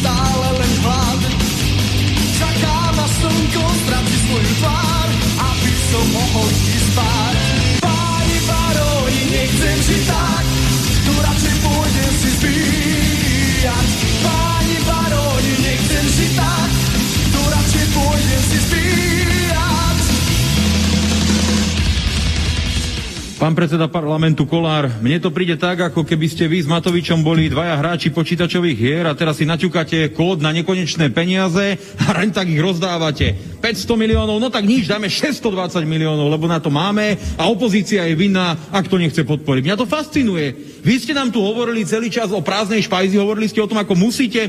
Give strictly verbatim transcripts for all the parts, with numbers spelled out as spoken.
stále len hlad. Čaká ma slnko, stratí svoju tvár, aby som mohol ísť spať. Páni baróni, nechcem žiť tak, tu radšej pôjdem si zbíjať. Páni baróni, nechcem žiť tak, tu radšej pôjdem si zbíjať. Pán predseda parlamentu Kollár, mne to príde tak, ako keby ste vy s Matovičom boli dvaja hráči počítačových hier a teraz si naťukáte kód na nekonečné peniaze a len tak ich rozdávate. päťsto miliónov, no tak nič, dáme šesťstodvadsať miliónov, lebo na to máme a opozícia je vinná, ak to nechce podporiť. Mňa to fascinuje. Vy ste nám tu hovorili celý čas o prázdnej špajzi, hovorili ste o tom, ako musíte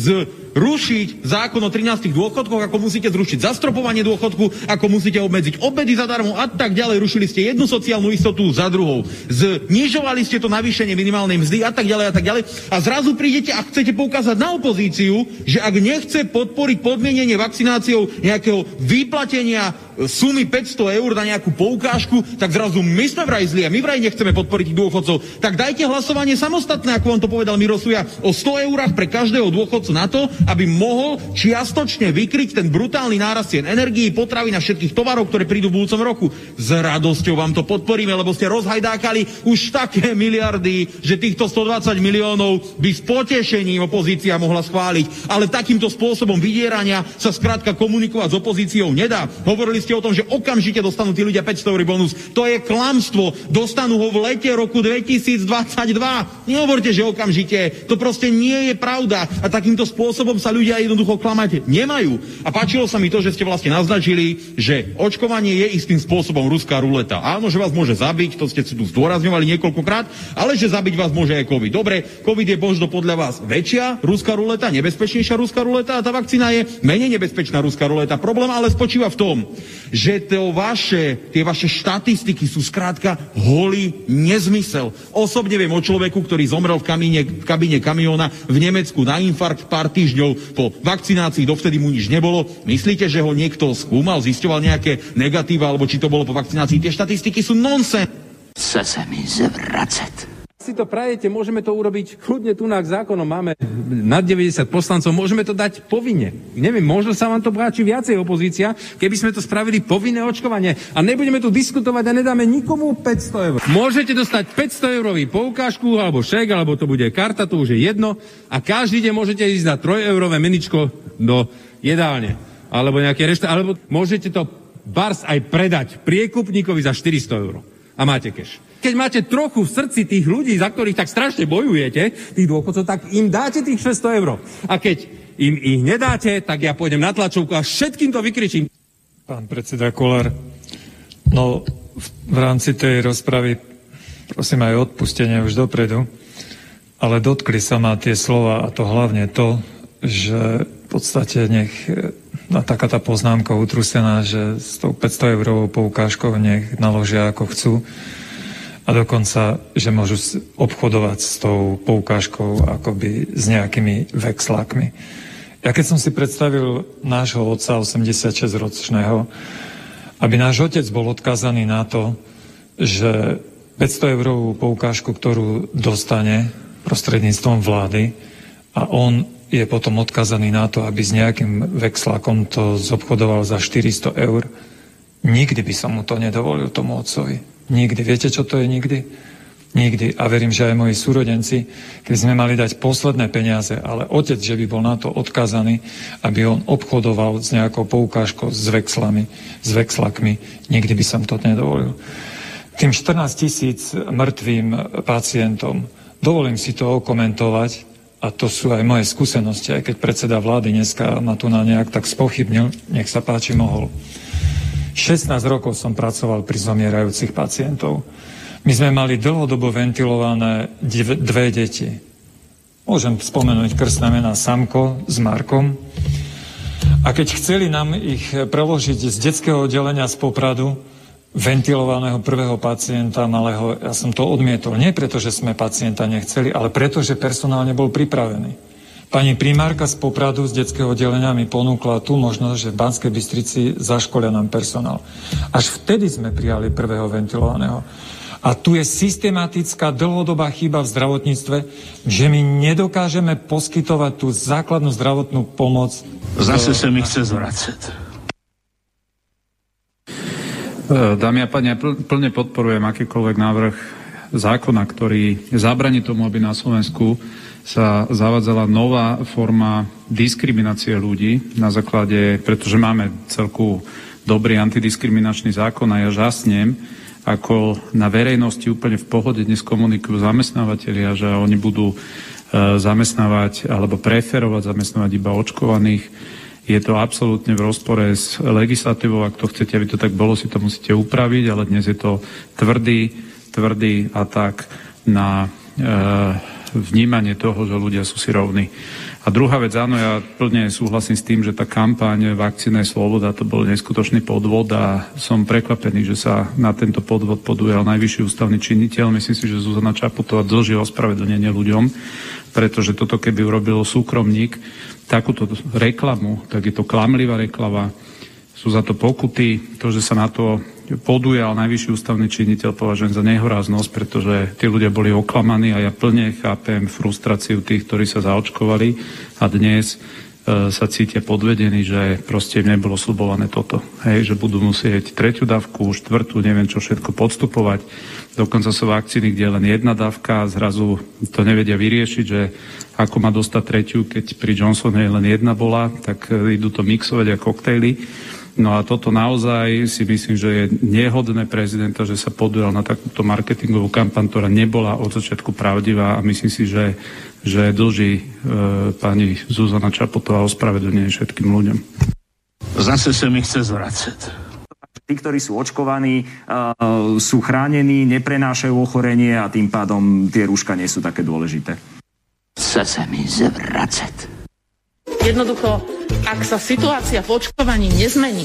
zrušiť zákon o trinástich dôchodkoch, ako musíte zrušiť zastropovanie dôchodku, ako musíte obmedziť obedy zadarmo a tak ďalej. Rušili ste jednu sociálnu istotu za druhou. Znižovali ste to navýšenie minimálnej mzdy a tak ďalej a tak ďalej. A zrazu prídete a chcete poukázať na opozíciu, že ak nechce podporiť podmienenie vakcináciou nejakého vyplatenia sumy päťsto eur na nejakú poukážku, tak zrazu my sme vraj zlí a my vraj nechceme podporiť tých dôchodcov. Tak dajte hlasovanie samostatné, ako vám to povedal Miro Suja, o sto eurách pre každého dôchodcu na to, aby mohol čiastočne vykryť ten brutálny nárast cien energií, potravín a všetkých tovarov, ktoré prídu v budúcom roku. S radosťou vám to podporíme, lebo ste rozhajdákali už také miliardy, že týchto stodvadsať miliónov by s potešením opozícia mohla schváliť. Ale takýmto spôsobom vydierania sa skrátka komunikovať s opozíciou nedá. Hovorili ste o tom, že okamžite dostanú tí ľudia päťsto eur bonus. To je klamstvo. Dostanú ho v lete roku dvetisícdvadsaťdva. Nehovorte, že okamžite. To proste nie je pravda. A takýmto spôsobom sa ľudia jednoducho klamať nemajú. A páčilo sa mi to, že ste vlastne naznačili, že očkovanie je istým spôsobom ruská ruleta. Áno, že vás môže zabiť, to ste tu zdôrazňovali niekoľkokrát, ale že zabiť vás môže aj COVID. Dobre, COVID je možno podľa vás väčšia ruská ruleta, nebezpečnejšia ruská ruleta a tá vakcína je menej nebezpečná ruská ruleta. Problém ale spočíva v tom, že to vaše, tie vaše štatistiky sú skrátka holý nezmysel. Osobne viem o človeku, ktorý zomrel v, kamíne, v kabíne kamióna v Nemecku na infarkt pár týždňov po vakcinácii, dovtedy mu nič nebolo. Myslíte, že ho niekto skúmal, zisťoval nejaké negatíva, alebo či to bolo po vakcinácii? Tie štatistiky sú nonsens. Chce sa mi zvracať. Si to prajete, môžeme to urobiť kľudne tu na zákonom. Máme nad deväťdesiat poslancov, môžeme to dať povinne. Neviem, možno sa vám to páči viacej opozícia, keby sme to spravili povinné očkovanie. A nebudeme tu diskutovať a nedáme nikomu päťsto eur. Môžete dostať päťsto eurový poukážku, alebo šek, alebo to bude karta, to už je jedno. A každý deň môžete ísť na trojeurové meničko do jedálne. Alebo nejaké reštaurácie, alebo môžete to bars aj predať priekupníkovi za štyristo eur. A máte cash. Keď máte trochu v srdci tých ľudí, za ktorých tak strašne bojujete, tých dôchodcov, tak im dáte tých šesťsto eur. A keď im ich nedáte, tak ja pôjdem na tlačovku a všetkým to vykričím. Pán predseda Kollár, no v, v rámci tej rozpravy prosím aj odpustenie už dopredu, ale dotkli sa ma tie slova a to hlavne to, že v podstate nech na taká tá poznámka utrusená, že s tou päťsto eurovou poukážkou nech naložia ako chcú. A dokonca, že môžu obchodovať s tou poukážkou akoby s nejakými vexlákmi. Ja keď som si predstavil nášho otca osemdesiatšesťročného, aby náš otec bol odkazaný na to, že päťsto eurovú poukážku, ktorú dostane prostredníctvom vlády a on je potom odkazaný na to, aby s nejakým vexlákom to zobchodoval za štyristo eur, nikdy by som mu to nedovolil tomu otcovi. Nikdy. Viete, čo to je nikdy? Nikdy. A verím, že aj moji súrodenci, keď sme mali dať posledné peniaze, ale otec, že by bol na to odkázaný, aby on obchodoval s nejakou poukážkou, s vexlami, s vexlakmi, nikdy by som to nedovolil. Tým štrnásť tisíc mŕtvým pacientom, dovolím si to okomentovať, a to sú aj moje skúsenosti, aj keď predseda vlády dneska ma tu na nejak tak spochybnil, nech sa páči, mohol. šestnásť rokov som pracoval pri zomierajúcich pacientov. My sme mali dlhodobo ventilované dve, dve deti. Môžem spomenúť krstné mená Samko s Markom. A keď chceli nám ich preložiť z detského oddelenia z Popradu, ventilovaného prvého pacienta malého, ja som to odmietol. Nie preto, že sme pacienta nechceli, ale preto, že personál nebol pripravený. Pani primárka z Popradu z detského oddelenia mi ponúkla tú možnosť, že v Banskej Bystrici zaškolia nám personál. Až vtedy sme prijali prvého ventilovaného. A tu je systematická dlhodobá chyba v zdravotníctve, že my nedokážeme poskytovať tú základnú zdravotnú pomoc. Zase sa mi chce zvracať. Dámy a páni, ja plne podporujem akýkoľvek návrh zákona, ktorý zabraní tomu, aby na Slovensku sa zavádzala nová forma diskriminácie ľudí na základe, pretože máme celku dobrý antidiskriminačný zákon a ja žasnem, ako na verejnosti úplne v pohode dnes komunikujú zamestnávateľia, že oni budú e, zamestnávať alebo preferovať zamestnávať iba očkovaných. Je to absolútne v rozpore s legislatívou. Ak to chcete, aby to tak bolo, si to musíte upraviť, ale dnes je to tvrdý, tvrdý atak na e, vnímanie toho, že ľudia sú si rovní. A druhá vec, áno, ja plne súhlasím s tým, že tá kampaň Vakcína je sloboda, to bol neskutočný podvod a som prekvapený, že sa na tento podvod podujal najvyšší ústavný činiteľ. Myslím si, že Zuzana Čaputová dlží ospravedlnenie ľuďom, pretože toto keby urobil súkromník, takúto reklamu, tak je to klamlivá reklama, sú za to pokuty, to, že sa na to podujal najvyšší ústavný činiteľ, považujem za nehoráznosť, pretože tí ľudia boli oklamaní a ja plne chápem frustráciu tých, ktorí sa zaočkovali a dnes e, sa cítia podvedení, že proste im nebolo sľubované toto. Hej, že budú musieť tretiu dávku, štvrtú, neviem čo všetko podstupovať. Dokonca sú vakcíny, kde je len jedna dávka a zrazu to nevedia vyriešiť, že ako má dostať tretiu, keď pri Johnsone len jedna bola, tak idú to mixovať ako koktejly. No a toto naozaj si myslím, že je nehodné prezidenta, že sa podujal na takúto marketingovú kampaň, ktorá nebola od začiatku pravdivá a myslím si, že, že dlží e, pani Zuzana Čaputová ospravedlnenie všetkým ľuďom. Zase sa mi chce zvracať. Tí, ktorí sú očkovaní, uh, sú chránení, neprenášajú ochorenie a tým pádom tie rúška nie sú také dôležité. Chce sa mi zvracať. Jednoducho, ak sa situácia v očkovaní nezmení,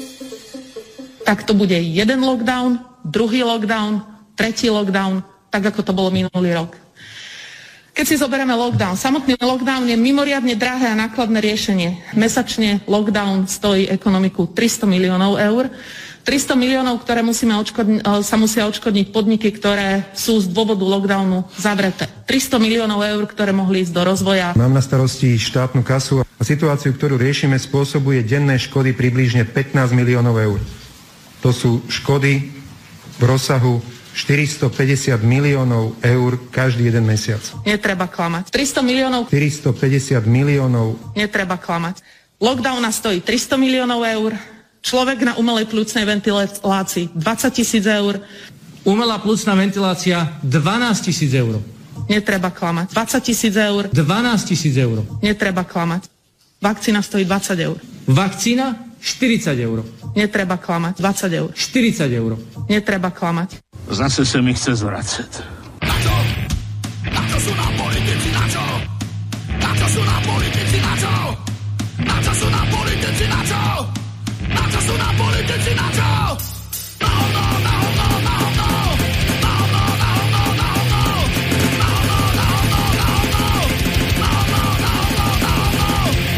tak to bude jeden lockdown, druhý lockdown, tretí lockdown, tak ako to bolo minulý rok. Keď si zoberieme lockdown, samotný lockdown je mimoriadne drahé a nákladné riešenie. Mesačne lockdown stojí ekonomiku tristo miliónov eur. tristo miliónov, ktoré musíme odškodni- sa musia odškodniť podniky, ktoré sú z dôvodu lockdownu zavreté. tristo miliónov eur, ktoré mohli ísť do rozvoja. Mám na starosti štátnu kasu a situáciu, ktorú riešime, spôsobuje denné škody približne pätnásť miliónov eur. To sú škody v rozsahu štyristopäťdesiat miliónov eur každý jeden mesiac. Netreba klamať. tristo miliónov. štyristopäťdesiat miliónov. Netreba klamať. Lockdown nás stojí tristo miliónov eur. Človek na umelej pľucnej ventilácii dvadsať tisíc eur. Umelá pľucná ventilácia dvanásť tisíc eur. Netreba klamať. dvadsať tisíc eur. dvanásť tisíc eur. Netreba klamať. Vakcína stojí dvadsať eur. Vakcína štyridsať eur. Netreba klamať. dvadsať eur. štyridsať eur. Netreba klamať. Zase sa mi chce zvracať. Na čo? Na čo sú nám politici? Na čo? Na čo sú nám politici? Na čo? Na čo sú nám politici? Na čo? Na čo sú nám politici? Na čo? No, no, no, no, no, no. No, no, no, no, no, no. No, no, no, no, no, no. No, no, no, no, no, no.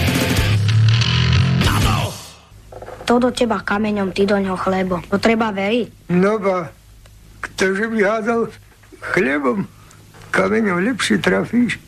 Na to! To do teba kameňom, ty do ňoho chlebo. To treba veriť. No ba, ktože by hádal chlebom, kameňom lepšie trafíš.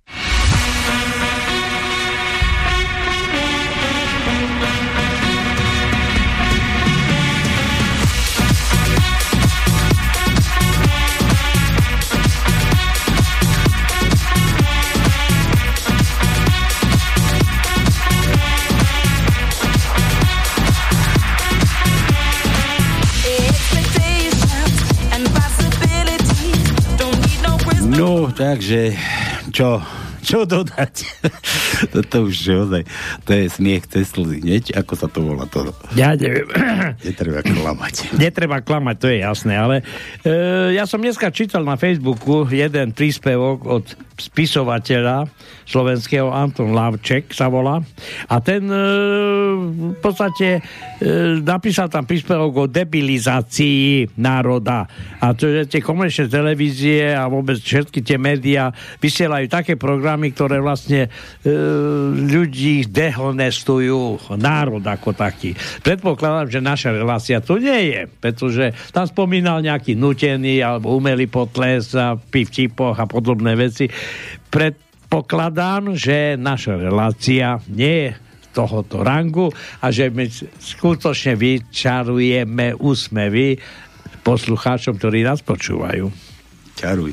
No, takže, čo, čo dodať? Toto už ozaj, to je smiech cez slzy, nieč? Ako sa to volá to? Ja neviem. Netreba klamať. Netreba klamať, to je jasné, ale e, ja som dneska čítal na Facebooku jeden príspevok od spisovateľa slovenského, Anton Lavček sa volá. A ten e, v podstate e, napísal tam príspevok o debilizácii národa. A to, že tie komerčné televízie a vôbec všetky tie médiá vysielajú také programy, ktoré vlastne e, ľudí dehonestujú, národ ako taký. Predpokladám, že naša relácia to nie je, pretože tam spomínal nejaký nutený alebo umelý potles a pivtipoch a podobné veci. Predpokladám, že naša relácia nie je tohoto rangu a že my skutočne vyčarujeme úsmevy poslucháčom, ktorí nás počúvajú. Čaruj.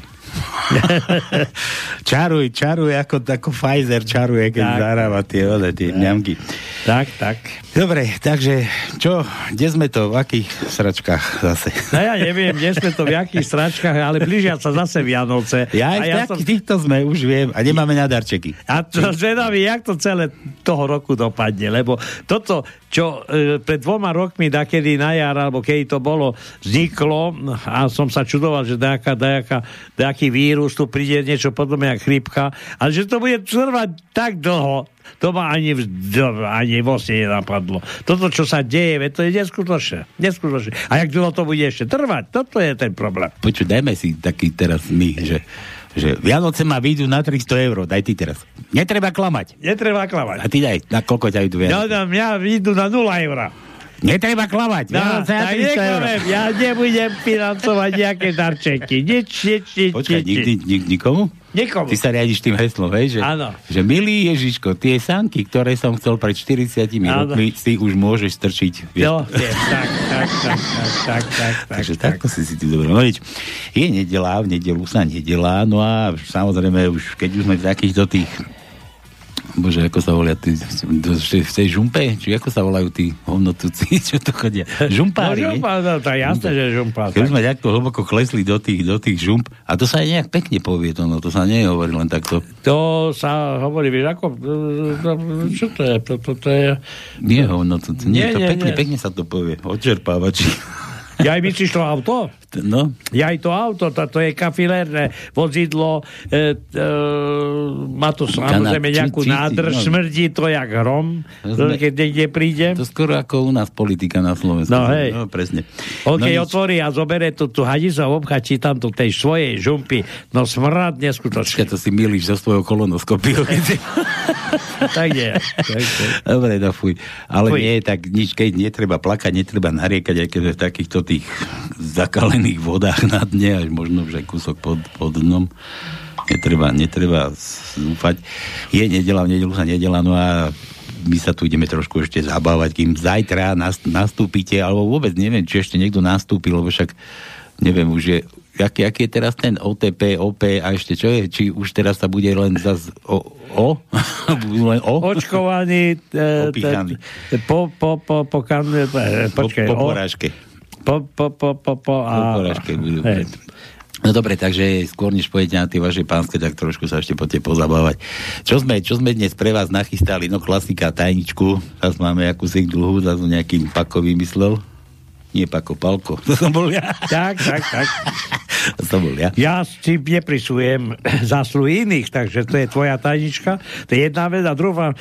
čaruj, čaruj, ako, ako Pfizer čaruje, keď tak zahráva tie, ode, tie mňamky. Tak, tak. Dobre, takže čo, kde sme to, v akých sračkách zase? No ja neviem, kde sme to, v akých sračkách, ale blížia sa zase Vianoce. Ja aj v ja som... týchto sme, už viem, a nemáme na darčeky. A to zvedavý, jak to celé toho roku dopadne, lebo toto, čo e, pred dvoma rokmi, dakedy na jar, alebo keď to bolo, vzniklo, a som sa čudoval, že nejaká, nejaká, nejaký vírus, tu príde niečo podobné jak chrípka, ale že to bude trvať tak dlho, to ma ani, ani vlastne nenapadlo. Toto, čo sa deje, to je neskutočné. neskutočné. A jak dlho to bude ešte trvať, toto je ten problém. Počuť, dajme si taký teraz my, že, že Vianoce ma vyjdú na tristo eur, daj ty teraz. Netreba klamať. Netreba klamať. A ty daj, na koľko ťa idú Vianoce? No, no, mňa vyjdú na nula eur. Netreba klamať. No, tak neklamem, ja nebudem financovať nejaké darčeky. Nič, nič, nič. Počkaj, nikdy, nik, nikomu? Nikomu. Ty sa riadiš tým heslom, hej? Že, že milý Ježiško, tie sánky, ktoré som chcel pred štyridsiatimi rokmi, si už môžeš strčiť. No, je, tak, tak, tak, tak, tak, tak. Takže tak, takto si si ty dobre. No nič, je nedelá, v nedelu sa nedelá, no a samozrejme už, keď už sme v takýchto tých, bože, ako sa volia tí, v tej žumpe, či ako sa volajú tí hovnotúci, čo to chodia? Žumpári, no, žumpári, no, to je jasné, že žumpári. Keď sme takto hlboko klesli do tých, do tých žump, a to sa aj nejak pekne povie, to, no, to sa nehovorí len takto. To sa hovorí, vieš, ako, čo to je? To, to, to je... Nie hovnotúci, nie, nie, to nie, pekne, nie. pekne sa to povie, odčerpávači. Ja aj myslíš to auto? No. Ja aj to auto, to, to je kafilérne vozidlo, e, e, má to samozrejme nejakú nádrž, no. Smrdí to jak hrom, sme, keď niekde príde. To skoro ako u nás politika na Slovensku. No hej. No, presne. On keď no, otvorí a zobere tú, tú hadicu a obchačí tam do tej svojej žumpy, no smrad neskutočne. To si milíš so svojou kolonoskopiou. Tak nie. Dobre, no fuj. Ale fuj. nie, tak nič, keď netreba plakať, netreba nariekať, aj keď v takýchto tých zakalených vodách na dne, až možno už aj kúsok pod, pod dnom. Netreba, netreba zúfať. Je nedela, v nedelu sa nedela, no a my sa tu ideme trošku ešte zabávať, kým zajtra nastúpite, alebo vôbec neviem, či ešte niekto nastúpil, lebo však neviem, už je aký, aký je teraz ten ó té pé, ó pé a ešte čo je? Či už teraz sa bude len zas o? o? len o? Očkovaný opíchaný. Po, po, po, po, po, počkaj, po, po porážke. Po, po, po, po, po, a... po porážke budú. No dobre, takže skôr než pôjdete na tie vaše pánske, tak trošku sa ešte poďte pozabávať. Čo sme, čo sme dnes pre vás nachystali? No klasika, tajničku. Teraz máme akúsi dlhú, zase nejakým Pako vymyslel. Nie Pako, Palko. To som bol ja. Tak, tak, tak. To som bol ja. Ja si neprisujem zásluhy iných, takže to je tvoja tajnička. To je jedna vec. A druhá,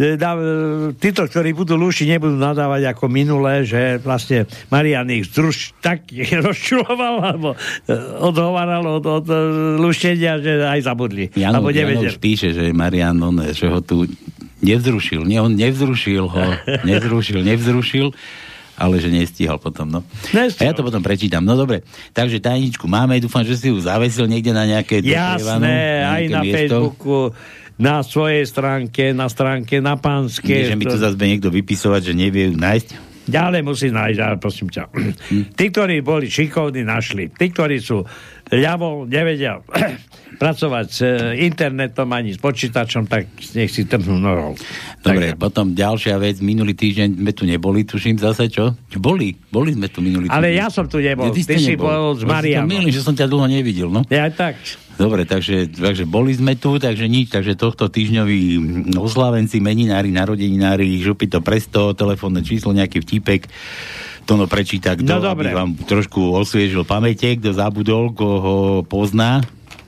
títo, ktorí budú lúšiť, nebudú nadávať ako minulé, že vlastne Marian ich združ, tak rozčuloval, alebo odhovaral od, od lúšenia, že aj zabudli. Jano, Jano už píše, že Marian, on, že ho tu nevzrušil. Nie, on nevzrušil ho. Nevzrušil, nevzrušil. Ale že nestíhal potom, no. Nestíhal. A ja to potom prečítam. No dobre, takže tajničku máme, dúfam, že si ju zavesil niekde na nejaké... Jasné, aj na miesto. Facebooku, na svojej stránke, na stránke, na pánskej. Nie, že mi to zase niekto vypisovať, že nevie ju nájsť. Ďalej musí nájsť, ale prosím ťa. Hm. Tí, ktorí boli šikovní, našli. Tí, ktorí sú ľavo, nevedia pracovať s internetom ani s počítačom, tak nech si trhnú nohou. Dobre, tak, potom ďalšia vec, minulý týždeň sme tu neboli, tuším zase, čo? Boli, boli sme tu minulý týždeň. Ale ja som tu nebol, ja, ty, ty si bol s Marianom. Milý, že som ťa dlho nevidel, no. Ja tak. Dobre, takže, takže boli sme tu, takže nič, takže tohto týždňoví oslávenci, meninári, narodeninári, župy to presto, telefónne číslo, nejaký vtipek, to no prečíta, kto, no, aby vám trošku osviežil pamäte, kto zabudol, koho pozná.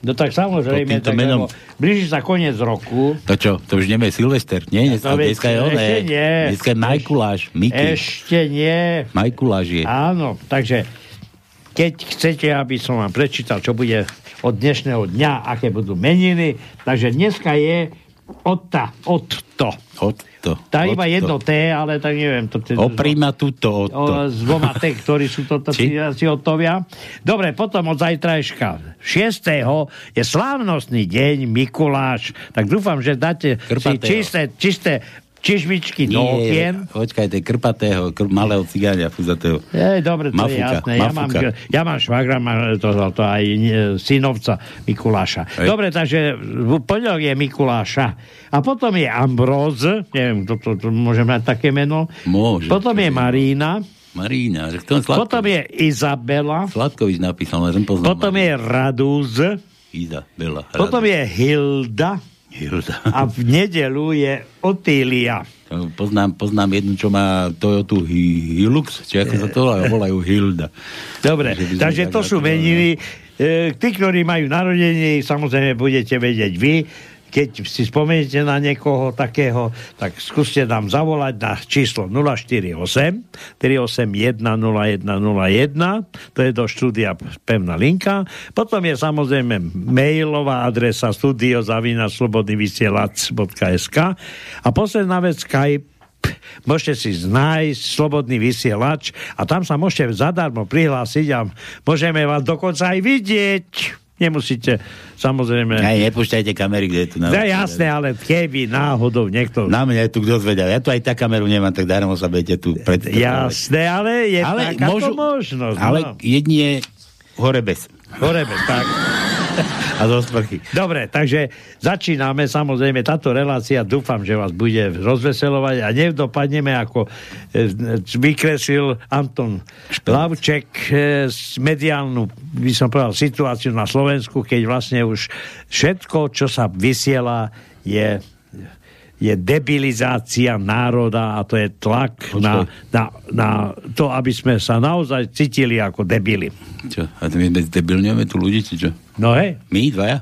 No tak samozrejme, tak, menom... blíži sa koniec roku. To čo, to už nie je Silvester, nie? Dneska, no, dneska je oné. Ešte nie. Dneska je Majkuláš, Miky. Ešte nie. Majkuláš je. Áno, takže keď chcete, aby som vám prečítal, čo bude od dnešného dňa, aké budú meniny, takže dneska je Otta, Otto. Otto. Tá iba jedno T, ale tak neviem. To, Opríma túto Otto. S dvoma T, ktorí sú to si Ottovia. Dobre, potom od zajtrajška šiesteho je slávnostný deň Mikuláš. Tak dúfam, že dáte si čisté, čisté čižmičky do okien. Počkaj, to je krpatého, krp, malého cigáňa, fúzatého. Ej, dobre, to Mafuka, je jasné. Ja mám, ja mám švagra, mám to, to aj synovca Mikuláša. Ej. Dobre, takže v pondelok je Mikuláša. A potom je Ambróz, neviem, to, to, to môže mať také meno. Môže. Potom je Marína. Marína. Sladkovič. Potom je Izabela. Sladkovič napísal, ale poznám. Potom Marína. Je Radúz. Izabela. Radúz. Potom je Hilda. Hilda. A v nedelu je Otília. Poznám, poznám jednu, čo má Toyota Hilux, či ako sa to volajú Hilda. Dobre, takže, takže to sú meniny. E, tí, ktorí majú narodenie, samozrejme budete vedieť vy. Keď si spomeniete na niekoho takého, tak skúste nám zavolať na číslo nula štyri osem tri osem jeden nula jeden nula jeden. To je do štúdia pevná linka. Potom je samozrejme mailová adresa studio zavináč slobodný vysielač bodka es ká. A posledná vec Skype. Môžete si nájsť slobodný vysielač a tam sa môžete zadarmo prihlásiť a môžeme vás dokonca aj vidieť. Nemusíte, samozrejme... Aj nepúšťajte kamery, kde je tu... No jasné, ale keby náhodou niekto... Na mňa je tu kto zvedal. Ja tu aj tak kameru nemám, tak darmo sa budete tu predstavovať. Jasné, ale je ale takáto môžu, možnosť. Ale no. jedine hore bez. Hore bez, tak. A zo sprchy. Dobre, takže začíname. Samozrejme, táto relácia dúfam, že vás bude rozveselovať a nedopadneme ako vykreslil Anton Lavček mediálnu, by som povedal, situáciu na Slovensku, keď vlastne už všetko, čo sa vysiela, je je debilizácia národa a to je tlak na, na, na to, aby sme sa naozaj cítili ako debili. Čo? A my zdebilňujeme tu ľudí, či čo? No hej. My dvaja?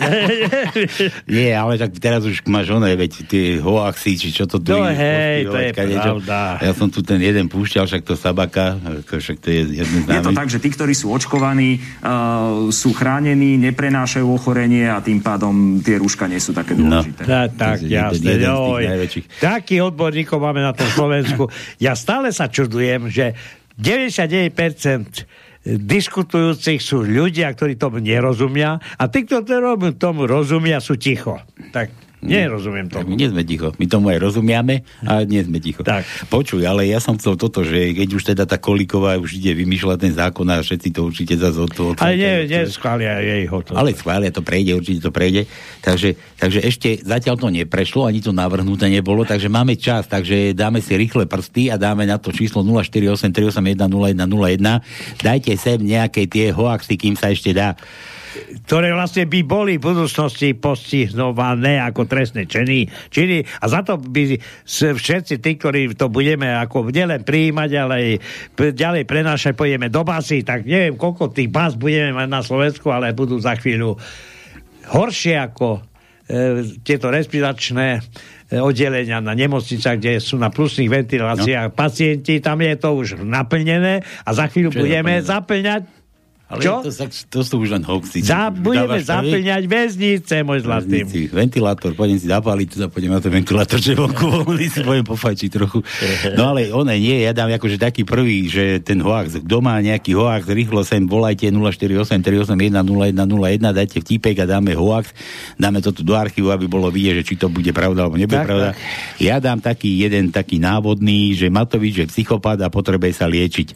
Nie, ale tak teraz už máš oné, veď tie hoaxy, či čo to tu no hej, to je pravda. Ja som tu ten jeden púšťal, však to Sabaka, však to je jeden známy. Je to tak, že tí, ktorí sú očkovaní, uh, sú chránení, neprenášajú ochorenie a tým pádom tie rúška nie sú také dôležité. No, tak, tak, jasne. Taký odborníkov máme na tom Slovensku. Ja stále sa čudujem, že deväťdesiatdeväť percent diskutujúcich sú ľudia, ktorí tomu nerozumia a tí, ktorí tomu rozumia, sú ticho. Tak nerozumiem tomu. My nie sme ticho. My tomu aj rozumiame a nie sme ticho. Tak. Počuj, ale ja som chcel toto, že keď už teda tá Kolíková už ide vymýšľať ten zákon a všetci to určite zase od toho... Ale nie, nie schvália jej ho to. Ale schvália, to prejde, určite to prejde. Takže, takže ešte zatiaľ to neprešlo, ani to navrhnuté nebolo, takže máme čas, takže dáme si rýchle prsty a dáme na to číslo nula štyri osem tri osem jeden nula jeden nula jeden. Dajte sem nejaké tie hoaxy, kým sa ešte dá, ktoré vlastne by boli v budúcnosti postihnované ako trestné činy, činy a za to by všetci tí, ktorí to budeme ako nielen prijímať, ale aj ďalej prenášať, pôjdeme do basy, tak neviem, koľko tých bás budeme mať na Slovensku, ale budú za chvíľu horšie ako e, tieto respiračné oddelenia na nemocnicách, kde sú na plusných ventiláciách no. pacienti, tam je to už naplnené a za chvíľu Čo budeme zaplňať. Ale Čo? To, to sú už len hoaxy. Za, budeme zaplňať väznice, môj zlatý. Ventilátor, poďme si zapáliť, tu zapôjdem na ten ventilátor, že vonku, oni si poďme pofajčiť trochu. No ale one nie, ja dám akože taký prvý, že ten hoax, kto má nejaký hoax, rýchlo sem volajte nula štyri osem tri osem jeden nula jeden nula jeden, dajte vtipek a dáme hoax, dáme to tu do archívu, aby bolo vidieť, že či to bude pravda alebo nebude tak, pravda. Tak. Ja dám taký jeden taký návodný, že Matovič je psychopat a potrebuje sa liečiť.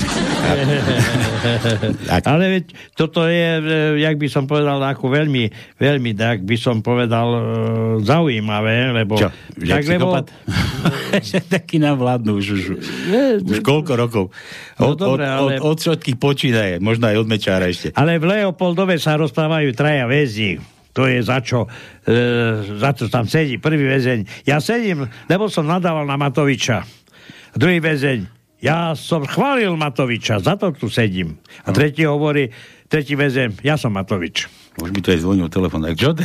Tak. Ale veď toto je, jak by som povedal, ako veľmi, veľmi, tak by som povedal, zaujímavé, lebo... Čo? Že tak, psychopat? Lebo... Taký nám vládnu už, už, už koľko rokov. Od, no, dobre, ale... od, od všetkých počínaje, možno aj od Mečára ešte. Ale v Leopoldove sa rozprávajú traja väzni. To je za čo, e, za čo tam sedí prvý väzeň. Ja sedím, lebo som nadával na Matoviča. Druhý väzeň, ja som chválil Matoviča, za to tu sedím. A tretí hovorí, tretí väzem, ja som Matovič. Už by to aj zvonil telefón. Tak čo?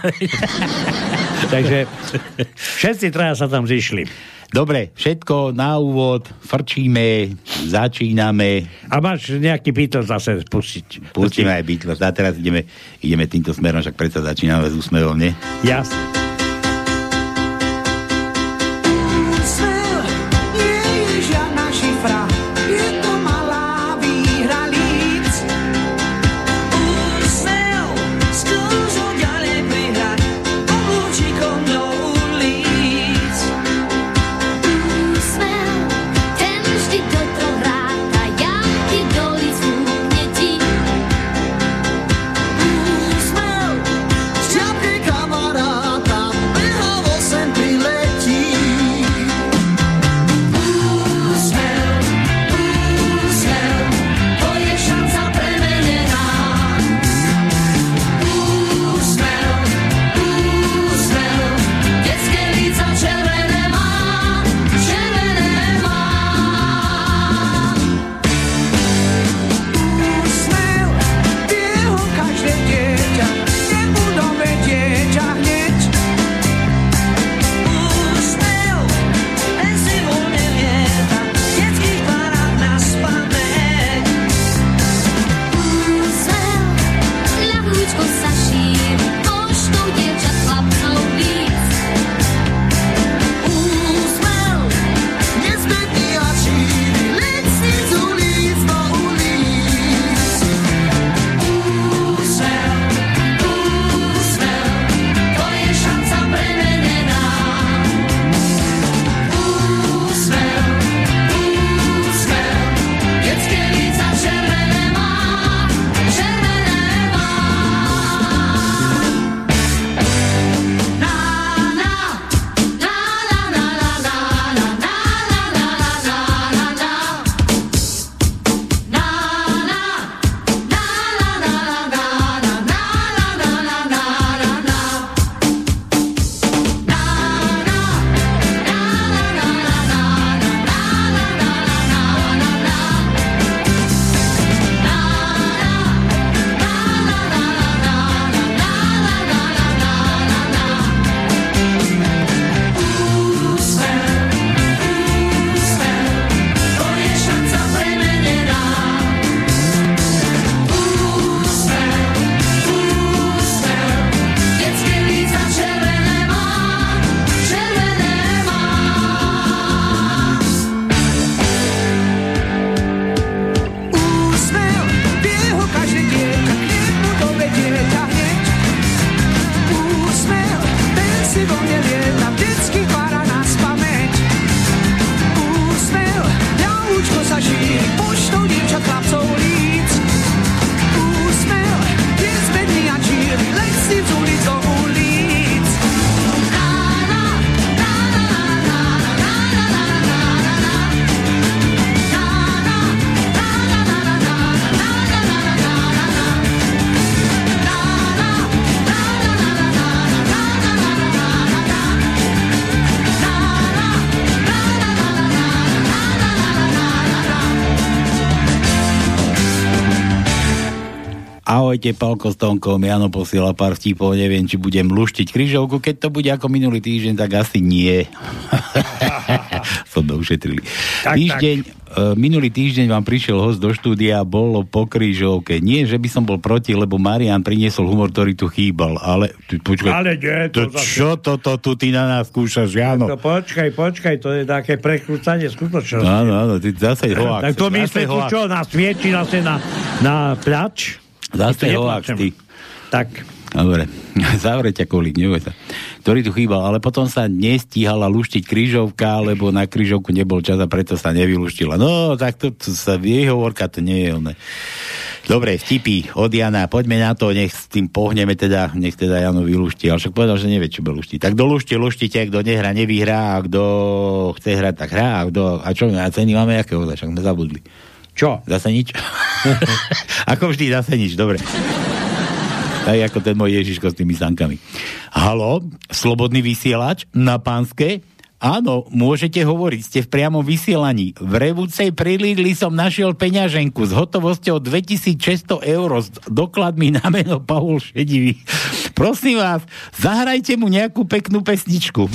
Takže všetci traja sa tam zišli. Dobre, všetko na úvod, frčíme, začíname. A máš nejaký Beatles zase pustiť? Pustíme aj Beatles. A teraz ideme, ideme týmto smerom, však predsa začíname s úsmevom, nie? Jasne. Ahojte, Pálko s Tonkom, Jano posiela pár vtipov, neviem, či budem luštiť križovku, keď to bude ako minulý týždeň, tak asi nie. Som to ušetrili. Tak, týždeň, tak. Uh, minulý týždeň vám prišiel host do štúdia, bolo po križovke. Nie, že by som bol proti, lebo Marián priniesol humor, ktorý tu chýbal, ale... Počkaj, ale nie, to, to čo toto tu ty na nás skúšaš, Jano? To počkaj, počkaj, to je také prekrúcanie skutočnosti. Áno, áno, ty zase hoax. Tak to myslíš tu čo, na svieči, zase na, na plač? Zase hoax, ty. Tak. Dobre, zavre ťa kolík, neboj sa. Ktorý tu chýbal, ale potom sa nestíhala luštiť križovka, lebo na križovku nebol čas a preto sa nevyluštila. No, tak to, to sa výhovorka, to nie je ono. Dobre, vtipy od Jana, poďme na to, nech s tým pohneme teda, nech teda Jano vyluští, ale však povedal, že nevie, čo bude luštiť. Tak dolušti, luštite, kto nehrá, nevyhrá, a kto chce hrať, tak hrá, a kto, a čo, a ceny máme aké, však sme zabudli. Čo? Zase nič? Ako vždy, zase nič, dobre. Tak ako ten môj Ježiško s tými sankami. Haló, slobodný vysielač na Pánske? Áno, môžete hovoriť, ste v priamom vysielaní. V Revúcej pri Lidli som našiel peňaženku s hotovosťou dvetisícšesťsto eur s dokladmi na meno Pavol Šedivý. Prosím vás, zahrajte mu nejakú peknú pesničku.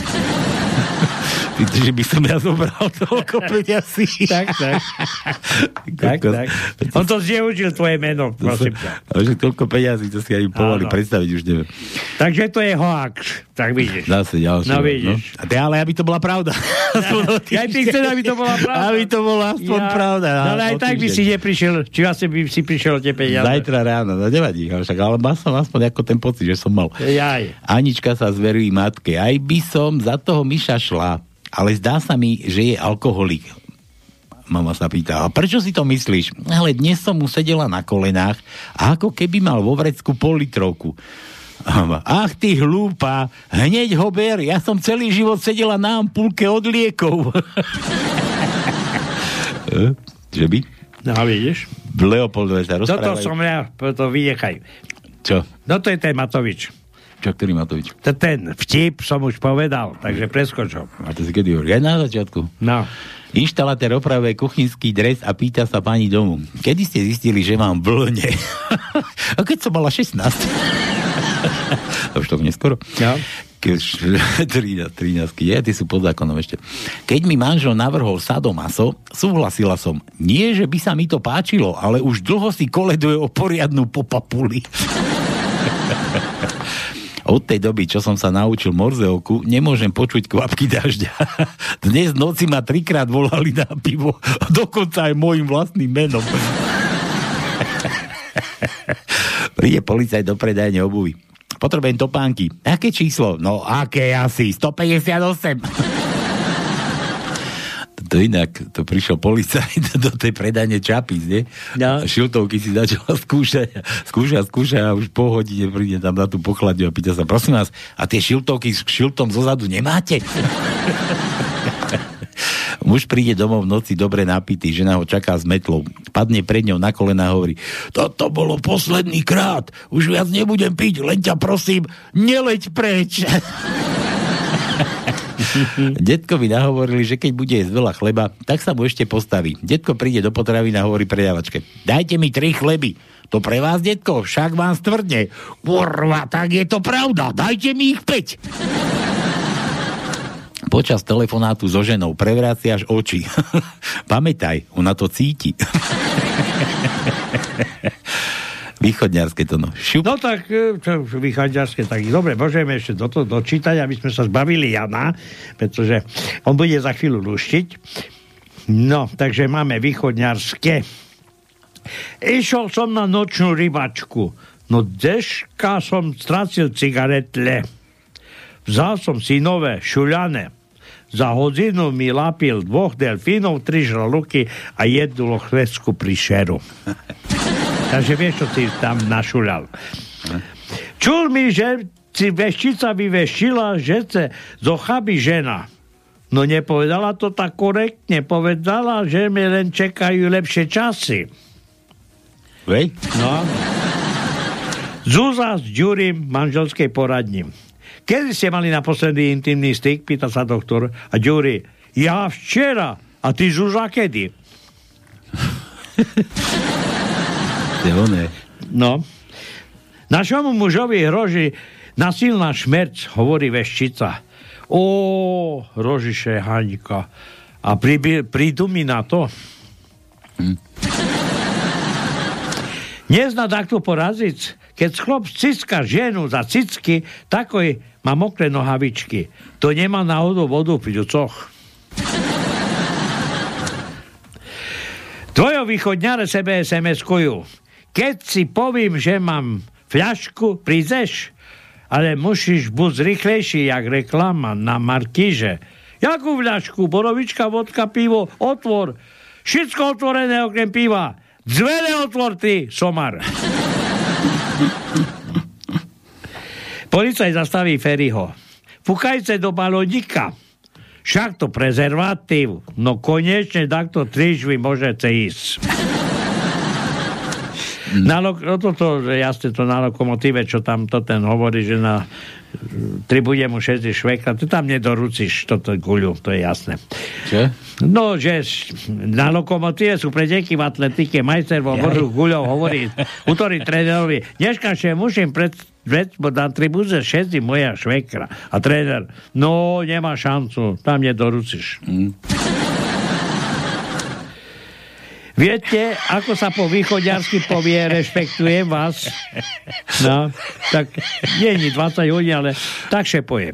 Že by som ja zobral toľko peňazí. Tak, tak. tak, tak. On to zneužil tvoje meno, prosím ťa. Že toľko peňazí, to si ani povoli predstaviť, už neviem. Takže to je hoax, tak vidíš. Zase ďalšie. No vidíš. No. Ale aby to bola pravda. Ja ty chcem, aby to bola pravda. Aby to bola aspoň ja. pravda. No ale aj tak by si neprišiel, či vlastne by si prišiel o tie peniaze. Zajtra ráno, no nevadí. Však, ale mal som aspoň ako ten pocit, že som mal. Jaj. Anička sa zverí matke. Aj by som za toho myša šla. Ale zdá sa mi, že je alkoholik. Mama sa pýta, a prečo si to myslíš? Ale dnes som mu sedela na kolenách a ako keby mal vo vrecku pol litrovku. Ach ty hlúpa, hneď ho ber, ja som celý život sedela na ampulke od liekov. Že by? No vidíš? V Leopoldove sa rozprávajú. Toto som ja, to vynechaj. Čo? No to je ten Matovič. Čo, ktorý Matovič? To ten vtip som už povedal, takže preskoč ho. A to si kedy hovorí? Aj na začiatku? No. Inštalatér opravuje kuchynský dres a pýta sa pani domu. Kedy ste zistili, že mám vlne? A keď som mala šestnásť. To už to neskoro. No. Keď trinásť, je, ty sú pod zákonom ešte. Keď mi manžel navrhol sadomaso, súhlasila som. Nie, že by sa mi to páčilo, ale už dlho si koleduje o poriadnu popapuli. Od tej doby, čo som sa naučil Morzeovku, nemôžem počuť kvapky dažďa. Dnes v noci ma trikrát volali na pivo, dokonca aj môjim vlastným menom. Príde policajt do predajne obuvy. Potrebujem topánky. Aké číslo? No, aké asi? stopäťdesiatosem. To inak, to prišiel policajt do tej predajne Čapíc, nie? No. Šiltovky si začala skúšať, skúša, skúša a už po hodine príde tam na tú pokladňu a pýta sa, prosím vás, a tie šiltovky s šiltom zozadu nemáte? Muž príde domov v noci dobre napitý, žena ho čaká s metlou. Padne pred ňou na kolena a hovorí, toto bolo posledný krát, už viac nebudem piť, len ťa prosím, neleď preč. Detkovi nahovorili, že keď bude jesť veľa chleba, tak sa mu ešte postaví. Detko príde do potravín a hovorí predavačke, dajte mi tri chleby. To pre vás, detko, však vám stvrdne. Kurva, tak je to pravda, dajte mi ich päť. Počas telefonátu so ženou prevraciaš oči. Pamätaj, ona to cíti. Východňarské to no. Šup. No tak, čo, východňarské, tak dobre, môžeme ešte do toho dočítať, aby sme sa zbavili Jana, pretože on bude za chvíľu luštiť. No, takže máme východňarské. Išiel som na nočnú rybačku, no deška som stracil cigaretle. Vzal som si nové šuľane. Za hodinu mi lapil dvoch delfínov, tri žraloky a jednu lochvesku pri šeru. Takže vieš, čo si tam našuľal. Čul mi, že si veščica vyveštila, že chce zochabi žena. No nepovedala to tak korektne. Povedala, že mi len čekajú lepšie časy. Vej? No. Zúza s Ďurim manželskej poradni. Kedy ste mali naposledy intimný styk? Pýta sa doktor. A Ďuri, ja včera. A ty, Zúza, kedy? No. Našomu mužovi hroží nasilná šmerc, hovorí veščica. Ó, rožiše Haňka. A pri, prídu mi na to? Hm. Nezná takto poraziť. Keď chlop cicka ženu za cicky, takoj má mokré nohavičky. To nemá náhodou vodu pri ľucoch. Tvojo východňare sebe es em eskujú. Keď si povím, že mám fľašku, prídeš, ale musíš buď rýchlejší, jak reklama na Markíže. Jakú fľašku? Borovička, vodka, pivo, otvor. Všetko otvorené okrem piva. Zvele otvor ty, somar. Policaj zastaví Feriho. Fúkajte do balónika. Však to prezervatív. No konečne takto trižvy môžete ísť. Na lok- no toto, že jasne to na lokomotíve, čo tam to ten hovorí, že na tri bude mu šesť švekra, to tam nedorucíš toto guľu, to je jasné. Čo? No, že na lokomotíve sú preteky v atletike, majster vo vrhu guľov hovorí, utorí trénerovi, dneška še musím pred vec, bo na tribúze šesť moja švekra. A tréner, no, nemá šancu, tam nedorucíš. Mm. Viete, ako sa po východiarsky povie, rešpektujem vás. No, tak nie je dvadsať hodín, ale tak šepuje.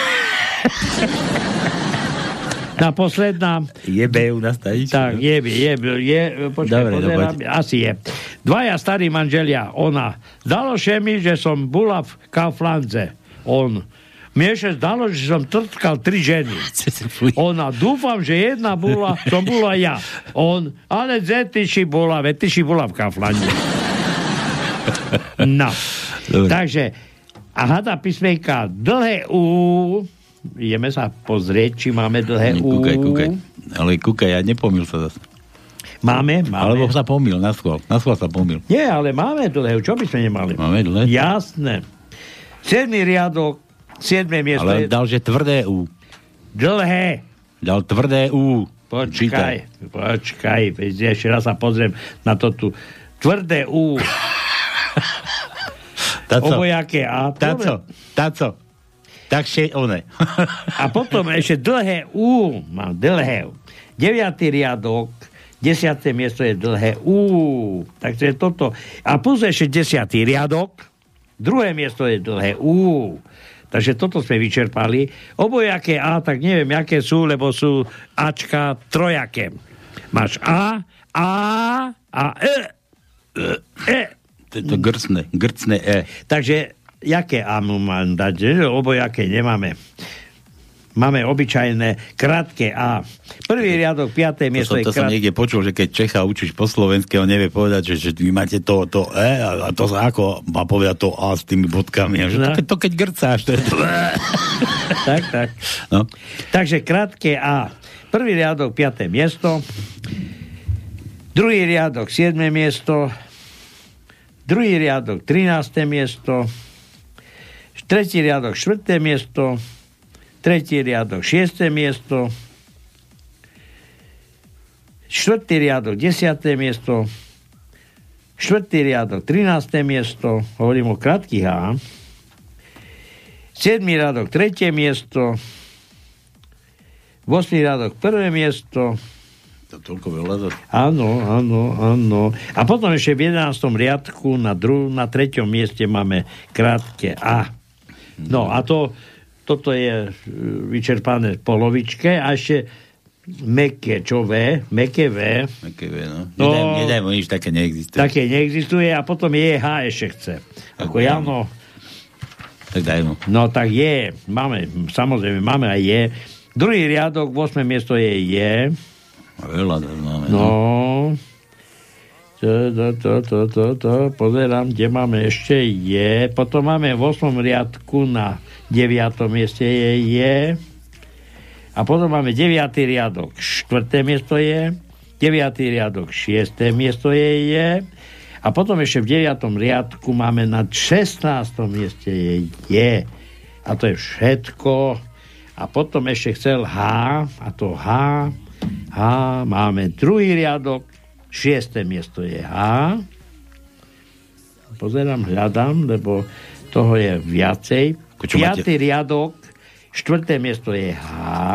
Na posledná... Jebe u nás tady? Tak, jebe, jebe, je, počkaj, dobre, pozerám, asi je. Dvaja starí manželia, ona. Zdalo še mi, že som bola v Kauflandze. On. Mne ešte zdalo, že som trtkal tri ženy. Ona, dúfam, že jedna bola, som bola ja. On, ale že tyši bola, veď tyši bola v Kauflande. No. Dobre. Takže, a hada písmenka dlhé U, ideme sa pozrieť, či máme dlhé U. Kúkaj, kúkaj. Ale kúkaj, ja nepomýl sa zase. Máme, máme. Alebo sa pomýl, na schvál. Na schvál sa pomýl. Nie, ale máme dlhé U. Čo by sme nemali? Máme dlhé? Jasné. Siedmy riadok, siedme miesto. Ale je... dal, že tvrdé U. Dlhé. Dal tvrdé U. Počkaj, Čítaj. počkaj. Ešte raz sa pozriem na to tu. Tvrdé U. Taco. Obojaké A. Taco. Taco. Takže one. A potom ešte dlhé U. Mám dlhé U. Deviatý riadok, desiate miesto je dlhé U. Takže toto. A plus ešte desiatý riadok, druhé miesto je dlhé U. Takže toto sme vyčerpali. Obojaké A, tak neviem, aké sú, lebo sú Ačka trojaké. Máš A, A, a E. E. To je to grcné, grcné E. Takže, jaké A mu mám dať? Obojaké nemáme. Máme obyčajné, krátke A. Prvý riadok, piaté miesto to som, je to krát... som niekde počul, že keď Čecha učíš po slovensky, on nevie povedať, že, že vy máte to, to E a to sa ako má povedať to A s tými bodkami. A že no. to, to keď grcáš, to je to Tak, tak. No. Takže krátke A. Prvý riadok, piaté miesto. Druhý riadok, siedme miesto. Druhý riadok, trináste miesto. Tretí riadok, štvrté miesto. Tretí riadok, šiesté miesto. Štvrtý riadok, desiaté miesto. Štvrtý riadok, trináste miesto. Hovorím o krátkych A. Siedmý riadok, tretie miesto. Vosmý riadok, prvé miesto. To toľko veľa. Áno, áno, áno. A potom ešte v jedenástom riadku na, dru- na treťom mieste máme krátke A. No a to toto je vyčerpané v polovičke a ešte meké, čo V, meké V. Meké V, no. Nedaj, no nedaj mu nič, také neexistuje. Také neexistuje a potom je H ešte chce. Ako Jano. Tak daj mu. No tak je, máme, samozrejme, máme aj je. Druhý riadok, ôsme miesto je je. Veľa máme. No. To, to, to, to, to, to. Pozerám, kde máme ešte je. Potom máme v ôsmom riadku na deviatom mieste je je. A potom máme deviatý riadok, štvrté miesto je. Deviatý riadok, šiesté miesto je je. A potom ešte v deviatom riadku máme na šestnástom mieste je je. A to je všetko. A potom ešte chcel H. A to H. H. Máme druhý riadok, šiesté miesto je H. Pozerám, hľadám, lebo toho je viacej. Piatý riadok, štvrté miesto je H.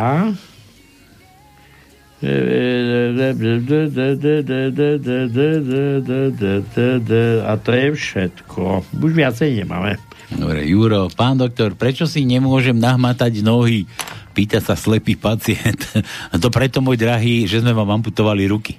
A to je všetko. Už viacej nemáme. Dobre, Juro, pán doktor, prečo si nemôžem nahmatať nohy? Pýta sa slepý pacient. To preto, môj drahý, že sme vám amputovali ruky.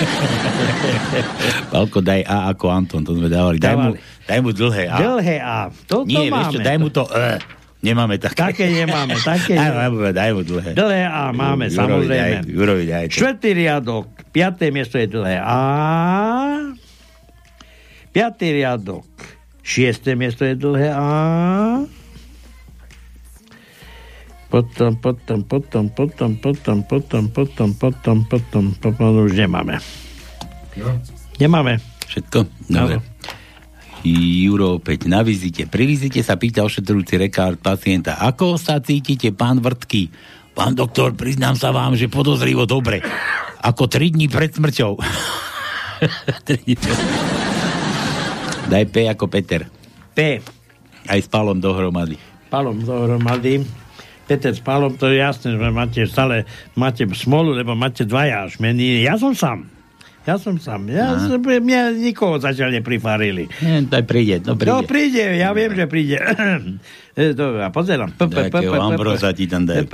Pálko, daj A ako Anton, to sme dávali. Daj mu, daj mu dlhé A. Dlhé A. Toto Nie, máme. vieš čo, daj mu to E. Nemáme také. Také nemáme. Také daj, nemáme. daj mu dlhé. Dlhé A máme, Jurovi samozrejme. Daj, Jurovi daj to. Štvrtý riadok, piaté miesto je dlhé A. Piatý riadok, šiesté miesto je dlhé A. Potom, potom, potom, potom, potom, potom, potom, potom, potom, potom, už nemáme. Nemáme. Všetko? Dobre. No. Juro opäť na vizite. Pri vizite sa pýta ošetrujúci lekár pacienta, ako sa cítite, pán Vrtký? Pán doktor, priznám sa vám, že podozrivo dobre. Ako tri dní pred smrťou. Daj P ako Peter. P. Aj s Pálom dohromady. Pálom dohromady. Peter s Pálom, to je jasné, že máte stále máte smolu, lebo máte dvaja šmeny. Ja som sám. Ja som sám. Ja som, mňa nikoho zatiaľ neprifarili. Nie, to príde, to príde. To príde, ja viem, že príde. A pozerám. Takého Ambroza ti tam daj.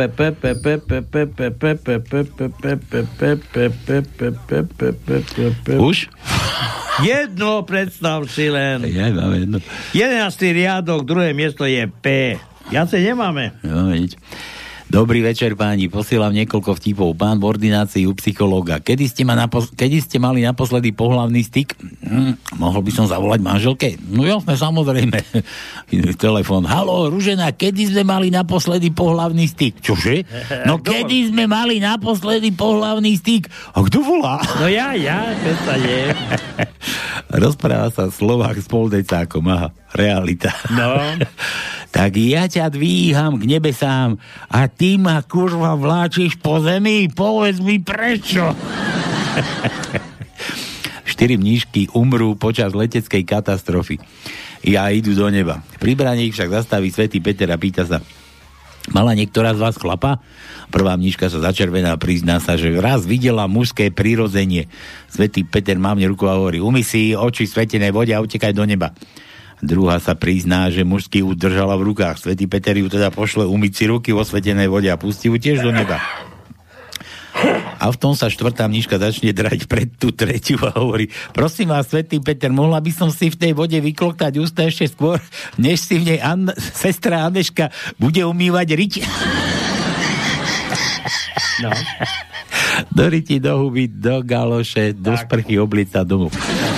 Už? Jedno, predstav si len. Ja mám jedno. jedenásty riadok, druhé miesto je P. Viacej nemáme. No, nič. Dobrý večer, páni. Posielam niekoľko vtipov. Pán v ordinácii u psychológa. Kedy ste, ma napos- Kedy ste mali naposledy pohlavný styk? Hm, mohol by som zavolať manželke? No jasne, samozrejme. Telefón. Haló, Ružena, kedy sme mali naposledy pohlavný styk? Čože? No kedy sme mali naposledy pohlavný styk? A kto volá? No ja, ja, predstavne. Rozpráva sa Slovák s Poldecákom. Aha, realita. No. Tak ja ťa dvíham k nebesám a ty ma kurva vláčiš po zemi. Povedz mi prečo. Štyri mníšky umrú počas leteckej katastrofy. Ja idú do neba. Pri bráne ich však zastaví svätý Peter a pýta sa: mala niektorá z vás chlapa? Prvá mníška sa začervená a prizná sa, že raz videla mužské prirodzenie. Svätý Peter mávne rukou a hovorí: umy si oči svetenej vode a utekaj do neba. Druhá sa prizná, že mužský úd držala v rukách. Svätý Peter ju teda pošle umyť si ruky vo svetenej vode a pustí ju tiež do neba. A v tom sa štvrtá mníška začne drať pred tú tretiu a hovorí: prosím vás, Svätý Peter, mohla by som si v tej vode vykloktať ústa ešte skôr, než si v nej Anna, sestra Aneška bude umývať riť. No. Do ryti, do huby, do galoše, do sprchy, oblica, domov.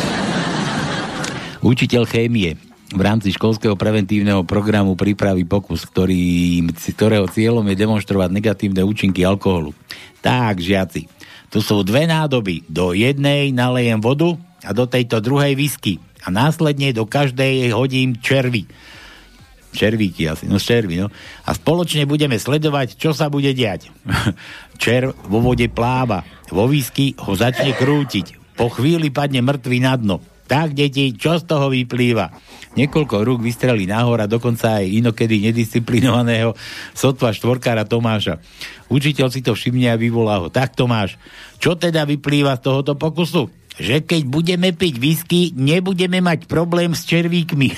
Učiteľ chémie v rámci školského preventívneho programu pripraví pokus, ktorý, ktorého cieľom je demonštrovať negatívne účinky alkoholu. Tak, žiaci, tu sú dve nádoby. Do jednej nalejem vodu a do tejto druhej whisky. A následne do každej hodím červy. Červíky asi, no červy, no. A spoločne budeme sledovať, čo sa bude diať. Červ vo vode pláva, vo whisky ho začne krútiť. Po chvíli padne mŕtvy na dno. Tak, deti, čo z toho vyplýva? Niekoľko rúk vystrelí nahor a dokonca aj inokedy nedisciplinovaného sotva štvorkára Tomáša. Učiteľ si to všimne a vyvolá ho: tak, Tomáš, čo teda vyplýva z tohoto pokusu? Že keď budeme piť whisky, nebudeme mať problém s červíkmi.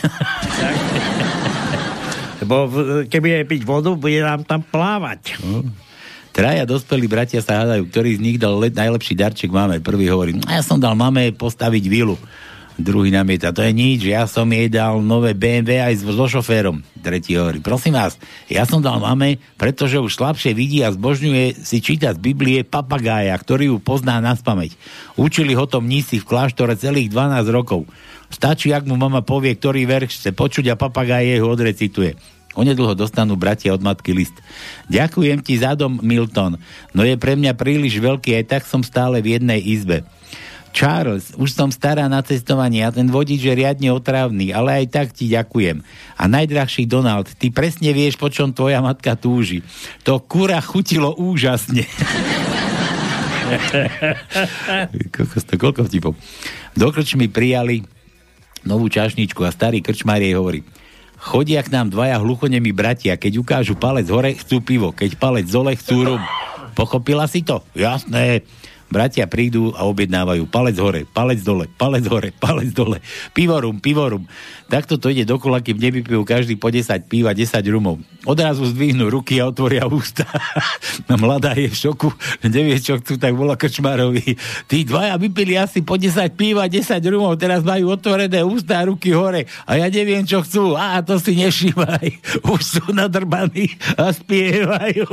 Lebo keď budeme piť vodu, bude nám tam plávať. No. Traja dospelí bratia sa hádajú, ktorý z nich dal let, najlepší darček máme. Prvý hovorí: ja som dal mame postaviť vilu. Druhý namieta: to je nič, ja som jej dal nové bé em vé aj so šoférom. Tretí hovorí: prosím vás, ja som dal mame, pretože už slabšie vidí a zbožňuje si čítať z Biblie papagája, ktorý ju pozná naspamäť. Učili ho to mnísi v kláštore celých dvanásť rokov. Stačí, ak mu mama povie, ktorý verš chce počuť a papagáj ho odrecituje. Onedlho dostanú bratia od matky list: ďakujem ti za dom, Milton, no je pre mňa príliš veľký, aj tak som stále v jednej izbe. Charles, už som stará na cestovanie a ten vodič je riadne otrávny, ale aj tak ti ďakujem. A najdrahší Donald, ty presne vieš, po čom tvoja matka túži. To kura chutilo úžasne. Koľko vtipov. Do krčmy prijali novú čašničku a starý krčmár jej hovorí: chodia k nám dvaja hluchonemi bratia, keď ukážu palec hore, chcú pivo, keď palec dole, chcú rum. Pochopila si to? Jasné. Bratia prídu a objednávajú palec hore, palec dole, palec hore, palec dole, pivorum, pivorum. Takto to ide dokola, kým nevypijú každý po desať píva, desať rumov. Odrazu zdvihnú ruky a otvoria ústa. Mladá je v šoku, nevie, čo chcú, tak volá krčmárovi: tí dvaja vypili asi po desať píva, desať rumov, teraz majú otvorené ústa a ruky hore a ja neviem, čo chcú. Á, to si nevšímaj, už sú nadrbaní a spievajú.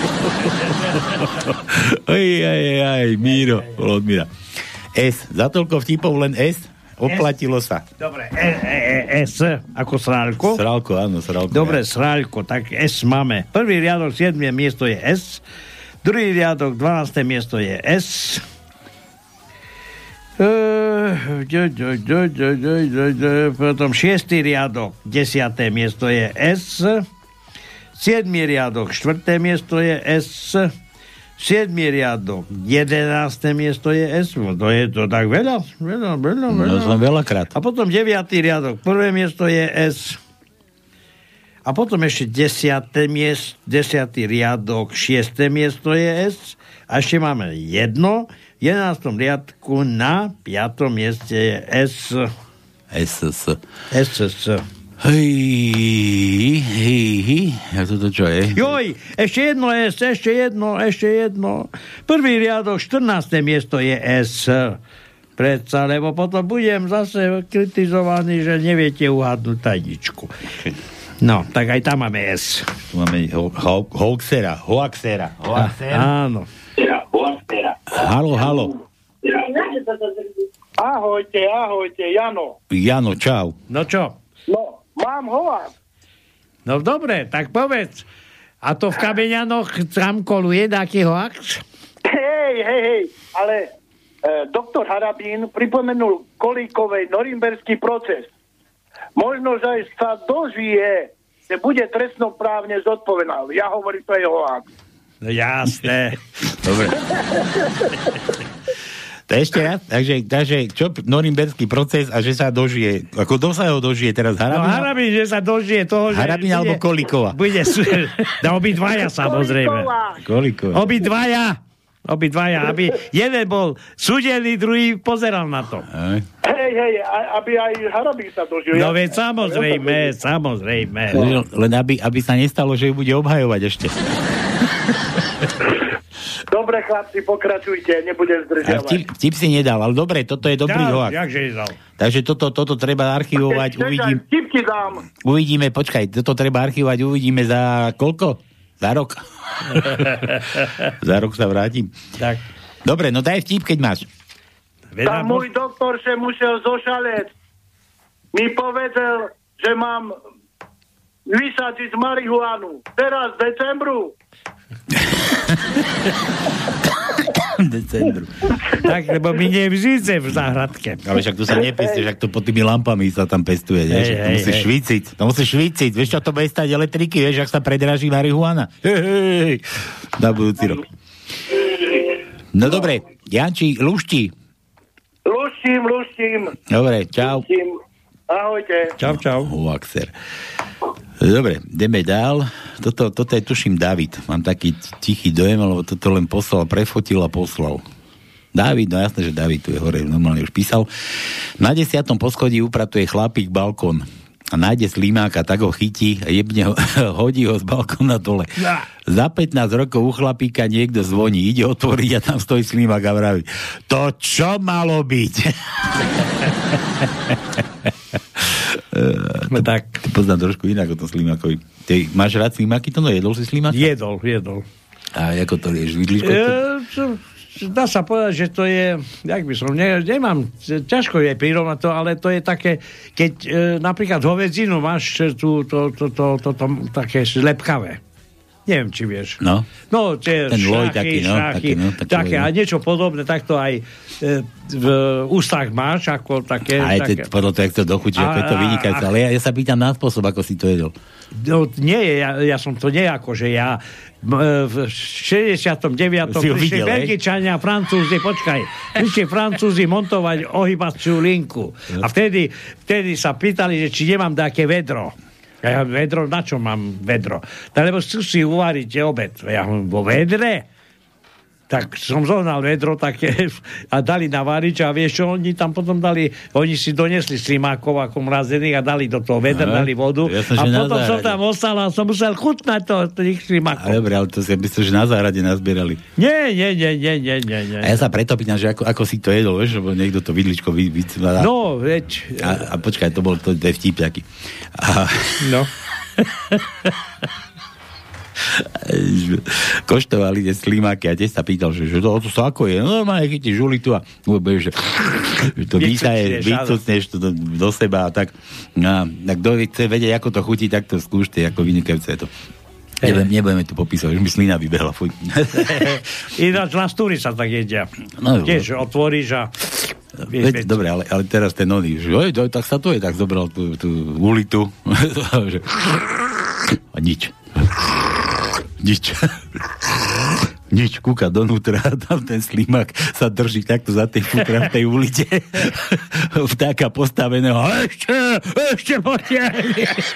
Oj, aj, aj, Míro, od Míra. S, za toľko vtipov len S, oplatilo sa. Dobre, e, e, e, S, ako srálko. Srálko, áno, srálko. Dobre, srálko, tak S máme. Prvý riadok, siedme miesto je S, druhý riadok, dvanáste miesto je S, e, potom šiestý riadok, desiaté miesto je S. siedmy riadok, štvrté miesto je S. siedmy riadok, jedenáste miesto je S. To je to tak veľa, veľa, veľa, veľa. No som veľakrát. A potom deviaty riadok, prvé miesto je S. A potom ešte desiaté miesto, desiatý riadok, šiesté miesto je S. A ešte máme jedno, v jedenástom riadku na piatom mieste je S. S, S. S, S. Hej, hej, hej. A toto čo je? Joj, ešte jedno S, ešte jedno, ešte jedno. Prvý riadok, štrnáste miesto je S. Predsa, lebo potom budem zase kritizovaný, že neviete uhádnuť tajničku. No, tak aj tam máme S. Tu máme ho, ho, hoaxera, hoaxera. Hoaxera. Áno. Halo, halo. Ahojte, ahojte, Jano. Jano, čau. No čo? No, mám hoax. No dobre, tak povedz. A to v Kameňanoch tam koluje taký hoax? Hej, hej, hej, ale e, doktor Harabín pripomenul Kolíkovej norimberský proces. Možno, že sa dožije, že bude trestnoprávne zodpovedná. Ja hovorím, to je hoax. No jasné. Dobre. To ešte raz, takže, takže čo norimberský proces a že sa dožije, ako kto sa ho dožije teraz? Harabín? No Harabín, že sa dožije toho, že... Harabín alebo Kolíková? Bude, no obidvaja samozrejme. Kolíková. Obidvaja. Obidvaja, aby jeden bol súdený, druhý pozeral na to. Hej, hej, aby aj Harabín sa dožil. No veď samozrejme, samozrejme. Len aby, aby sa nestalo, že ju bude obhajovať ešte. Dobre, chlapci, pokračujte, nebudem zdržiavať. Vtip, vtip si nedal, ale dobre, toto je dobrý ja, hoax. Jakže nedal. Takže toto, toto treba archivovať, Čekaj, uvidím. vtipky dám. Uvidíme, počkaj, toto treba archivovať, uvidíme za koľko? Za rok. Za rok sa vrátim. Tak. Dobre, no daj vtip, keď máš. Tá môj doktor sa musel zošaleť. Mi povedal, že mám vysadiť marihuanu. Teraz v decembru. Decembru. Tak, lebo my nie vždyce v záhradke. Ale však tu sa nepestuje, však to pod tými lampami sa tam pestuje. Hey, hey, to musíš hey. švíciť. To musíš švíciť. Vieš, čo to bude stať elektriky? Vieš, ak sa predraží marihuana? Hej, hej. Na budúci rok. No dobre, Janči, lušti. Luštím, luštím. Dobre, čau. Luštím. Ahojte. Čau, čau. Hoaxer. Dobre, ideme dál. Toto, toto je, tuším, David. Mám taký tichý dojem, lebo toto len poslal, prefotil a poslal. David, no jasné, že David tu je hore, normálne už písal. Na desiatom poschodí upratuje chlapík balkón a nájde slimáka, tak ho chytí a jebne ho, hodí ho z balkóna dole. Ja. Za pätnásť rokov u chlapíka niekto zvoní, ide otvoriť a tam stojí slimák a vraví: to čo malo byť? No tak. Ty poznám trošku inak o tom slimákovi. Ty máš rád slimáky? To no, jedol si slimáka? Jedol, jedol. A ako to ješ? Vidličko? E, dá sa povedať, že to je, jak by som, ne, nemám, ťažko je prirovnať to, ale to je také, keď e, napríklad hovedzinu máš tú, to, to, to, to, to, také lepkavé. Neviem, či vieš. No. No, tie ten šachy, taký, no, šachy, taký, no, taký také, loj, no. A niečo podobné, takto aj e, v ústach máš, ako také. Aj také. podľa toho, jak to dochutí, ako je to vynikajúce. Ale ja, ja sa pýtam na spôsob, ako si to jedol. No, nie, ja, ja som to nejako, že ja v šesťdesiatom deviatom prišli Belgičania, Francúzi, počkaj, prišli Francúzi montovať ohybaciu linku. A vtedy, vtedy sa pýtali, že či nemám také vedro. Ja vedro, na čo mám vedro? Tak lebo chcú si uvariť obed. Ja vo vedre? Tak som zohnal vedro také a dali na varič a vieš čo, oni tam potom dali, oni si donesli slimákov ako mrazených a dali do toho vedra, dali vodu Jasne, a potom som tam ostal a som musel chutnať to, tých slimákov. Dobre, ale to si myslím, že na záhrade nazbierali. Nie, nie, nie, nie, nie, nie, nie. A ja sa preto pýtam, že ako, ako si to jedol, vieš, lebo niekto to vidličko vy, vy, vy, No, veď. A, a počkaj, to bol, to, to je vtip taký. A... No. Koštovali tie slimáky a tiež sa pýtal, že, že to, to sa ako je. No normálne chytíš žulitu a že, že to vysaje, vycucneš to do, do seba a tak. No, tak kto chce vedieť, ako to chutí, tak to skúšte, ako vynikajúce je to. Hey. Nebudeme, nebudeme tu popísať, že mi slina vybehla. Fuj. Ináč na stúri sa tak jedia. No, tiež otvoríš a Veď, dobre, ale, ale teraz ten oný, že oj, to, tak sa to je, tak zobral tú, tú ulitu. A nič. Nič. Nič, kúka donútra, tam ten slimak sa drží takto za tej futra v tej ulite. Vtáka postaveného. Ešte, ešte potiaľ.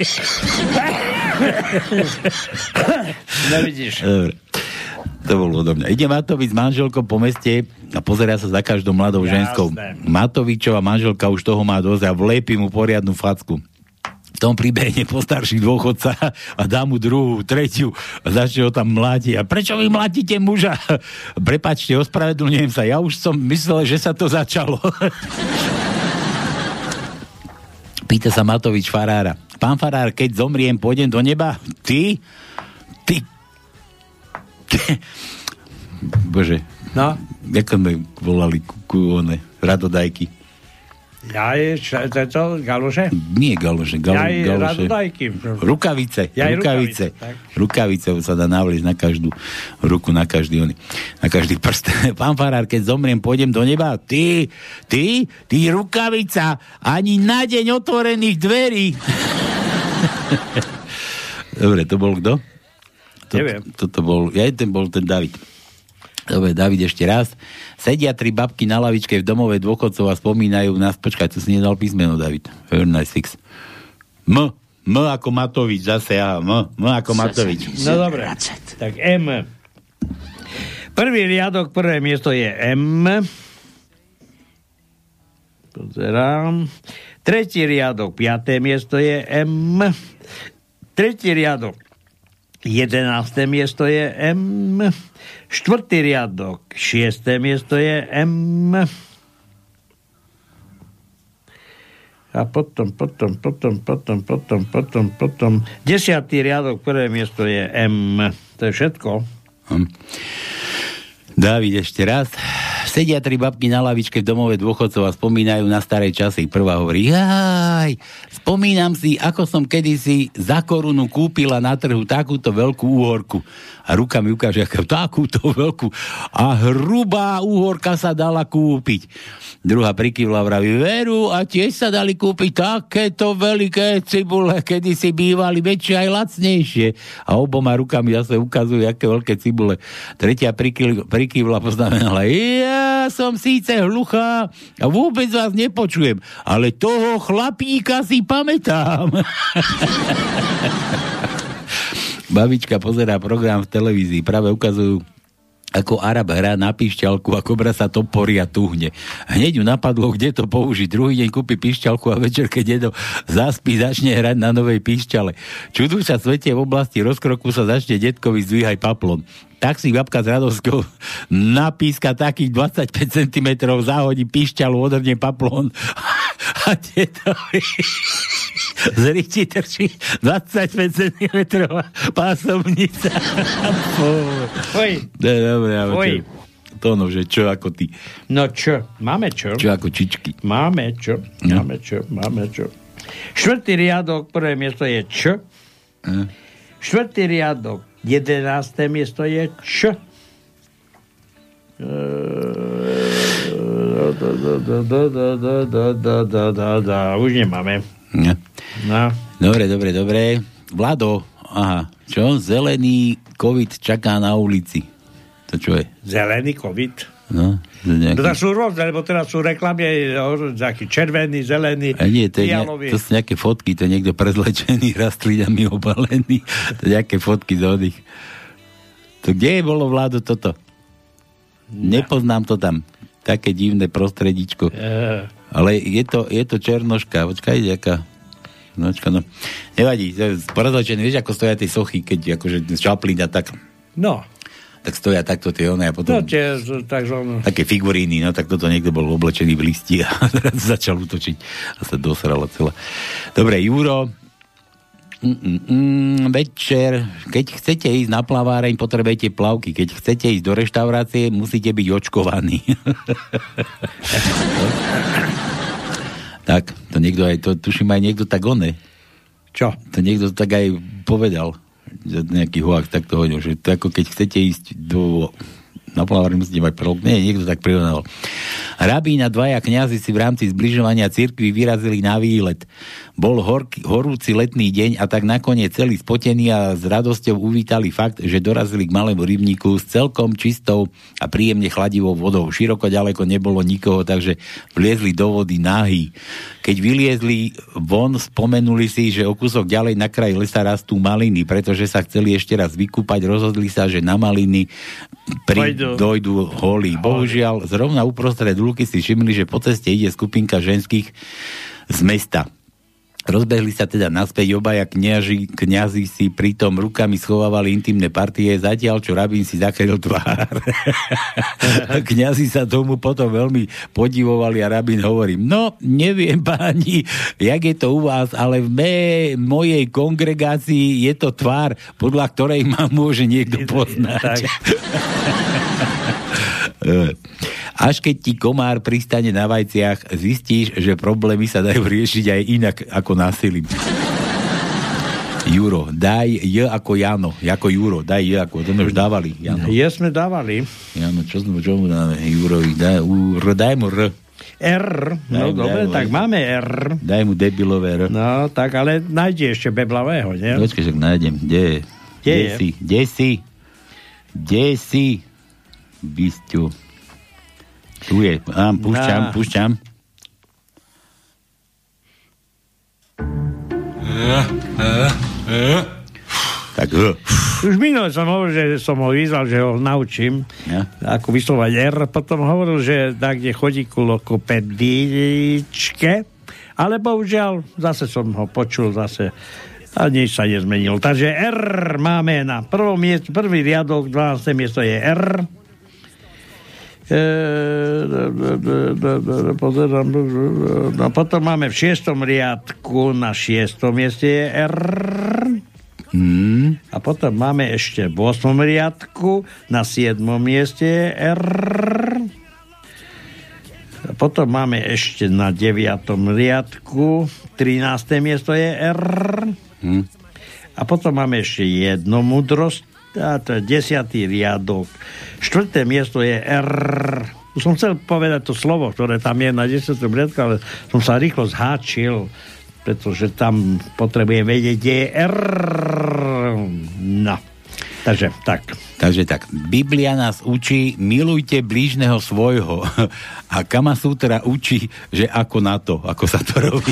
Nevidíš. Dobre. To bolo odo mňa. Ide Matovič s manželkou po meste a pozerá sa za každou mladou ženskou. Matovičová manželka už toho má dosť a vlepí mu poriadnu facku. V tom príbehne postarší dôchodca a dá mu druhú, tretiu a začne ho tam mlátiť. A prečo vy mlátíte muža? Prepáčte, ospravedlňujem sa. Ja už som myslel, že sa to začalo. Pýta sa Matovič farára. Pán farár, keď zomriem, pôjdem do neba? Ty? Ty? Bože. No? Ako sme volali ku, ku one, radodajky. Ja je, čo, čo, galoše? Nie galoše, gal, ja je galoše. radodajky. Rukavice, ja rukavice. Rukavice, rukavice sa dá navliesť na každú ruku, na každý oný, na každý prst. Pán farár, keď zomriem, pôjdem do neba? Ty, ty, ty rukavica, ani na deň otvorených dverí. Dobre, to bol kto? Neviem. Toto bol, ja ten bol ten David. Dobre, David ešte raz. Sedia tri babky na lavičke v domove dôchodcov a spomínajú nás. Počkaj, tu si nedal písmeno, David. Very nice fix. M. M ako Matovič, zase ja. M. M ako Matovič. No dobre. Tak M. Prvý riadok, prvé miesto je M. Pozerám. Tretí riadok, piaté miesto je M. Tretí riadok, jedenácté miesto je M. Štvrtý riadok, šiesté miesto je M. A potom, potom, potom, potom, potom, potom, potom. Desiatý riadok, prvé miesto je M. To je všetko. Hm. Dávid ešte raz. Sedia tri babky na lavičke v domove dôchodcov a spomínajú na staré časy. Prvá hovorí, jaj, spomínam si, ako som kedysi za korunu kúpila na trhu takúto veľkú úhorku. A ruka mi ukáže, aká takúto veľkú. A hrubá úhorka sa dala kúpiť. Druhá prikývla, vraví, veru, a tiež sa dali kúpiť takéto veľké cibule, kedysi bývali väčšie aj lacnejšie. A oboma rukami zase ukazujú, aké veľké cibule. Tretia prikývla, poznamenala, ja som síce hluchá a vôbec vás nepočujem, ale toho chlapíka si pamätám. Babička pozerá program v televízii, práve ukazujú, ako Arab hrá na píšťalku a kobra sa toporí a tuhne. Hneď ju napadlo, kde to použiť. Druhý deň kúpi píšťalku a večer, keď jedo zaspí, začne hrať na novej píšťale. Čuduj sa svete, v oblasti rozkroku sa začne detkovi zdvíhaj paplon. Tak si babka s radosťou napíska takých dvadsaťpäť centimetrov, zahodí píšťalu, odhrne paplon a detovi zriči trčí dvadsaťpäť centimetrov pásovnica. Oj. Dobre, ale čo? To no, že čo ako ty? No čo? Máme čo? Čo ako čičky? Máme čo? No. Máme čo? Máme čo? Štvrtý riadok, prvé miesto je Č. No. Štvrtý riadok, jedenácté miesto je Č. Už nemáme. No. No. Dobre, dobre, dobre. Vlado, aha, čo? Zelený COVID čaká na ulici. To čo je? Zelený COVID? No, nejaký... No tak sú rôzne, lebo teraz sú reklamy nejaký červený, zelený, a nie, to, je ne, fialový. To sú nejaké fotky, to je niekto prezlečený, rastlinami obalený. To je nejaké fotky z odých. To kde je bolo, Vládo, toto? No. Nepoznám to tam. Také divné prostredičko. Uh. Ale je to, je to černoška. Počkaj, jaká... Nočka, no. Nevadí, prezlečený, vieš, ako stoja tie sochy, keď akože Chaplin a tak. No. Tak stoja takto tie one a potom... No, tie, takže on... Také figuríny, no tak toto niekto bol oblečený v listi a začal útočiť a sa dosrala celá. Dobre, Juro, Mm-mm, večer, keď chcete ísť na plaváreň, potrebujete plavky. Keď chcete ísť do reštaurácie, musíte byť očkovaní. Tak, to niekto aj, to tuším aj niekto tak one. Čo? To niekto tak aj povedal, že nejaký hoax tak to hodil, že to ako keď chcete ísť do, na plaváreň, musíte mať plavky. Nie, niekto tak prirovnal. Rabín a dvaja kňazi si v rámci zbližovania cirkvi vyrazili na výlet. Bol horký, horúci letný deň a tak nakoniec celý spotení a s radosťou uvítali fakt, že dorazili k malému rybníku s celkom čistou a príjemne chladivou vodou. Široko ďaleko nebolo nikoho, takže vliezli do vody nahý. Keď vyliezli von, spomenuli si, že o kúsok ďalej na kraji lesa rastú maliny, pretože sa chceli ešte raz vykúpať, rozhodli sa, že na maliny pri, dojdu holí. Bohužiaľ, zrovna uprostred lúky si všimli, že po ceste ide skupinka ženských z mesta. Rozbehli sa teda naspäť, obaja kňaži, kňazi si pritom rukami schovávali intimné partie, zatiaľ čo rabín si zakryl tvár. Kňazi sa tomu potom veľmi podivovali a rabín hovorí, no, neviem páni, jak je to u vás, ale v mé, mojej kongregácii je to tvár, podľa ktorej ma môže niekto poznať. Až keď ti komár pristane na vajciach, zistíš, že problémy sa dajú riešiť aj inak ako násilím. Juro, daj J ako Jano, ako Juro, daj J ako, to sme už dávali. Jano. J sme dávali. Jano, čo, čo mu dáme? Jurovi, daj, u, R, daj mu R. R, no daj, dobre, daj, tak daj, máme R. Daj mu debilové R. No, tak ale nájde ešte beblavého, nie? Počkej, že nájdem, kde je? Kde si? Kde si? Kde si? Bysťu. Tu je, á, púšťam, púšťam. Tak už minule som hovoril, že som ho vyzval, že ho naučím, ja? Ako vyslovať R. Potom hovoril, že tak, kde chodí ku lokopedičke, ale bohužiaľ, zase som ho počul, zase a nič sa nezmenilo. Takže R máme na prvom mieste, prvý riadok, dvanáste miesto je R. Pozerám, no potom máme v šiestom riadku na šiestom mieste je R. Mm. A potom máme ešte v ôsmom riadku na siedmom mieste je R. A potom máme ešte na deviatom riadku trináste miesto je R. Mm. A potom máme ešte jedno múdrosť, a to je desiatý riadok. Štvrté miesto je R. Už som chcel povedať to slovo, ktoré tam je na desiatom riadku, ale som sa rýchlo zháčil, pretože tam potrebuje vedieť, kde je R. No. Takže tak. Takže tak. Biblia nás učí, milujte blížneho svojho. A Kama Sutra učí, že ako na to, ako sa to robí.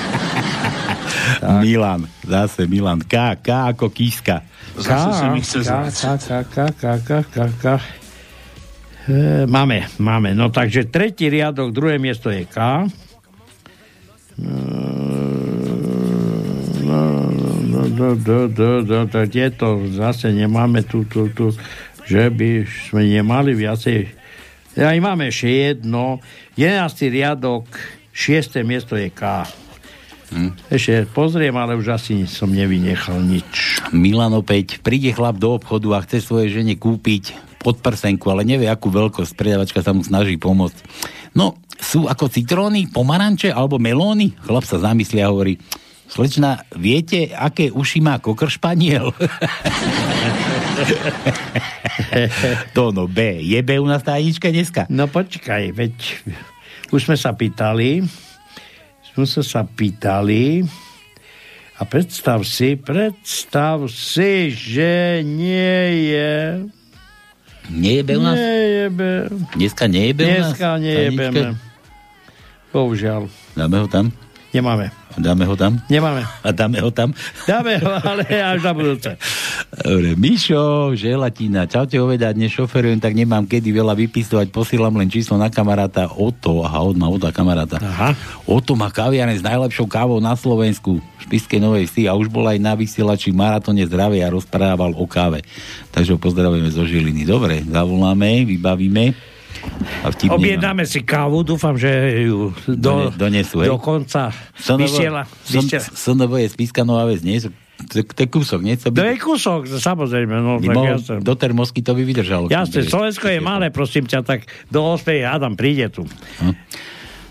Tak. Milan, zase Milan. K, K ako kíska. Zase sa mi chce zvracať. K, K, K, K, K, K. E, máme, máme. No takže tretí riadok, druhé miesto je K. No, no, no, no, no, no, no, kde to zase nemáme tu, tu, tu, že by sme nemali viacej. Aj máme ešte jedno. jedenásty riadok, šiesté miesto je K. Hm. Ešte pozriem, ale už asi som nevynechal nič. Milan opäť, príde chlap do obchodu a chce svojej žene kúpiť podprsenku, ale nevie akú veľkosť, predavačka sa mu snaží pomôcť. No, sú ako citróny, pomaranče alebo melóny? Chlap sa zamyslí a hovorí, slečna, viete, aké uši má kokršpaniel? To no B. Je B u nás tá Anička dneska? No počkaj, veď už sme sa pýtali sme sa pýtali a predstav si, predstav si, že nie je nie je B u nás? Nie je B. Dneska nie je B u nás? Dneska nie je B. Bohužiaľ. Dáme ho tam? Nemáme. Dáme ho tam? Nemáme. A dáme ho tam? Dáme ho, ale až na budúce. Dobre, Mišo, Želatina, čaute oveda, dnes šoferujem, tak nemám kedy veľa vypisovať, posielam len číslo na kamaráta Oto, aha, od má Ota kamaráta. Aha. Oto má kaviareň s najlepšou kávou na Slovensku, v Spišskej Novej Vsi a už bol aj na vysielači Maratóne zdravia a rozprával o káve. Takže ho pozdravujeme zo Žiliny. Dobre, zavoláme, vybavíme. Objednáme si kávu, dúfam, že ju do, donesú, do konca vysiela. es en vé je Spišská Nová Ves, nie? To je kúsok, nie? To je kúsok, samozrejme. No, tak jasne. Do termosky to by vydržalo. Jasne, Slovensko je malé, prosím ťa, tak do ospej Adam príde tu. Hm.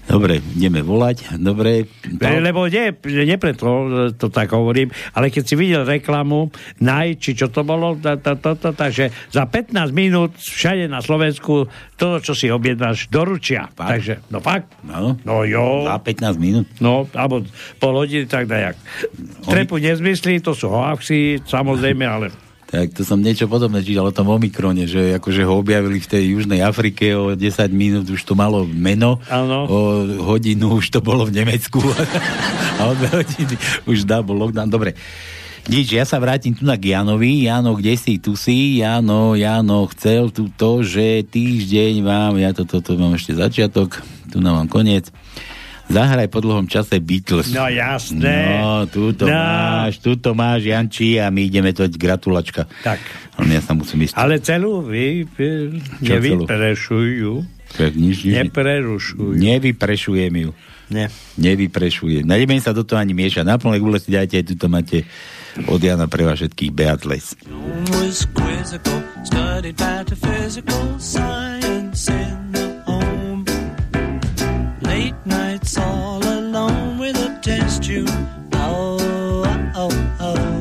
Dobre, ideme volať. Dobre. To... Lebo nie, nie preto to tak hovorím, ale keď si videl reklamu Naj, či čo to bolo, to, to, to, to, takže za pätnásť minút všade na Slovensku to, čo si objednáš, doručia. Fakt? Takže, no fakt. No, no jo. Za pätnásť minút. No, alebo pol hodiny, tak dajak. Oni... Trepu nezmyslí, to sú hoaxi, samozrejme, ale... Tak to som niečo podobné čítal o tom Omikrone, že akože ho objavili v tej Južnej Afrike, o desať minút už to malo meno, ano. O hodinu už to bolo v Nemecku a o dve hodiny už dá, bol lockdown. Dobre, nič, ja sa vrátim tu na Janovi. Jano, kde si, tu si? Jano, Jano, chcel tu to, že týždeň mám, ja toto to, to mám ešte začiatok, tu nám mám koniec. Zahraj po dlhom čase Beatles. No jasné. No, túto no. máš, túto máš, Janči, a my ideme to gratulačka. Tak. Ale ja sa musím ísť. Ale celú vy, vy nevyprešujú. Tak nič, nič. Neprerušujú. Nevyprešujem ju. Ne. Nevyprešujem. Nadebem sa do toho ani miešať. Na plné gule si dajte, aj túto máte od Jana pre vás všetkých Beatles. Was quizzical, studied metaphysical science in the home. Late nights all alone with a test tube. Oh, oh, oh.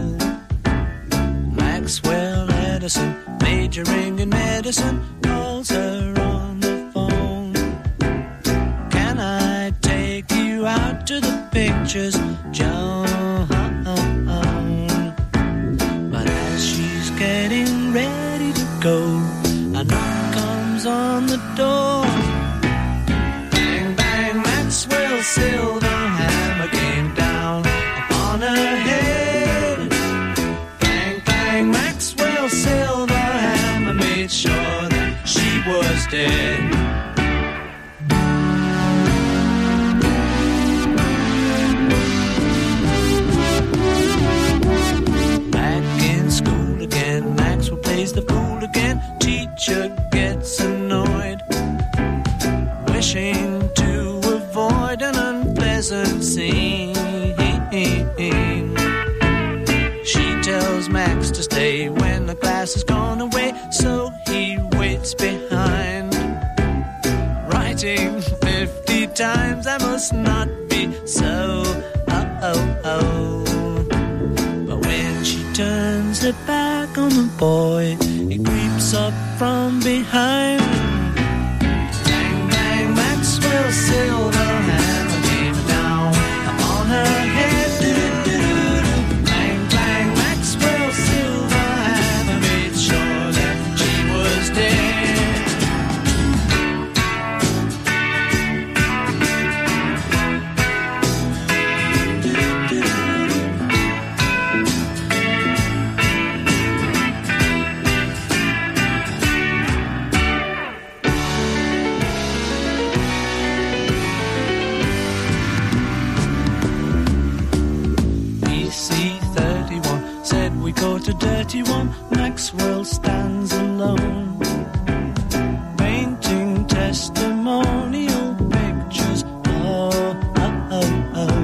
Maxwell Edison, majoring in medicine, calls her on the phone. Can I take you out to the pictures, Joan? But as she's getting ready to go, a knock comes on the door. Maxwell silver hammer came down upon her head. Bang, bang, Maxwell silver hammer made sure that she was dead. Back in school again, Maxwell plays the fool again. Teacher gets annoyed, wishing to avoid an unpleasant scene. She tells Max to stay when the class has gone away, so he waits behind, writing fifty times, I must not be so. Oh, oh, oh. But when she turns her back on the boy, he creeps up from behind. Maxwell silver hammer came down upon her head. Bang, bang, Maxwell silver hammer made sure that she was dead. Go to dirty one, Maxwell stands alone, painting testimonial pictures. Oh, oh, oh, oh.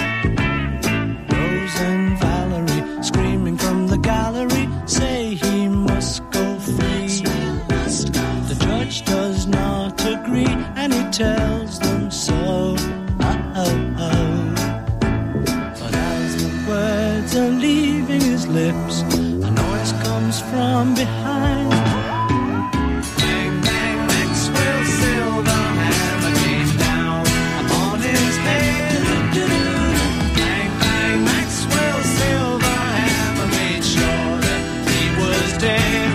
Rose and Valerie screaming from the gallery say he must go free. The judge does not agree and he tells them so. Oh, oh, oh. But as the words are leaving his lips, a noise comes from behind. Bang, bang, Maxwell silver hammer came down upon his head. Bang, bang, Maxwell silver hammer made sure that he was dead.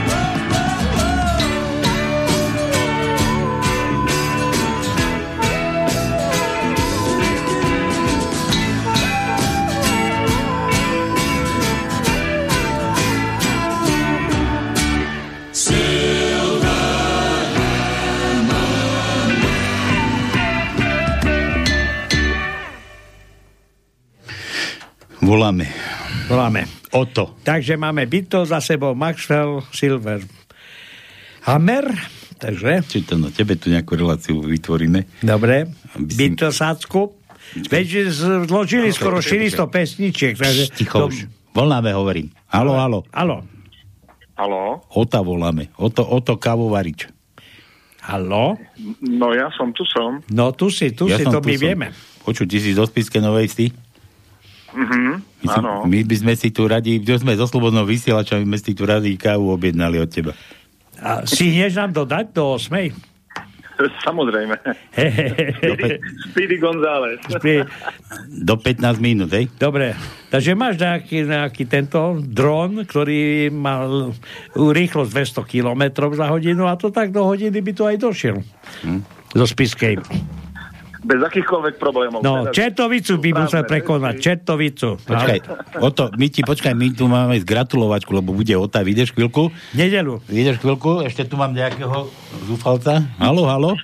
Voláme. Voláme. Oto. Takže máme Beatles za sebou, Maxwell Silver Hammer. Takže. Či to na tebe tu nejakú reláciu vytvoríme. Dobre. Si... Beatlesácku. Veď zložili skoro štyristo pesničiek. Takže ticho už. Voláme, hovorím. Haló, haló. Haló. Haló. Ota voláme. Oto, Oto Kávovarič. Haló? No ja som, tu som. No tu si, tu ja si, to my som. vieme. Počuť, ty si zo Spišskej Novej Vsi? Mhm, my, si, my by sme si tu radi, my sme zo Slobodnou vysielačom, my sme si tu radi kávu objednali od teba. A si hneď nám dodať do osmej? Samozrejme. Speedy, Speedy González. Do pätnásť minút, hej? Dobre. Takže máš nejaký, nejaký tento dron, ktorý mal rýchlosť dvesto kilometrov za hodinu a to tak do hodiny by to aj došiel. Hm. Zo Spišskej. Bez akýchkoľvek problémov. No, Čertovicu by musel prekonať. Čertovicu. Počkaj, Oto, my ti, počkaj, my tu máme zgratulovačku, lebo bude Ota. Ideš chvíľku? Nedelu. Ideš chvíľku? Ešte tu mám nejakého zúfalca. Haló, haló?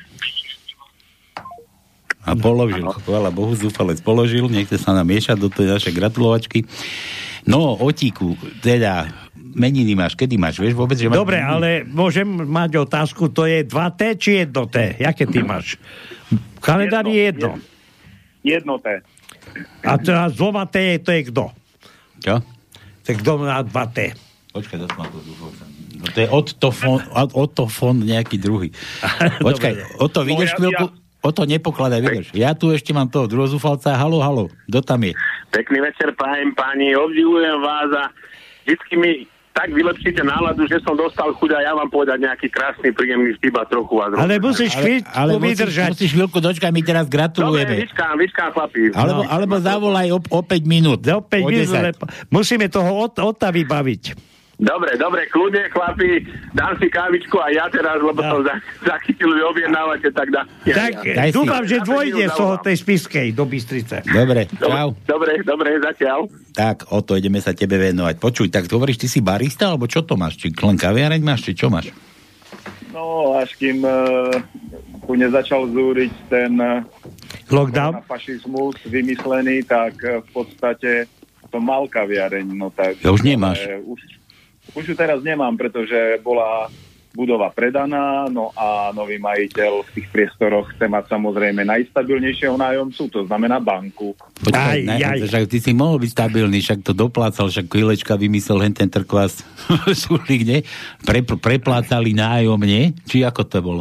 A položil. Chvála Bohu, zúfalec položil. Nechce sa nám miešať do tej našej gratulovačky. No, Otíku, teda meniny máš, kedy máš, vieš vôbec, že máš... Dobre, meniny? Ale môžem mať otázku, to je dva té či jedno té? Jaké ty máš? Kalendár je jedno. Jedno té. A teraz dvoma té, to je kto? Čo? To je kto má dva té? Počkaj, to má to zúfalca. No to je Ottofon, Ottofon nejaký druhý. Počkaj, Oto, vidíš no, ja, chvíľku... Ja... Oto, nepokladaj, vidíš. Ja tu ešte mám toho druhého zúfalca. Haló, haló, kto tam je? Pekný večer, prajem páni, obdivujem vás a vždycky mi tak vylepšíte náladu, že som dostal chuť a ja vám povedať nejaký krásny, príjemný vtip a trochu vás... Ale musíš chvíľku vydržať. Musíš chvíľku dočkať, my teraz gratulujeme. Dobre, vyčkám, vyčkám, chlapí. Alebo, no. alebo zavolaj o, o päť minút. O päť minút, musíme toho od, odta vybaviť. Dobre, dobre, kľudne, chlapi, dám si kávičku a ja teraz, lebo no. som zachytil, vy objednávate, tak dá. Tak, ja, ja. dúfam, že dvojde z toho tej Spišskej do Bystrice. Dobre, čau. Dobre, dobre, zatiaľ. Tak, o to ideme sa tebe venovať. Počuj, tak hovoríš, ty si barista, alebo čo to máš? Či len kaviareň máš, či čo máš? No, až kým uh, tu nezačal zúriť ten uh, lockdown, fašizmus vymyslený, tak uh, v podstate to mal kaviareň. No, tak, ja už nemáš. Uh, už Už ju teraz nemám, pretože bola budova predaná, no a nový majiteľ v tých priestoroch chce mať samozrejme najstabilnejšieho nájomcu, to znamená banku. Počkaj, aj, ne, aj. Však ty si mohol byť stabilný, však to doplácal, však Chvílečka vymyslel hen ten trkvás súlik, ne? Pre, preplácali nájomne, či ako to bolo?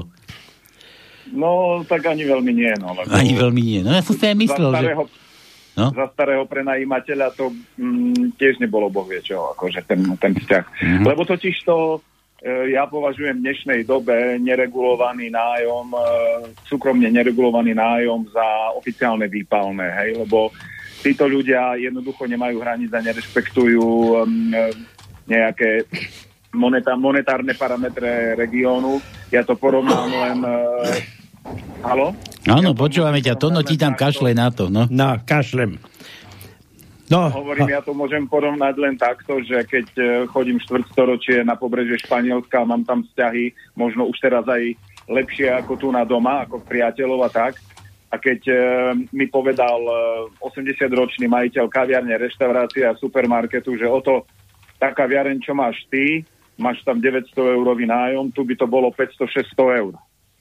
No, tak ani veľmi nie, no. Lebo ani veľmi nie, no ja som si aj myslel, že... No? Za starého prenajímateľa to mm, tiež nebolo boh vie čo, akože ten, ten vzťah. Mm-hmm. Lebo totiž to e, ja považujem v dnešnej dobe neregulovaný nájom, e, súkromne neregulovaný nájom za oficiálne výpalné, hej, lebo títo ľudia jednoducho nemajú hranic a nerešpektujú e, nejaké moneta, monetárne parametre regiónu. Ja to porovnám len... E, Haló? Áno, ja počúvame ťa, Tono ti tam kašle na to, no. No, kašlem. No. Hovorím, ja to môžem porovnať len takto, že keď chodím štvrťstoročie na pobrežie Španielska a mám tam vzťahy, možno už teraz aj lepšie ako tu na doma, ako priateľov a tak. A keď e, mi povedal e, osemdesiatročný majiteľ kaviarne, reštaurácie a supermarketu, že o to tá kaviareň, čo máš ty, máš tam deväťsto eurový nájom, tu by to bolo päťsto šesťsto eur.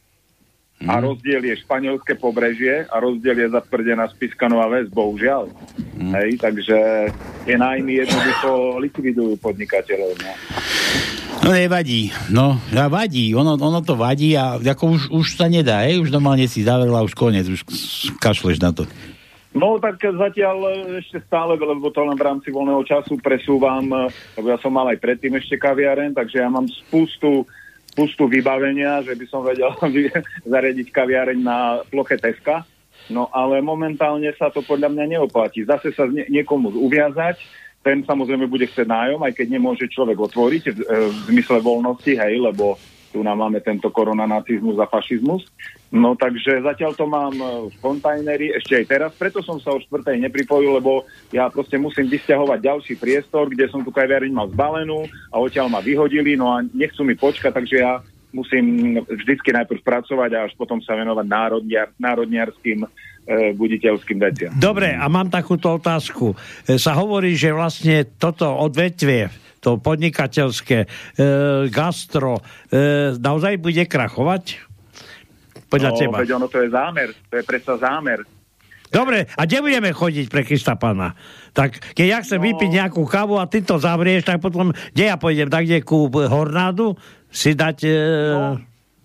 A rozdiel je španielské pobrežie a rozdiel je zatvrdená Spišská Nová Ves, bohužiaľ. Mm. Hej, takže tie nájmy jednoducho likvidujú podnikateľov. No. no nevadí, no ja vadí, ono, ono to vadí a ako už, už sa nedá, hej, už normálne si zavrela, už koniec, už kašleš na to. No tak zatiaľ ešte stále, lebo to len v rámci voľného času presúvam, lebo ja som mal aj predtým ešte kaviareň, takže ja mám spustu pustu vybavenia, že by som vedel zariadiť kaviareň na ploche Teska. No ale momentálne sa to podľa mňa neoplatí. Zase sa nie, niekomu uviazať, ten samozrejme bude chcieť nájom, aj keď nemôže človek otvoriť v, v zmysle voľnosti, hej, lebo tu nám máme tento koronanacizmus a fašizmus. No takže zatiaľ to mám v kontajneri, ešte aj teraz, preto som sa o štvrtej nepripojil, lebo ja proste musím vysťahovať ďalší priestor, kde som tu kaviareň mal zbalenú a odtiaľ ma vyhodili, no a nechcú mi počkať, takže ja musím vždycky najprv pracovať a až potom sa venovať národniar, národniarským e, buditeľským veciam. Dobre, a mám takúto otázku. E, sa hovorí, že vlastne toto odvetvie, to podnikateľské, e, gastro, e, naozaj bude krachovať? Podľa no, teba. Veď ono to je zámer, to je predsa zámer. Dobre, a kde budeme chodiť pre Krista Pána? Tak keď ja chcem no. vypiť nejakú kávu a ty to zavrieš, tak potom, kde ja pôjdem, tak kde ku Hornádu si dať... E... No, v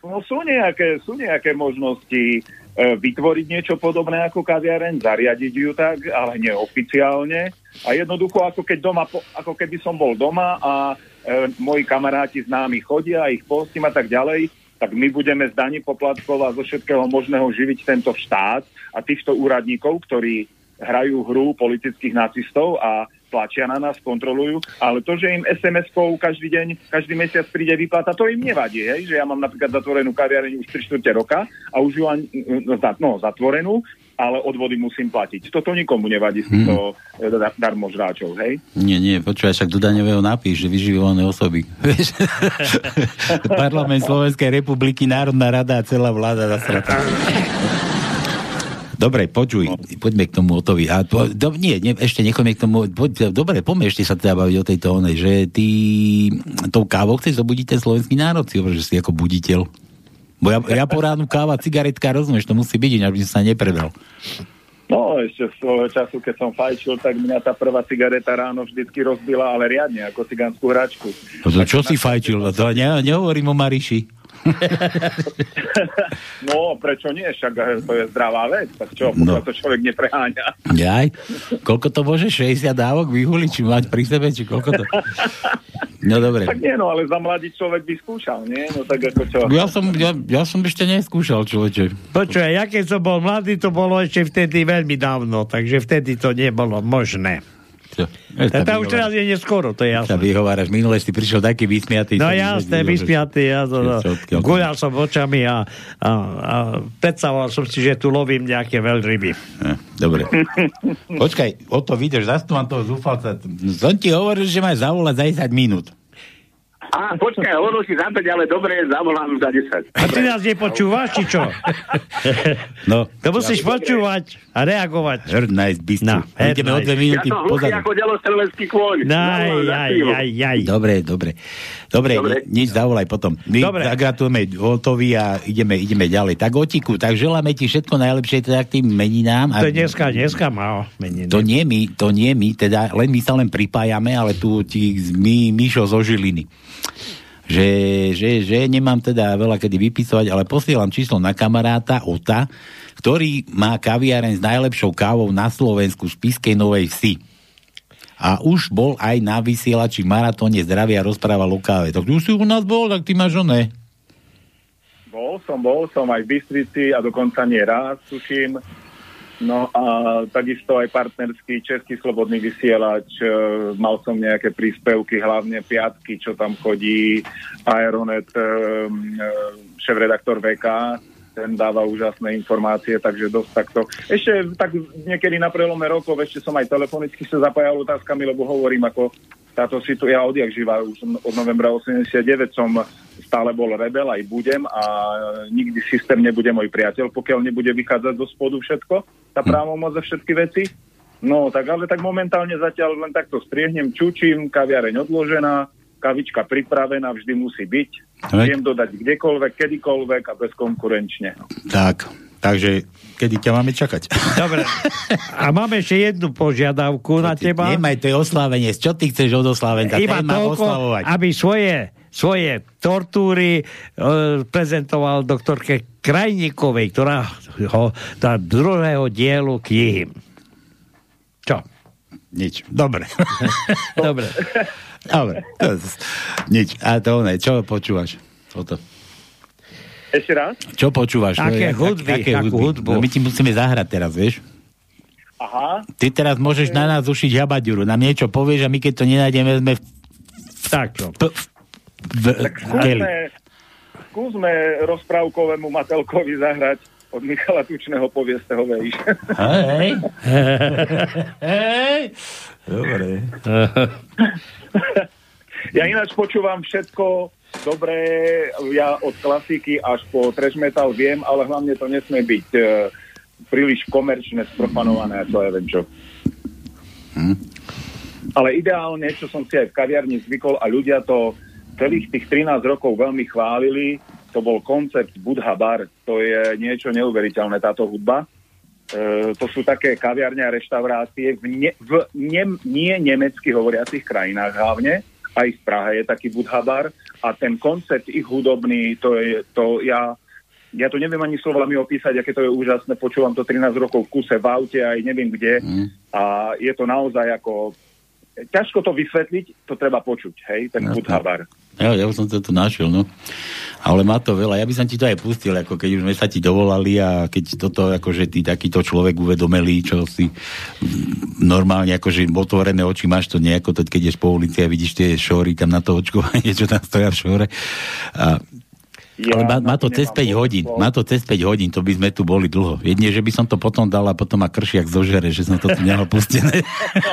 No sú nejaké, sú nejaké možnosti e, vytvoriť niečo podobné ako kaviareň, zariadiť ju tak, ale neoficiálne. A jednoducho, ako, keď doma, ako keby som bol doma a e, moji kamaráti známi chodia, ich postím a tak ďalej, tak my budeme z daní poplatkov a zo všetkého možného živiť tento štát a týchto úradníkov, ktorí hrajú hru politických nacistov a tlačia na nás, kontrolujú, ale to, že im es em eskou každý deň, každý mesiac príde výplata, to im nevadí, hej? Že ja mám napríklad zatvorenú kaviareň už tri štvrte roka a už ju ani, no, zatvorenú, ale odvody musím platiť. Toto nikomu nevadí z týchto hmm. darmožráčov, hej? Nie, nie, počúvaj, však do daňového napíš, že vyživované osoby. Parlament Slovenskej republiky, Národná rada a celá vláda zasratá. Dobre, počuj, poďme k tomu Otovi. A po, do, nie, nie, ešte nechoďme k tomu. Poď, dobre, poďme ešte sa teda baviť o tejto onej, že ty tou kávou chceš zobudiť ten slovenský národ, si hovoríš, že si ako buditeľ. Bo ja, ja po ránu káva, cigaretka, rozumieš, to musí byť, ináč by som sa nepredal. No, ešte z svojho času, keď som fajčil, tak mňa tá prvá cigareta ráno vždycky rozbila, ale riadne, ako cigánsku hračku. No to čo si fajčil? To ne, nehovorím o Mariši. No, prečo nie? Však to je zdravá vec. Tak čo, pokiaľ no. to človek nepreháňa. Jaj, koľko to môže? šesťdesiat dávok vyhuliť? Či mať pri sebe? Či koľko to? No, dobre. Tak nie, no, ale za mladý človek by skúšal, nie? No, tak ako čo? Ja som, ja, ja som ešte neskúšal, človeče. Počuj, ja keď som bol mladý, to bolo ešte vtedy veľmi dávno, takže vtedy to nebolo možné. Čo? Tá už teraz je neskoro, to je jasné. Sa vyhováraš, minule si prišiel taký vysmiatý. No jasné, vysmiatý, ja to, no, guľal som očami a, a, a predstavoval som si, že tu lovím nejaké veľryby. Dobre. Počkaj, o to vidíš, zase tu mám toho zúfalca. Som ti hovoril, že máš zavolať za desať minút. Á, počkaj, hovoril si za päť, ale dobre, zavolám za desať. A ty nás nepočúvaš, či čo? No. To musíš počúvať a reagovať. Herd nice beast. No, ideme o dve minúty pozadu. Ja som hluchý ako delostreľský kôň. Aj, aj, aj, aj. Dobre, dobre. Dobre, dobre. Nič, zavolaj potom. My dobre. Zagratulujeme Otovi a ideme, ideme ďalej. Tak Otiku, tak želáme ti všetko najlepšie teda k tým meninám. To je dneska, dneska má meniny. To nie my, to nie my, teda len my sa len pripájame, ale tu ti my, Mišo zo Žiliny. Že, že, že nemám teda veľa kedy vypisovať, ale posielam číslo na kamaráta Ota, ktorý má kaviareň s najlepšou kávou na Slovensku z Spišskej Novej Vsi. A už bol aj na vysielači v Maratóne zdravia rozprával o káve. Tak už si u nás bol, tak ty máš oné. Bol som, bol som aj v Bystrici a dokonca nie raz, tuším. No a takisto aj partnerský Český slobodný vysielač, e, mal som nejaké príspevky, hlavne piatky, čo tam chodí, Aeronet, e, šéfredaktor vé ká, ten dáva úžasné informácie, takže dosť takto. Ešte tak niekedy na prelome rokov, ešte som aj telefonicky sa zapájal otázkami, lebo hovorím, ako táto situácia, ja odjak živá, už od novembra osemdesiatdeväť som stále bol rebel, aj budem a nikdy systém nebude môj priateľ, pokiaľ nebude vychádzať zo spodu všetko, tá právomoc za všetky veci. No, tak ale tak momentálne zatiaľ len takto striehnem, čučím, kaviareň odložená, kavička pripravená, vždy musí byť. Viem dodať kdekoľvek, kedykoľvek a bezkonkurenčne. Tak, takže kedy ťa máme čakať? Dobre. A máme ešte jednu požiadavku na teba. Nemaj, to je oslávenie. Čo ty chceš od oslávenca? Iba toľko, aby svoje, svoje tortúry e, prezentoval doktorke Krajníkovej, ktorá ho dá druhého dielu knihy. Čo? Nič. Dobre. Dobre. Dobre. Nič. A to ne, čo počúvaš? Toto. Ešte raz? Čo počúvaš? Aké hudby? Aké hudby? No, my ti musíme zahrať teraz, vieš? Aha. Ty teraz môžeš okay. na nás ušiť žabaduru. Nám niečo povieš a my keď to nenájdeme, sme v... Takto. V... v... Tak skúsme, skúsme rozprávkovému Matelkovi zahrať od Michala Tučného Povieste ho vejš. Hej. Hej. Dobre. Ja ináč počúvam všetko dobré, ja od klasiky až po trash metal viem, ale hlavne to nesmie byť e, príliš komerčne sprofanované, čo ja viem čo. Hm. Ale ideálne, čo som si aj v kaviarni zvykol a ľudia to celých tých trinásť rokov veľmi chválili, to bol koncept Budha Bar. To je niečo neuveriteľné, táto hudba. E, to sú také kaviarne a reštaurácie v, ne, v ne, nie nemecky hovoriacich krajinách hlavne, aj v Prahe je taký Budhabar a ten koncept ich hudobný, to je, to ja, ja to neviem ani slovami opísať, aké to je úžasné, počúvam to trinásť rokov v kuse, v aute, aj neviem kde mm. a je to naozaj ako, ťažko to vysvetliť, to treba počuť, hej, ten no, Budhabar. Ja, ja som to tu našiel, no. Ale má to veľa. Ja by som ti to aj pustil, ako keď už sme sa ti dovolali a keď toto, akože ty takýto človek uvedomelý, čo si normálne, akože otvorené oči máš to nejako, to, keď ješ po ulici a vidíš tie šóry tam na to očkovanie, čo tam stoja v šóre. A ja, ale má, má to cez päť hodín. Má to cez päť hodín, to by sme tu boli dlho. Jedine, že by som to potom dal a potom ma kršiak zožere, že som to tu nehal pustené.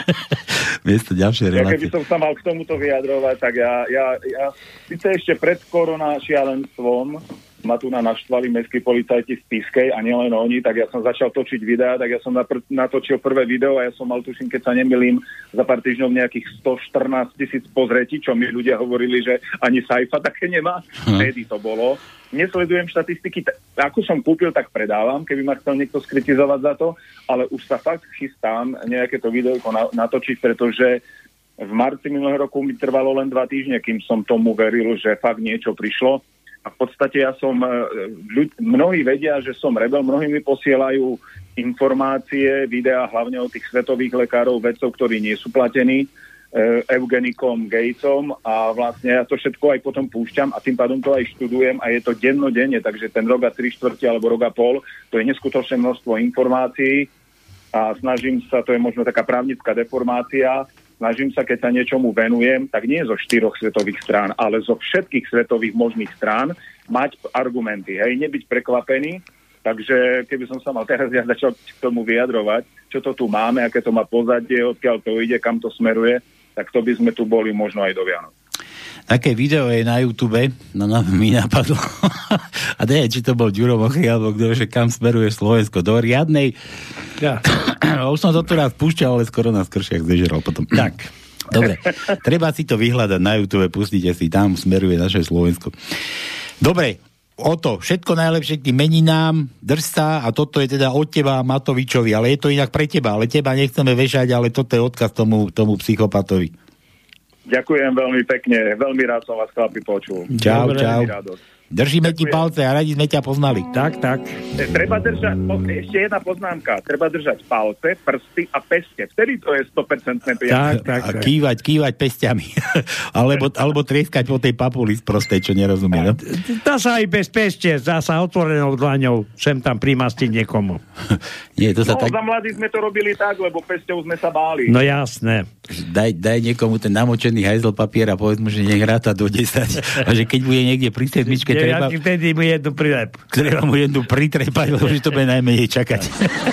Miesto ďalšie relácie. Ja keby som sa mal k tomuto vyjadrovať, tak ja, ja, ja síce ešte pred korona šialenstvom ma tu na naštvali mestskí policajti v Spišskej a nielen oni, tak ja som začal točiť videá, tak ja som napr- natočil prvé video a ja som mal, tuším, keď sa nemýlim, za pár týždňov nejakých sto štrnásť tisíc pozretí, čo mi ľudia hovorili, že ani Saifa také nemá. Vtedy to bolo. Nesledujem štatistiky, t- ako som kúpil, tak predávam, keby ma chcel niekto skritizovať za to, ale už sa fakt chystám nejaké to videoko na- natočiť, pretože v marci minulého roku mi trvalo len dva týždne, kým som tomu veril, že fakt niečo prišlo. A v podstate ja som, ľud, mnohí vedia, že som rebel, mnohí mi posielajú informácie, videá hlavne od tých svetových lekárov, vedcov, ktorí nie sú platení, e, Eugenikom Gatesom a vlastne ja to všetko aj potom púšťam a tým pádom to aj študujem a je to dennodenne, takže ten rok a tri štvrte alebo rok a pol, to je neskutočné množstvo informácií a snažím sa, to je možno taká právnická deformácia, snažím sa, keď sa niečomu venujem, tak nie zo štyroch svetových strán, ale zo všetkých svetových možných strán mať argumenty, hej, nebyť prekvapený. Takže keby som sa mal teraz ja začal k tomu vyjadrovať, čo to tu máme, aké to má pozadie, odkiaľ to ide, kam to smeruje, tak to by sme tu boli možno aj do Vianoc. Také video je na YouTube, no, no mi napadlo. A neviem, či to bol Ďuro Mochy, alebo kto, že kam smeruje Slovensko. Do riadnej... Ja. Už som to tu raz púšťal, ale skoro nás kršiak zežeral potom. Tak, dobre. Treba si to vyhľadať na YouTube, pustite si, tam smeruje naše Slovensko. Dobre, o to, všetko najlepšie k tým meninám, drž sa a toto je teda od teba Matovičovi, ale je to inak pre teba, ale teba nechceme vešať, ale toto je odkaz tomu, tomu psychopatovi. Ďakujem veľmi pekne, veľmi rád som vás, chlapi, počul. Čau, čau. Držíme ti palce a radi sme ťa poznali. Tak, tak. Treba držať, ešte jedna poznámka, treba držať palce, prsty a peste. Vtedy to je sto percent priateľ. Tak, tak. A kývať, kývať pestiami. alebo, alebo trieskať po tej papuli sprostej, čo nerozumie. No? Dá sa aj bez peste, dá sa otvorenou dlaňou sem tam primastiť niekomu. Nie, to sa no, tak... za mladí sme to robili tak, lebo pesťou sme sa báli. No jasné. Daj, daj niekomu ten namočený hajzel papier a povedz mu, že nech ráta do desať. A že keď bude niekde pri sedmičke, treba... Ja vtedy mu jednu prilep. Treba mu jednu pritrepať, lebo že to bude najmenej čakať.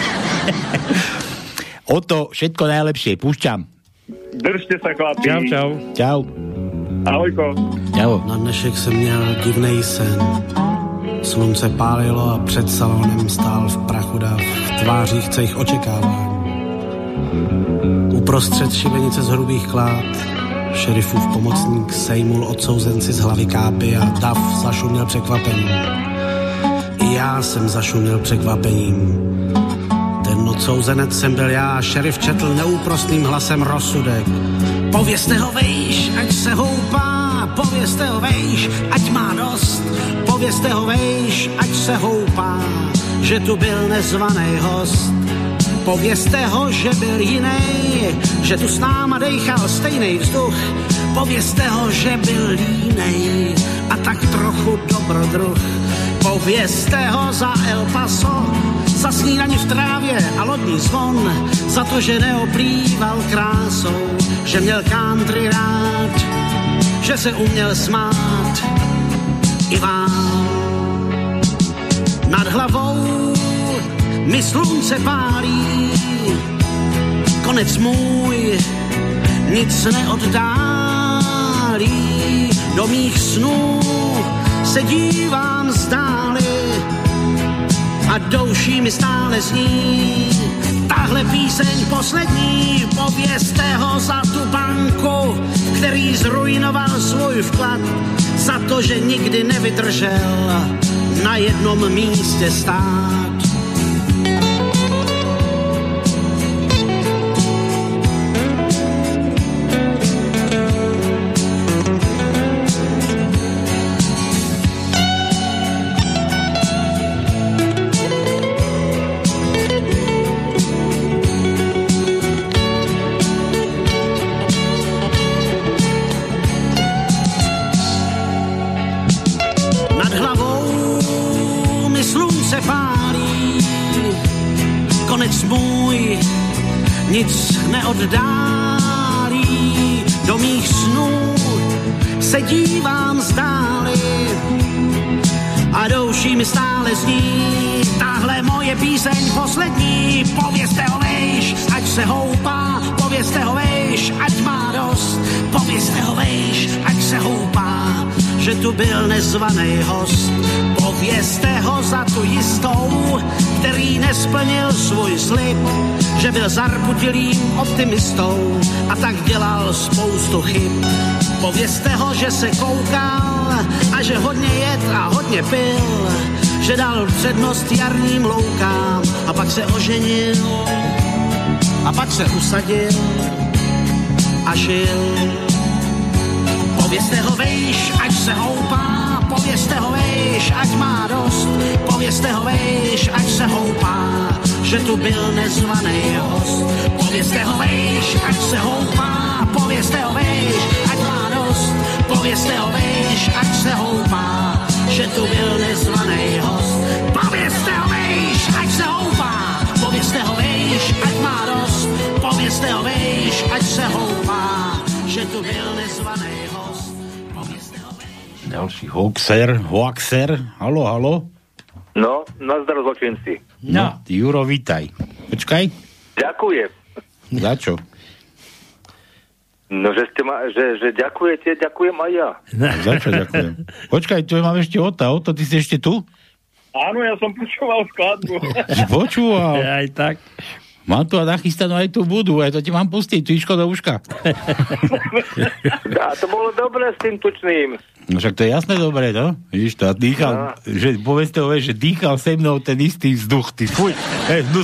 O to všetko najlepšie. Púšťam. Držte sa, chlapi. Čau, čau. Čau. Ahojko. Čau. Na dnešek jsem měl divnej sen. Slunce pálilo a před salonem stál v prachu dav v tvářích cejch očekávání. Uprostřed šibenice z hrubých klád šerifův pomocník sejmul odsouzenci z hlavy kápy a dav zašuměl překvapením. I já jsem zašuměl překvapením. Ten odsouzenec jsem byl já, šerif četl neúprostným hlasem rozsudek. Povězte ho vejš, ať se houpá, povězte ho vejš, ať má dost. Povězte ho vejš, ať se houpá, že tu byl nezvaný host. Povězte ho, že byl jinej, že tu s náma dejchal stejnej vzduch. Povězte ho, že byl línej a tak trochu dobrodruh. Povězte ho za El Paso, za snídaní v trávě a lodní zvon, za to, že neoplýval krásou, že měl country rád, že se uměl smát i vám. Nad hlavou mi slunce pálí, konec můj nic neoddálí. Do mých snů se dívám zdáli a douší mi stále zní tahle píseň poslední. Povězte ho za tu banku, který zrujnoval svůj vklad, za to, že nikdy nevydržel na jednom místě stát. palec můj nic neoddálí, do mých snů se dívám zdáli a douší mi stále zní tahle moje píseň poslední. Povězte ho vejš, ať se houpá, povězte ho vejš, ať má dost, povězte ho vejš, ať se houpá, že tu byl nezvaný host. Povězte ho za tu jistou, který nesplnil svůj slib, že byl zarputilým optimistou a tak dělal spoustu chyb. Povězte ho, že se koukal a že hodně jet a hodně pil, že dal přednost jarním loukám a pak se oženil a pak se usadil a žil. Povězte ho vejš, ať se houpá, povězte ho vejš, ať má dost, povězte ho vejš, ať se houpá, že tu byl nezvaný host. Povězte ho vejš, ať se houpá, povězte ho vejš, ať má dost, povězte ho vejš, ať se houpá, že tu byl nezvaný host. Povězte ho vejš, ať se houpá, povězte ho vejš, ať má dost, povězte ho vejš, ať se houpá, že tu byl nezvaný host. Povězte ho vejš. Ďalší hoaxer, hoaxer, halo, halo. No, nazdar zločinci. No, Juro, vítaj. Počkaj. Ďakujem. Za čo? No, že, ste ma, že, že ďakujete, ďakujem aj ja. Za čo ďakujem? Počkaj, tu mám ešte Ota. Oto, ty si ešte tu? Áno, ja som počúval skladbu. Počúval. Aj tak. Mám tu a nachystanú aj tú budu, aj to ti mám pustiť, tu iško do uška. A to bolo dobré s tým tučným. No však to je jasné dobre, no? Vidíš to, a dýchal, no. Že povedzte ho, že dýchal se mnou ten istý vzduch, ty fuj, hej, hnus.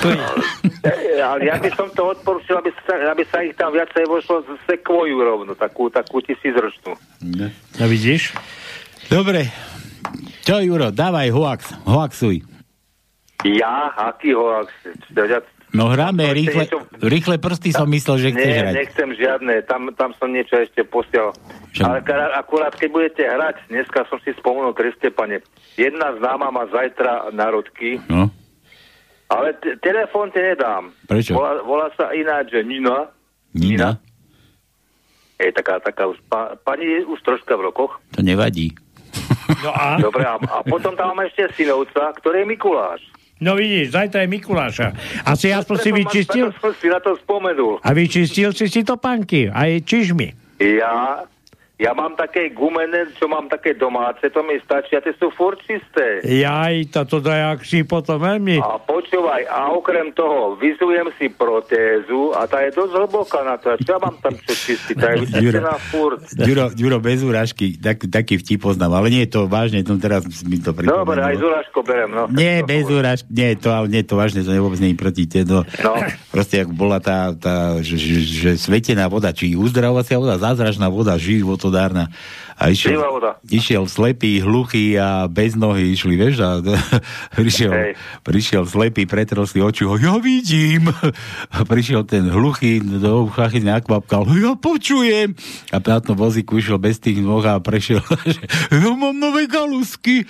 Ale ja by som to odporúčil, aby sa, aby sa ich tam viacej vošlo sekvoju rovno, takú, takú tisícročnú. No vidíš? Dobre. Čo, Juro, dávaj hoax, hoaxuj. Ja? Aký hoax? No hráme, rýchle, rýchle prsty som myslel, že chceš Nie, hrať. nechcem žiadne, tam, tam som niečo ešte posiel. Čo? Ale akurát, keď budete hrať, dneska som si spomenul, Kriste, pane, jedna známa má zajtra narodky, no. Ale t- telefón ti nedám. Prečo? Volá, volá sa ináč, že Nina. Nina? Je taká, taká už, pa, pani je už troška v rokoch. To nevadí. No a? Dobre, a, a potom tam máme ešte synovca, ktorý je Mikuláš. No vidíš, zajtra je Mikuláša. A si aspoň si vyčistil? Som si na to spomenul. A vyčistil si si topánky? Aj čižmy? Ja... Ja mám také gumené, čo mám také domáce, to mi stačí, a tie sú furt čisté. Jaj, to dajak si potom veľmi. A počúvaj, a okrem toho, vyzujem si protézu a tá je dosť hlboká na to. Čo ja mám tam čo čistiť? Tá je vyčistená furt. Ďuro, Ďuro, bez úražky, tak, taký vtip poznám, ale nie je to vážne, to teraz mi to pripomenulo. Dobre, aj z úražko berem, no. Nie, bez úražky, nie, to, ale nie je to vážne, to je vôbec nie proti no. no. Proste, ak bola tá, tá že, že, že svetená voda, či uzdravovacia voda, zázračná voda, životodárna. A išiel, išiel slepý, hluchý a bez nohy išli, vieš, a prišiel, prišiel slepý, pretrel si oči, ho, ja vidím. A prišiel ten hluchý, do ucha chytne akvapkal, ja počujem. A na tom vozíku išiel bez tých noh a prešiel, že ja mám nové galusky.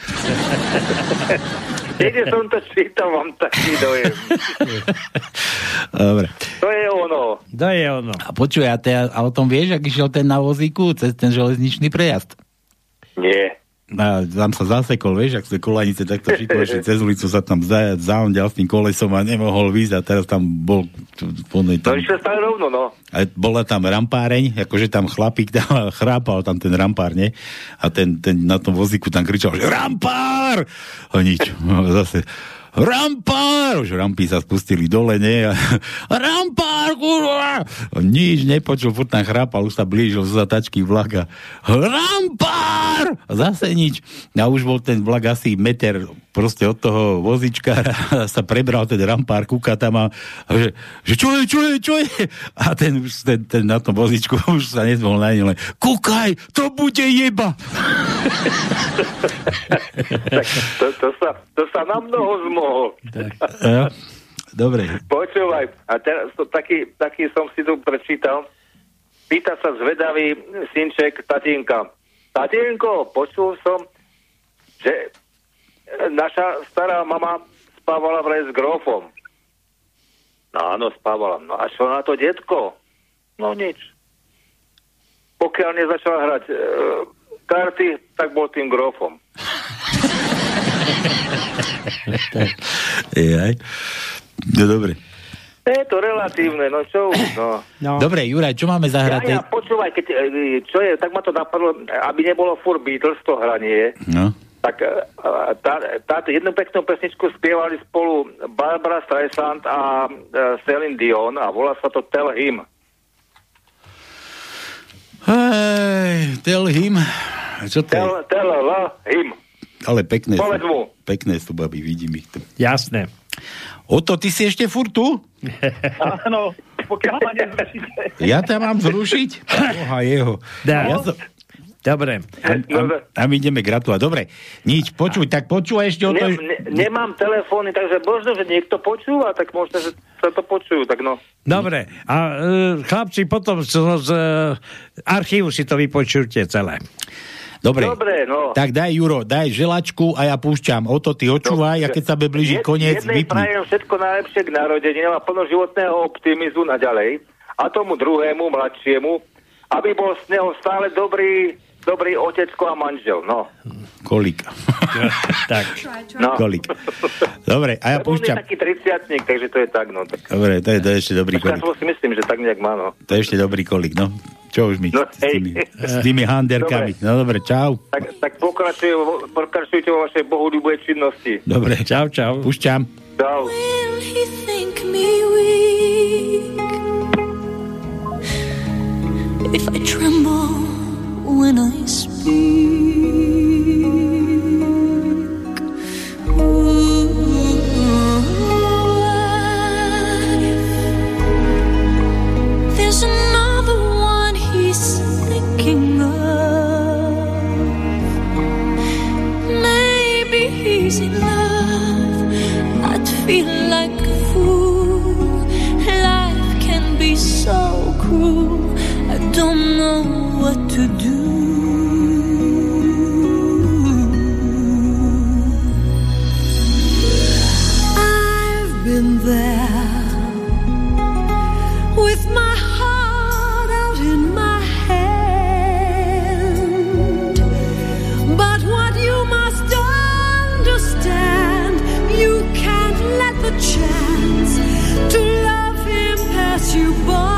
Keď som to čítal, mám taký dojem. Dobre. To je ono. To je ono. A počuj, a, te, a o tom vieš, ak išiel ten na vozíku cez ten železničný prejazd? Nie. A tam sa zasekol, vieš, ak sa kolanice takto šiklo, ešte cez ulicu sa tam zaondial s tým kolesom a nemohol výjsť a teraz tam bol... Tam, to išlo stále rovno, no. A bola tam rampáreň, akože tam chlapík tam chrápal tam ten rampár, nie? A ten, ten na tom vozíku tam kričal, že rampár! A nič. Zase... Rampár! Už rampy sa spustili dole, nie? A, rampár, kurva! A nič nepočul, furt tam chrápal, už sa blížil z zatačky vlaka. Rampár! A zase nič. A už bol ten vlak asi meter proste od toho vozička a sa prebral ten rampár, kúka tam a, a že, že čo je, čo je, čo je? A ten už ten, ten na tom vozičku už sa nezmohol na ne, len kúkaj, to bude jeba! to, to, sa, to sa na mnoho zmohol. Ja, dobre. Počúvaj, a teraz to taký, taký som si tu prečítal. Pýta sa zvedavý synček tatínka. Tatínko, počul som, že naša stará mama spávala vraj s grófom. No áno, spávala. No a čo na to, detko? No nič. Pokiaľ nezačal hrať e, karty, tak bol tým grofom. Jaj. No dobre. Je to relatívne, no čo už, no. no. Dobre, Juraj, čo máme zahrať? Ja, ja počúvaj, keď, čo je, tak ma to napadlo, aby nebolo furt Beatles to hranie, no. tak tá, táto jednu peknú pesničku spievali spolu Barbara Streisand a Celine Dion a volá sa to Tell Him. Hej, Tell Him. Čo to tell, je? Tell Him. Ale pekné Povedz sú, mu. pekné sú, babi, vidím ich tu. Jasné. Oto, ty si ešte furt tu? Áno, pokiaľ ma nezrušíte. Ja ťa mám zrušiť? Boha jeho. Dá. Ja so... Dobre. A, a, a my ideme gratulovať. Dobre, nič, počuj, tak počúvaj ešte o to... Ne, ne, nemám telefóny, takže možno, že niekto počúva, tak možno, že sa to počujú, tak no. Dobre, a e, chlapci, potom z, z e, archívu si to vypočujte celé. Dobre, Dobre no. Tak daj, Juro, daj želačku a ja púšťam. O to ty očúvaj, a keď sa bude blížiť koniec, jednej vypni. prajem všetko najlepšie k narodeninám a plno životného optimizmu naďalej. A tomu druhému, mladšiemu, aby bol z neho stále dobrý, dobrý otecko a manžel, no. Kolík. Tak. No. Kolík. Dobre, a ja Lebo púšťam. on je taký triciatnik, takže to je tak, no. Tak. Dobre, to je, to je ešte dobrý kolík. Ja si myslím, že tak nejak má, no. To je ešte dobrý kolík, no. Čo už mi No, s, tými, s tými handerkami. Dobre. No dobre, čau. Tak, tak pokračujte, pokračujte vo vašej bohulúbej činnosti. Dobre, čau, čau. Púšťam. Čau. Will he think me weak if I tremble when I speak? Ooh, what if there's another one he's thinking of? Maybe he's in love. I'd feel like a fool. Life can be so cruel. I don't know what to do. I've been there with my heart out in my hand, but what you must understand, you can't let the chance to love him pass you by.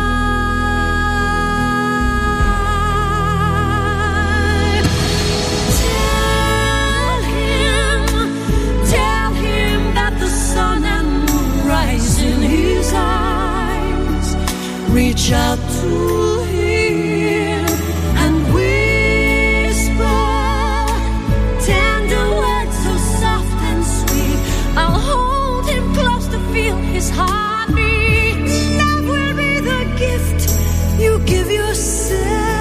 Tell him, tell him that the sun and moon rise in his eyes. Reach out to him and whisper tender words so soft and sweet. I'll hold him close to feel his heartbeat. Love will be the gift you give yourself.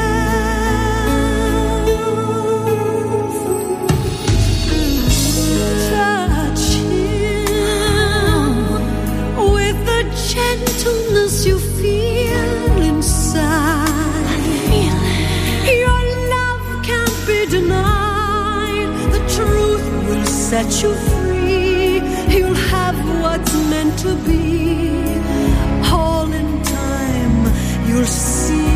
Touch him with the gentleness you feel inside. Your love can't be denied. The truth will set you free. You'll have what's meant to be. All in time, you'll see.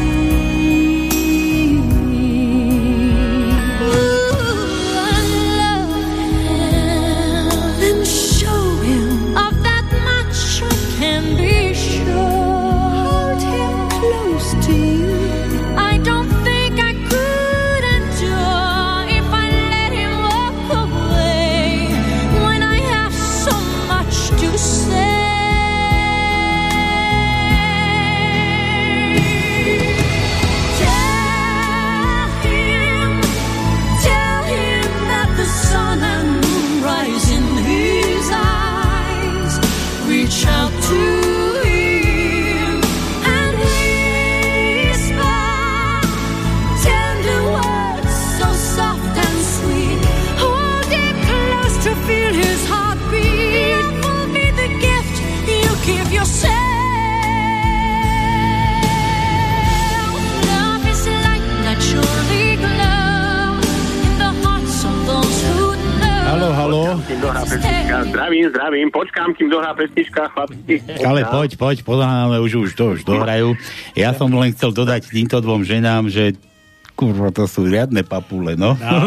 Ooh, I love him. Then show him of that much I can be sure. Hold him close to you. I don't think I could endure if I let him walk away when I have so much to say. Haló? Zdravím, zdravím, počkám, kým dohrá pesnička, chlapci. Ale poď, poď, podáme, už, už to už dohrajú. Ja som len chcel dodať týmto dvom ženám, že kurva, to sú riadne papule, no. no.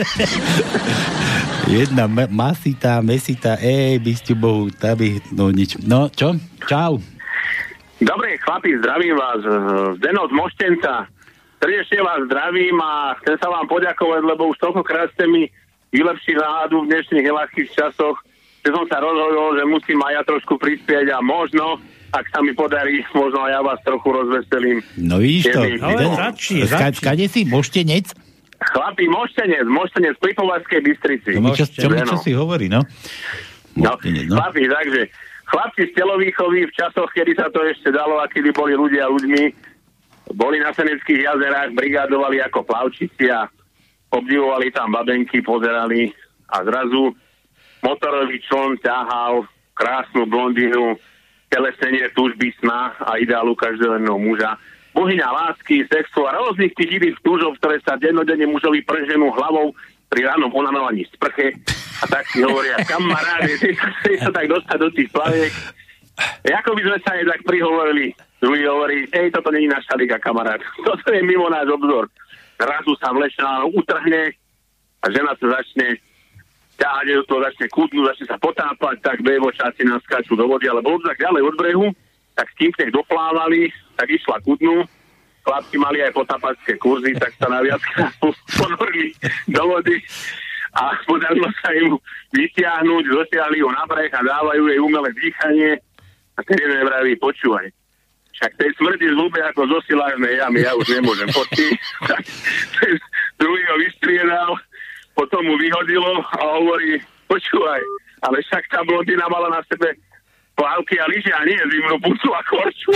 Jedna ma- masitá, mesitá, ej, bysťu Bohu, taby, no nič. No, čo? Čau. Dobre, chlapi, zdravím vás. Zdeno z Moštenca. Srdečne vás zdravím a chcem sa vám poďakovať, lebo už toľkokrát ste mi vylepšili náladu v dnešných ľahkých časoch, že som sa rozhodol, že musím aj ja trošku prispieť a možno, ak sa mi podarí, možno aj ja vás trochu rozveselím. No vidíš to. No, začni, začni. Kade si? Moštenec? Chlapi, Moštenec, Moštenec pri Považskej Bystrici. No, čo, čo, čo si hovorí, no? Moštenec, no, no. Chlapi, takže, chlapci z telovýchovy v časoch, kedy sa to ešte dalo a kedy boli ľudia ľuďmi, boli na Seneckých jazerách, brigádovali ako plavčici a obdivovali tam babenky, pozerali a zrazu motorový čln ťahal krásnu blondínu, telesenie túžby sna a ideálu každého muža. Bohyňa lásky, sexu a rôznych tých živých túžov, ktoré sa dennodenne mužovi prženú hlavou pri ránom onanovaní v sprche. A tak si hovoria, kamaráde, ty sa tak dostať do tých plaviek. Ako by sme sa aj tak prihovorili, druhý hovorí, ej, toto není naša liga, kamarát. Toto je mimo náš obzor. Zrazu sa vlečná utrhne a žena sa začne ťahať do toho, začne kúdnu, začne sa potápať, tak bevočáci naskáču do vody, ale bolo tak ďalej od brehu, tak kým k nej doplávali, tak išla kúdnu, chlapci mali aj potápačské kurzy, tak sa naviackrát ponorili do vody a podarilo sa im vytiahnuť, dotiahli ju na breh a dávajú jej umelé dýchanie a ten jeden vraví, počúvaj, však tej smrti zlúbe ako zo silážnej jamy, ja už nemôžem potiť. Ten druhý ho vystriedal, potom mu vyhodilo a hovorí, počúvaj, ale však tá blondína mala na sebe plávky a lyže a nie zimnú pucu a korču.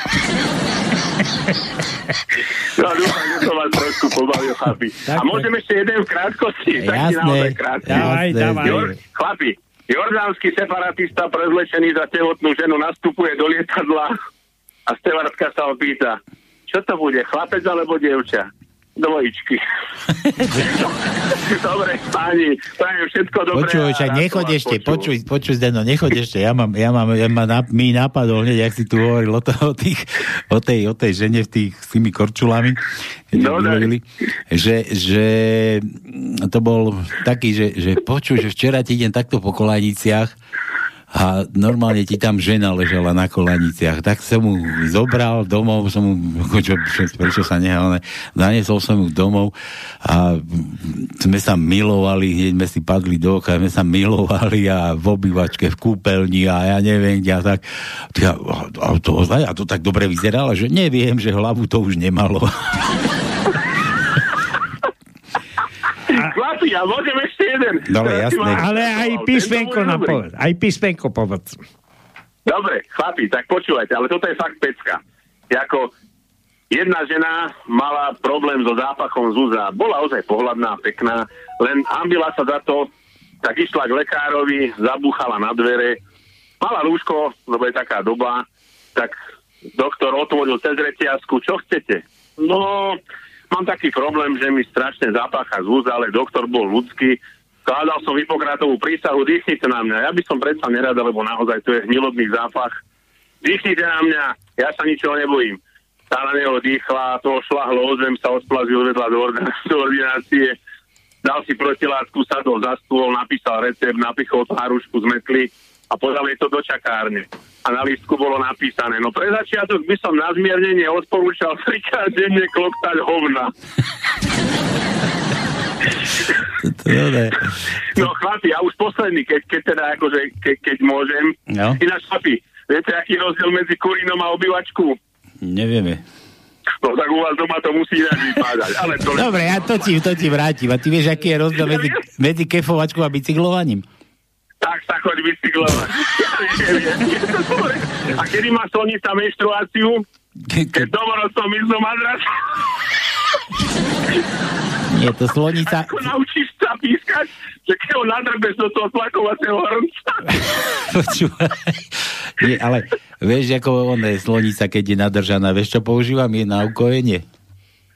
No dúfam, že som vás trošku pobavil, chlapi. A môžem ešte jeden v krátkosti? Jasné. Dávaj, dávaj. Jor, chlapi, jordánsky separatista prezlečený za tehotnú ženu nastupuje do lietadla a stevardka sa ho pýta, čo to bude, chlapec alebo dievča? Dvojičky. Dobre, páni, prajem všetko dobré. Počuj, však nechoď ešte, počuj, počuj, Zdeno, nechoď ešte, ja mám, ja mám, ja mám mi napadol hneď, jak si tu hovoril o, to, o, tých, o, tej, o tej žene v tých, s tými korčulami, no, hovorili, že, že to bol taký, že, že počuj, že včera ti idem takto po Kolaniciach a normálne ti tam žena ležela na kolaniciach. Tak som mu zobral domov, som mu, čo, prečo sa nehal, zaniesol som mu domov a sme sa milovali, hneď sme si padli do oka, sme sa milovali a v obývačke, v kúpeľni a ja neviem, kde a tak. A, a, to, a to tak dobre vyzeralo, že neviem, že hlavu to už nemalo. Chlapi, ja môžem ešte jeden. Dobre, jasné. Ale aj písmenko nám povedz. Aj písmenko povedz. Dobre, chlapi, tak počúvajte, ale toto je fakt pecka. Jako jedna žena mala problém so zápachom z úza. Bola ozaj pohľadná, pekná, len hambila sa za to, tak išla k lekárovi, zabúchala na dvere, mala rúško, lebo je taká doba, tak doktor otvoril cez reťazku, čo chcete? No... Mám taký problém, že mi strašne zapácha z úza, ale doktor bol ľudský. Skladal som Hipokratovú prísahu, dýchnite na mňa. Ja by som predsa nerada, lebo naozaj to je hnilobný zápach. Dýchnite na mňa, ja sa ničoho nebojím. Tá na neho dýchla, toho šlahlo, ozvem sa odplazil, vedla do, do ordinácie. Dal si protilátku, sadol za stôl, napísal recept, napichol to harušku z metly a podal jej to do čakárne. A na lístku bolo napísané, no pre začiatok by som na zmiernenie odporúčal trikrát denne kloktať hovna. No chlapi, a už posledný, keď, keď teda akože, ke, keď môžem. No. Ináč chlapi, viete, aký rozdiel medzi kurínom a obývačku? Nevieme. No tak u vás doma to musí ináč vypádať. Ale to... Dobre, ja to ti, to ti vrátim. A ty vieš, aký je rozdiel medzi, medzi kefovačkou a bicyklovaním? Tak sa choď bicyklovať. A kedy má slonica menštruáciu? Keď domorodcom ísť do madrasa? Nie, to slonica... Ako naučíš sa pískať, že keď ho nadrbeš do toho tlakovacieho hrnca? Počúvaj. Nie, ale vieš, ako on je slonica, keď je nadržaná, vieš, čo používam? Je na ukojenie.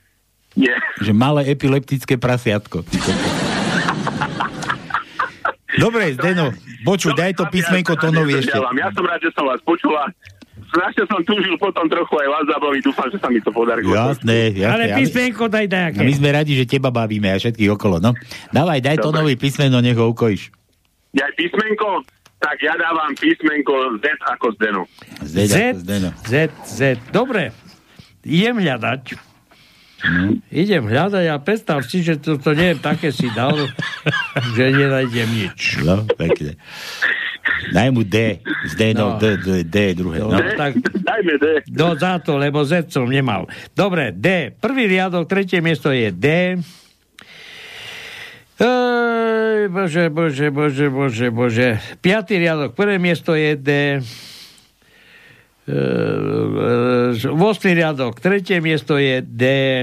Nie. Že malé epileptické prasiatko. Dobre, Zdeno, počuj, daj to písmenko Tonovi ešte. Ja som rád, že som vás počula. Strašne som túžil potom trochu aj vás zabaviť, dúfam, že sa mi to podarí. Jasné, jasné. Ale písmenko daj dajaké. No, my sme radi, že teba bavíme a všetkých okolo, no. Dávaj, daj Tonovi písmeno, nech ho ukojíš. Daj písmenko? Tak ja dávam písmenko Z ako Zdeno. Z, Z, Zdeno. Z, Z. Dobre. Idem hľadať. Hmm. Idem hľadať a predstav si, že to, to nie je také si dal, že nenajdem nič. No, pekne. Daj mu D. Zdeno, no. D, D, D, druhé. No. No, tak, dajme D. No za to, lebo Z som nemal. Dobre, D. Prvý riadok, tretie miesto je D. Ej, bože, bože, bože, bože, bože. Piatý riadok, prvé miesto je D. Vosmý riadok, tretie miesto je D.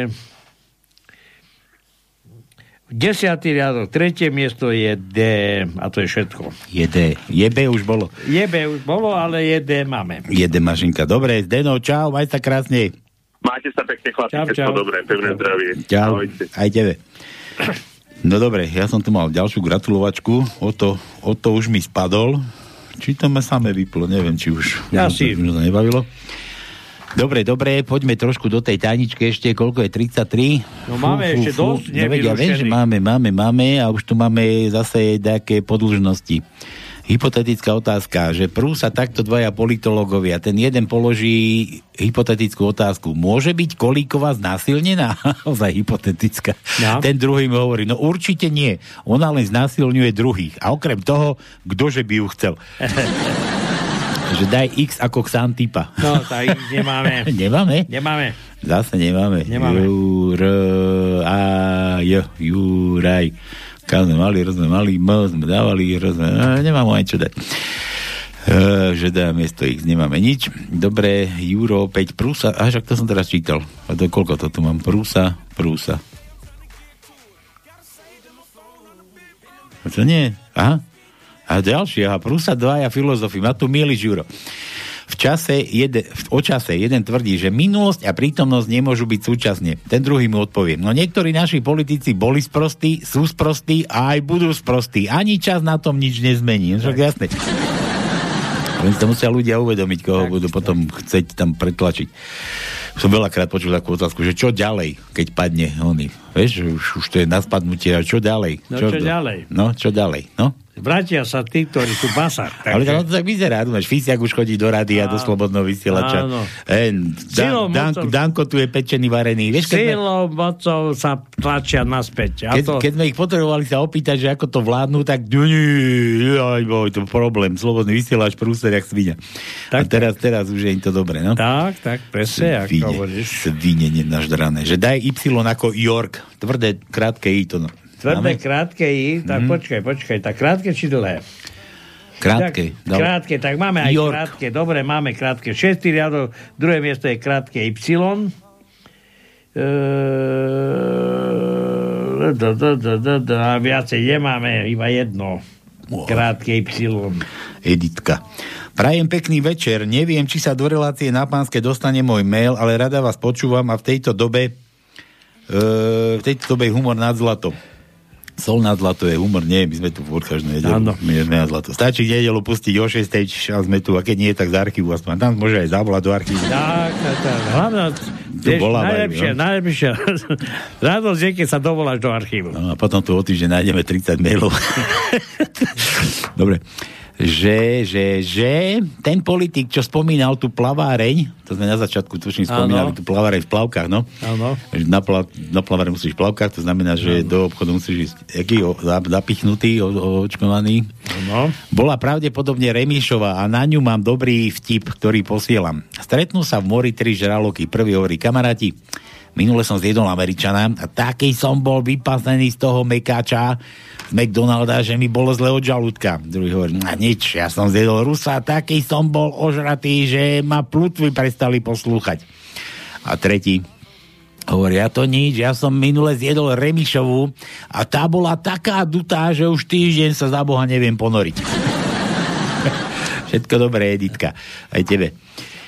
Desiatý riadok, tretie miesto je D. A to je všetko. Je D. Je B už bolo. Je B už bolo, ale je D máme. Je D mašinka. Dobre, Zdeno, čau, maj sa krásne. Máte sa pekne, chlapi, čau, čau. Dobre, pevné zdravie. Čau, aj tebe. No dobre, ja som tu mal ďalšiu gratulovačku. O to, o to už mi spadol. Či to ma samé vyplo, neviem, či už ja si. Už to nebavilo. Dobre, dobre, poďme trošku do tej tajničky ešte, koľko je tridsaťtri. No máme fú, ešte fú, dosť no, ja viem, že máme, máme, máme a už tu máme zase nejaké podĺžnosti. Hypotetická otázka, že prú sa takto dvaja politológovia, ten jeden položí hypotetickú otázku. Môže byť Kolíková znásilnená? Ozaj hypotetická. No. Ten druhý mi hovorí, no určite nie. Ona len znásilňuje druhých. A okrem toho, kdože by ju chcel? Že daj X ako Xantipa. No, tak X nemáme. Nemáme? Nemáme. Zase nemáme. Nemáme. Jur, a, j, Juraj. K sme mali, roz sme mali, M sme dávali, roz sme... No, nemám aj čo dať. Uh, že dá miesto X, nemáme nič. Dobre, Juro, opäť Prúsa. Až ak to som teraz čítal. A to koľko to tu mám? Prúsa, Prúsa. A to nie? Aha. A ďalší, aha, Prúsa dvaja filozofi. Ma tu mieli Juro. V čase, jeden, o čase jeden tvrdí, že minulosť a prítomnosť nemôžu byť súčasne. Ten druhý mu odpovie. No niektorí naši politici boli sprostí, sú sprostí a aj budú sprostí. Ani čas na tom nič nezmení. Však jasné. Len to musia ľudia uvedomiť, koho tak, budú tak. Potom chcieť tam pretlačiť. Som veľakrát počul takú otázku, že čo ďalej, keď padne oni. Vieš, už, už to je na spadnutie, a čo ďalej? No čo, čo ďalej? No, čo ďalej? No? Vrátia sa tí, ktorí sú basák. Ale to tak vyzerá, máš, Fisiak už chodí do rádia, do Slobodného vysielača. Áno. En, Dan, Dan, Danko tu je pečený, varený. Vieš, Silou sme... mocou sa tlačia naspäť. A keď, to... keď sme ich potrebovali sa opýtať, že ako to vládnu, tak aj boj, to problém. Slobodný vysielač, prúser, jak svinia. Tak, a teraz, teraz už je im to dobre, no? Tak, tak, presne, ako hovoríš. Svine nenaždrané. Že daj Y ako York. Tvrdé, krátke I to, no. Tvrdé, krátke I, tak mm. počkaj, počkaj, tak krátke či dlhé? Krátke. Tak, krátke, tak máme aj York. Krátke, dobre, máme krátke. Šestý riadok, druhé miesto je krátke Y. Eee, da, da, da, da, da, a viacej nemáme, iba jedno. Krátke Y. Editka. Prajem pekný večer, neviem, či sa do relácie na Pánske dostane môj mail, ale rada vás počúvam a v tejto dobe eee, v tejto dobe je humor nad zlato. Sol nad zlato je humor, nie, my sme tu v každú nedelu. My sme na zlato. Stačí nedelu pustiť o šiestej, a sme tu, a keď nie, tak z archívu aspoň. Tam môže aj zavolať do archívu. Tak, tak, tak. Hlavne, vieš, najlepšie, no? najlepšie. Radosť je, keď sa dovoláš do archívu. No a potom tu o týždeň nájdeme tridsať mailov. Dobre. Že, že, že ten politik, čo spomínal tú plaváreň, to sme na začiatku tuším spomínali tú plaváreň v plavkách, no? Áno. Na, pla, na plaváreň musíš v plavkách, to znamená, že ano. Do obchodu musíš ísť aký, o, zapichnutý, o, očkovaný. Áno. Bola pravdepodobne Remišová a na ňu mám dobrý vtip, ktorý posielam. Stretnú sa v mori tri žraloky. Prvý hovorí, kamaráti, minule som zjedol Američana a taký som bol vypasený z toho mekáča z McDonalda, že mi bolo zle od žalúdka. Druhý hovorí, no nič, ja som zjedol Rusa, taký som bol ožratý, že ma plutvy prestali poslúchať. A tretí hovorí, ja to nič, ja som minule zjedol Remišovú a tá bola taká dutá, že už týždeň sa za Boha neviem ponoriť. Všetko dobré, Editka. Aj tebe.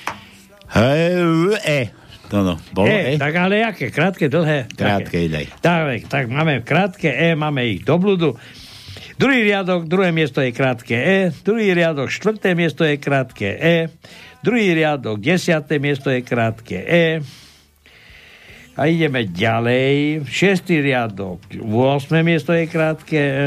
E. No, no. Bolo E, e? Tak ale jaké? Krátke, dlhé? Krátke, daj. Tak, tak máme krátke E, máme ich do blúdu. Druhý riadok, druhé miesto je krátke E. Druhý riadok, štvrté miesto je krátke E. Druhý riadok, desiaté miesto je krátke E. A ideme ďalej. Šiestý riadok, ôsme miesto je krátke E.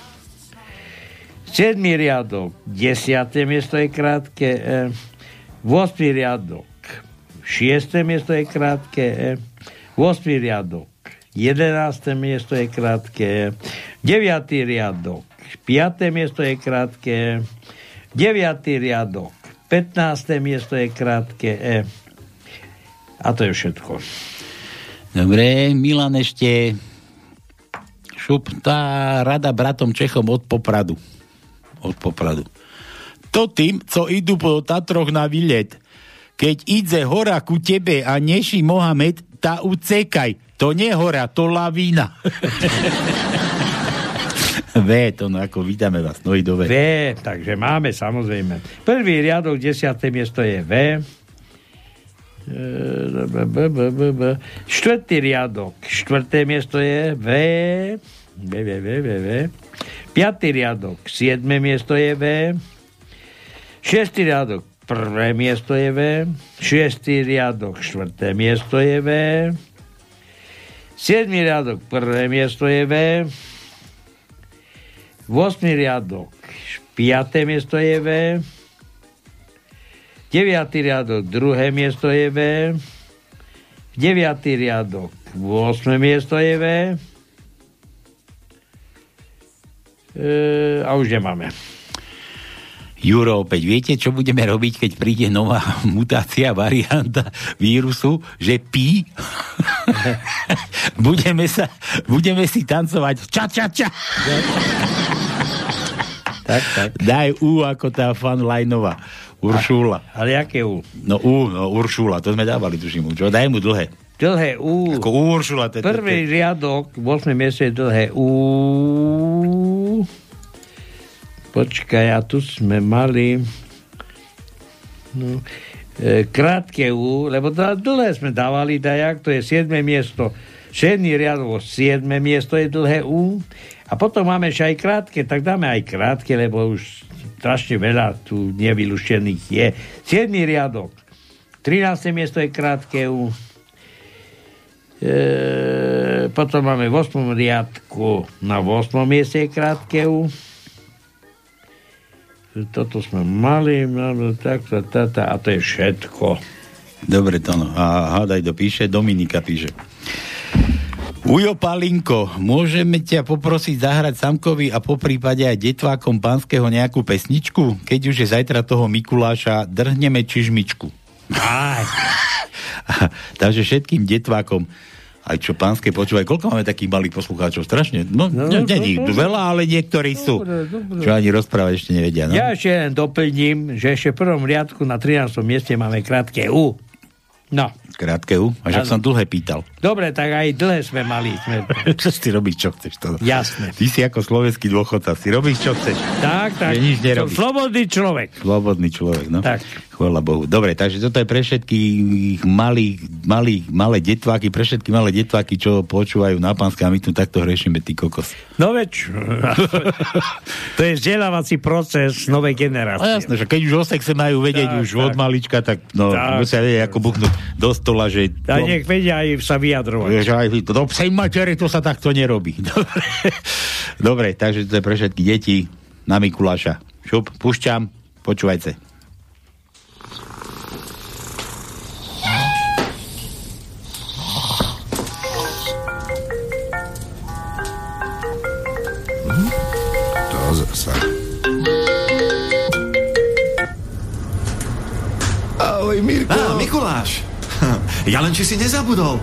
Siedmy riadok, desiaté miesto je krátke E. Ôsmy riadok, šiesté miesto je krátke E. Ôsmy riadok, jedenáste miesto je krátke E. deviaty riadok, piaté miesto je krátke E. deviaty riadok, pätnáste miesto je krátke E. A to je všetko. Dobre, Milan ešte šup, tá rada bratom Čechom od Popradu. Od Popradu. To tým, co idú po Tatroch na výlet, keď ide hora ku tebe a neši Mohamed, tá ucekaj. To nie hora, to lavína. V, to no ako vítame vás, no i do V. V, takže máme samozrejme. Prvý riadok, desiaté miesto je V. Štvrtý riadok, štvrté miesto je V. V, V, V, V, V. Piatý riadok, siedme miesto je V. Šiestý riadok, prvé miesto je V. Šiestý riadok, štvrté miesto je V. Siedmy riadok, prvé miesto je V. Vosmý riadok, piaté miesto je V. Deviatý riadok, druhé miesto je V. Deviatý riadok, osme miesto je V. E, a už nemáme. Juro, opäť viete, čo budeme robiť, keď príde nová mutácia, varianta vírusu, že pí? budeme sa, budeme si tancovať ča, ča, ča. tak, tak. Daj U ako tá fanlajnová Uršula. A, ale jaké U? No U, no Uršula, to sme dávali, tuším. Čo? Daj mu dlhé. Dlhé U. Ako Uršula. Te, te, te. Prvý riadok, v ôsmom mieste je dlhé U. Počkaj, a tu sme mali no, e, krátke U, lebo dlhé sme dávali, dajak, to je siedme miesto. Šedný riadok, siedme miesto je dlhé U. A potom máme ešte aj krátke, tak dáme aj krátke, lebo už strašne veľa tu nevyluštených je. siedmy riadok, trináste miesto je krátke U. E, potom máme v ôsmom riadku, na ôsmom mieste je krátke U. Toto sme mali, tak, tá, tá, tá, a to je všetko. Dobre, to no. A hádaj, dopíše, Dominika píše. Ujo Palinko, môžeme ťa poprosiť zahrať Samkovi a poprípade aj detvákom Pánskeho nejakú pesničku? Keď už je zajtra toho Mikuláša, drhneme čižmičku. Aj. Takže všetkým detvákom, aj čo Pánske počúvajú, koľko máme takých malých poslucháčov? Strašne. No, no nie je veľa, ale niektorí sú. Dobre, dobre. Čo ani rozprávať ešte nevedia. No? Ja ešte len doplním, že ešte v prvom riadku na trinástom mieste máme krátke U. No. Krátke U? A že som dlhé pýtal. Dobre, tak aj dlhé sme mali. Sme... čo si robíš, čo chceš? To... Jasné. Ty si ako slovenský dôchodca, si robíš, čo chceš. Tak, tak. Nič nerobíš. Slobodný človek. Slobodný človek, no. Tak. Chvála Bohu. Dobre, takže toto je pre všetkých malých, malých, malé detváky, pre všetky malé detváky, čo počúvajú na Pánske a my tu takto hriešime, ty kokos. No veď, to je vzdelávací proces novej generácie. No jasné, že keď už o sexe majú vedieť tak, už tak. Od malička, tak no, tak, musia vedieť, ako buchnúť do stola, že... A nech vedia aj sa vyjadrovať. Že aj vy, do psej matere, to sa takto nerobí. Dobre. Dobre, takže to je pre všetky deti na Mikuláša. Šup, púšťam, počúvajte. Zasa. Ahoj, Mirko. Á, Mikuláš. Ja len, či si nezabudol.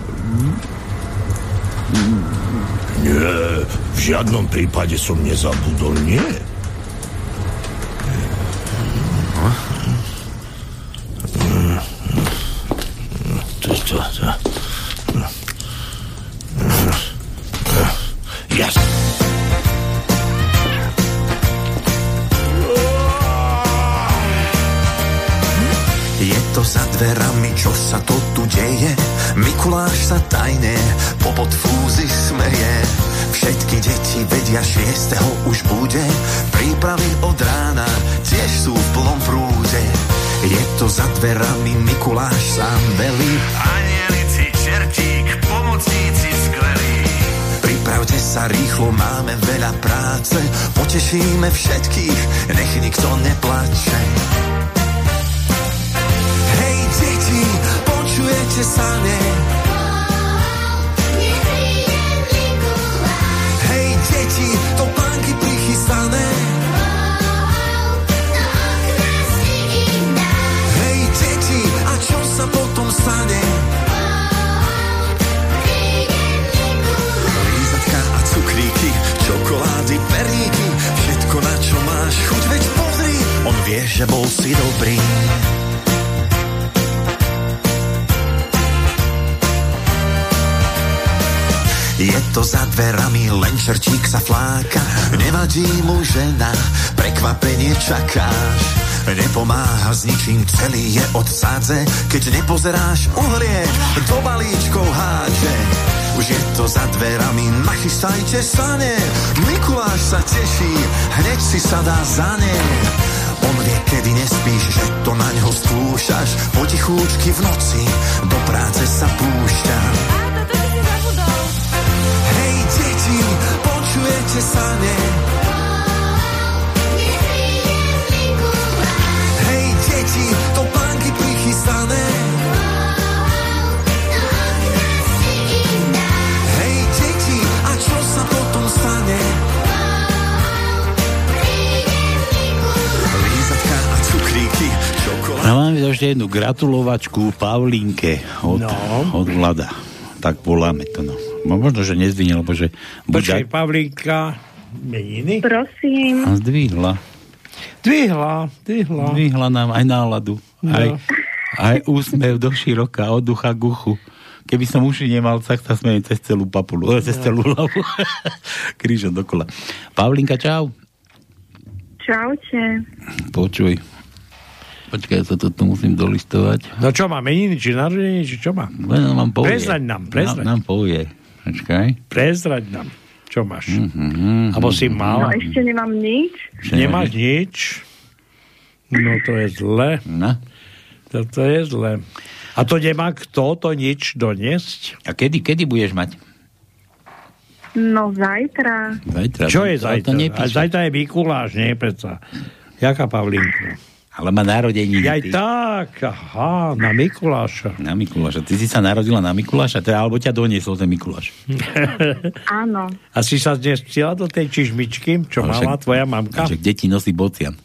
Nie, v žiadnom prípade som nezabudol, nie. To, to, to. Jasne. Je to za dverami, čo sa to tu deje? Mikuláš sa tajne popod fúzy smeje. Všetky deti vedia, šiesteho už bude. Prípravy od rána tiež sú v plnom prúde. Je to za dverami, Mikuláš sám velí. Anielici, čertík, pomocníci skvelí. Pripravte sa rýchlo, máme veľa práce. Potešíme všetkých, nech nikto neplače. Hej deti, počujete sa ne? Hej deti, to plánky prichystané. Hej deti, a čo sa potom stane? Lízatka a cukríky, čokolády, perníky, všetko na čo máš chuť, veď pozri, on vie, že bol si dobrý. Je to za dverami, len čertík sa fláka. Nevadí mu žena, prekvapenie čakáš. Nepomáha s ničím, celý je od sádze. Keď nepozeráš, uhlie do balíčkov hádže. Už je to za dverami, nachystajte sa ne. Mikuláš sa teší, hneď si sadá za ne. On vie, kedy nespíš, že to na ňo skúšaš. Potichúčky v noci do práce sa púšťa. Hej deti, počujete sa ne? Hej deti, to plánky prichystané. Hej deti, a čo sa potom stane? Lízatka a cukríky, čokolády. A máme ešte jednu gratulovačku Pavlínke od, no. od Vlada. Tak voláme to, no. Možno, že nezdvihne, lebo že... Počkaj, Pavlínka, meniny? Prosím. A zdvihla. Zdvihla, zdvihla. Zdvihla nám aj náladu. No. Aj, aj úsmev do široka, od ducha k uchu. Keby som uši nemal, tak sa smejem cez celú papulu, no. cez celú hlavu. Krížom dokola. Pavlínka, čau. Čaute. Počuj. Počkaj, sa to tu musím dolistovať. No čo má, meniny, či narodeniny, či čo má? No, nám povie. Prezraď nám, prezraď. Nám, nám povie. Počkaj. Prezraď nám, čo máš. Mm-hmm. Abo si mala. No ešte nemám nič. Nemáš nič? No to je zle. No. To je zle. A to nemá kto to nič doniesť? A kedy, kedy budeš mať? No zajtra. Zajtra. Čo je zajtra? A zajtra je Mikuláš, nie predsa. Jaká Pavlínka? Ale má narodeniny. Aj tak, aha, na Mikuláša. Na Mikuláša. Ty si sa narodila na Mikuláša, teda, alebo ťa doniesol ten Mikuláš. Áno. A si sa dnes chcela do tej čižmičky, čo ale mala však, tvoja mamka? Však deti nosí bocian.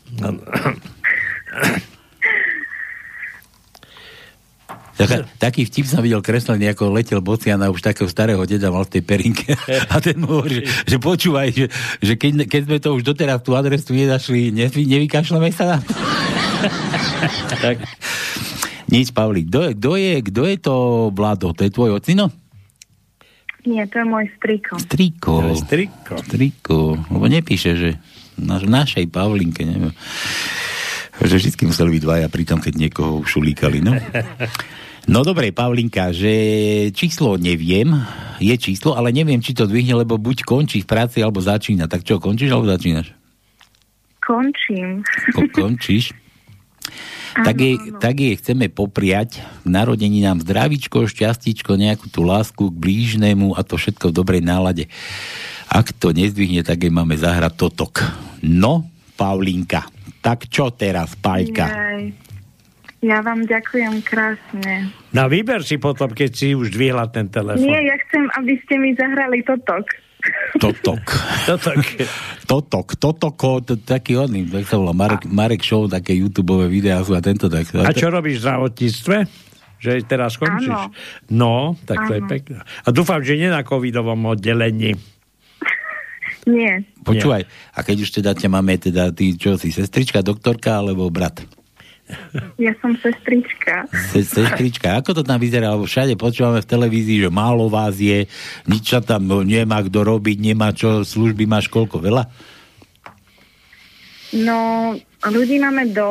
Taká, taký vtip som videl kreslený, ako letel bocian a už takého starého deda mal v tej perinke. A ten mu hovorí, že, že počúvaj, že, že keď, keď sme to už doteraz tú adresu nedašli, nevy, nevykašľame sa na to. Tak. Nič, Pavlík. Kto, kto, je, kto je to Vlado? To je tvoj ocino? Nie, to je môj striko. Striko. To je striko. Striko. Lebo nepíše, že na našej Pavlínke, neviem. Že vždycky museli byť dvaja pritom, keď niekoho šulíkali, no. No dobre, Pavlinka, že číslo neviem, je číslo, ale neviem, či to dvihne, lebo buď končí v práci, alebo začína. Tak čo, končíš, alebo začínaš? Končím. Ko- končíš? Tak jej, tak jej chceme popriať k narodeninám zdravíčko, šťastíčko, nejakú tú lásku k blížnemu a to všetko v dobrej nálade. Ak to nezdvihne, tak jej máme zahrať totok. No, Pavlinka, tak čo teraz, Paľka? Jej. Ja vám ďakujem krásne. Na výber si potom, keď si už dvihla ten telefon. Nie, ja chcem, aby ste mi zahrali totok. Totok. Totok. Totok. Totoko, to, taký odný, tak sa volá Marek, Marek Show, také YouTubeové videá sú a tento tak. A čo robíš v zdravotníctve? Že teraz skončíš? Áno. No, tak Áno. to je pekné. A dúfam, že nie na covidovom oddelení. Nie. Počúvaj, a keď už teda ťa máme, teda ty, čo si, sestrička, doktorka, alebo brat? Ja som sestrička. Se, sestrička, ako to tam vyzerá? Lebo všade počúvame v televízii, že málo vás je, nič sa tam nemá kto robiť, nemá čo, služby máš koľko, veľa? No, ľudí máme dosť,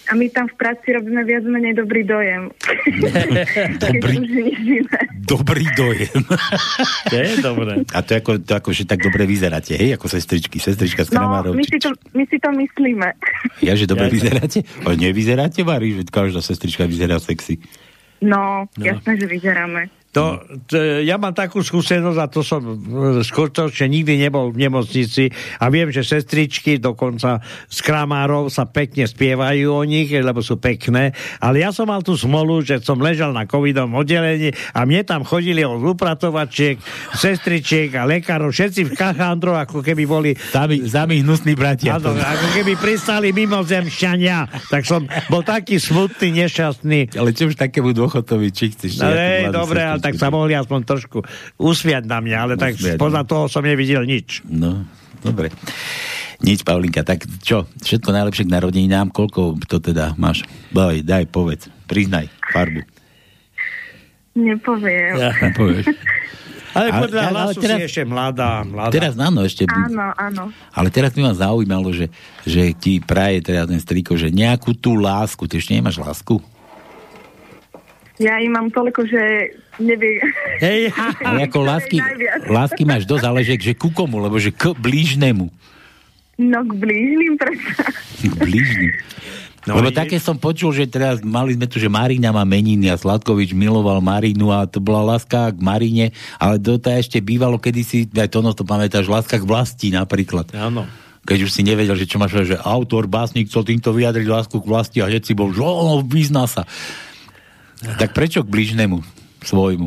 A my tam v práci robíme viac menej dobrý dojem. Dobrý, dobrý dojem. To je dobré. A to ako, to ako, že tak dobre vyzeráte, hej? Ako sestričky, sestrička z Kramárov. No, my si, to, my si to myslíme. Ja, že dobre ja, vyzeráte? Ale nevyzeráte, Mari? Že každá sestrička vyzerá sexy. No, no. Jasné, že vyzeráme. To, to, ja mám takú skúsenosť a to som skutočne nikdy nebol v nemocnici a viem, že sestričky dokonca z Kramárov sa pekne spievajú o nich, lebo sú pekné, ale ja som mal tú smolu, že som ležal na covidovom oddelení a mne tam chodili od upratovačiek, sestričiek a lekárov, všetci v kachandrov, ako keby boli sami, sami hnusní bratia. Áno, ako keby pristali mimozemšťania, tak som bol taký smutný, nešťastný. Ale čo už takému dôchodcovi, či chceš? No, hej, dobre, ale tak sa mohli aspoň trošku usmiať na mňa, ale tak spoza toho som nevidel nič. No, dobre. Nič, Paulinka, tak čo? Všetko najlepšie k narodeninám, koľko to teda máš? Daj, daj, povedz, priznaj farbu. Nepoviem. Ja. Nepovieš. Ale podľa hlasu teraz, si ešte mladá, mladá. Teraz áno, ešte. Áno, áno. Ale teraz mi ma zaujímalo, že, že ti praje teda ten striko, že nejakú tú lásku, ty ešte nemáš lásku? Ja im mám toľko, že neviem. Hej, ale ako lásky, lásky máš dosť, ale že, že ku komu, lebo že k blížnemu. No k blížnym predsa. K blížnym. No, lebo je... také som počul, že teraz mali sme tu, že Marina má meniny a Sladkovič miloval Marinu a to bola láska k Marine, ale to ešte bývalo kedysi, aj to no to pamätáš, láska k vlasti napríklad. Áno. Keď už si nevedel, že čo máš, že autor, básnik chcel týmto vyjadriť lásku k vlasti a hneď si bol, že ono, vyzná sa. Tak prečo k blížnemu svojmu?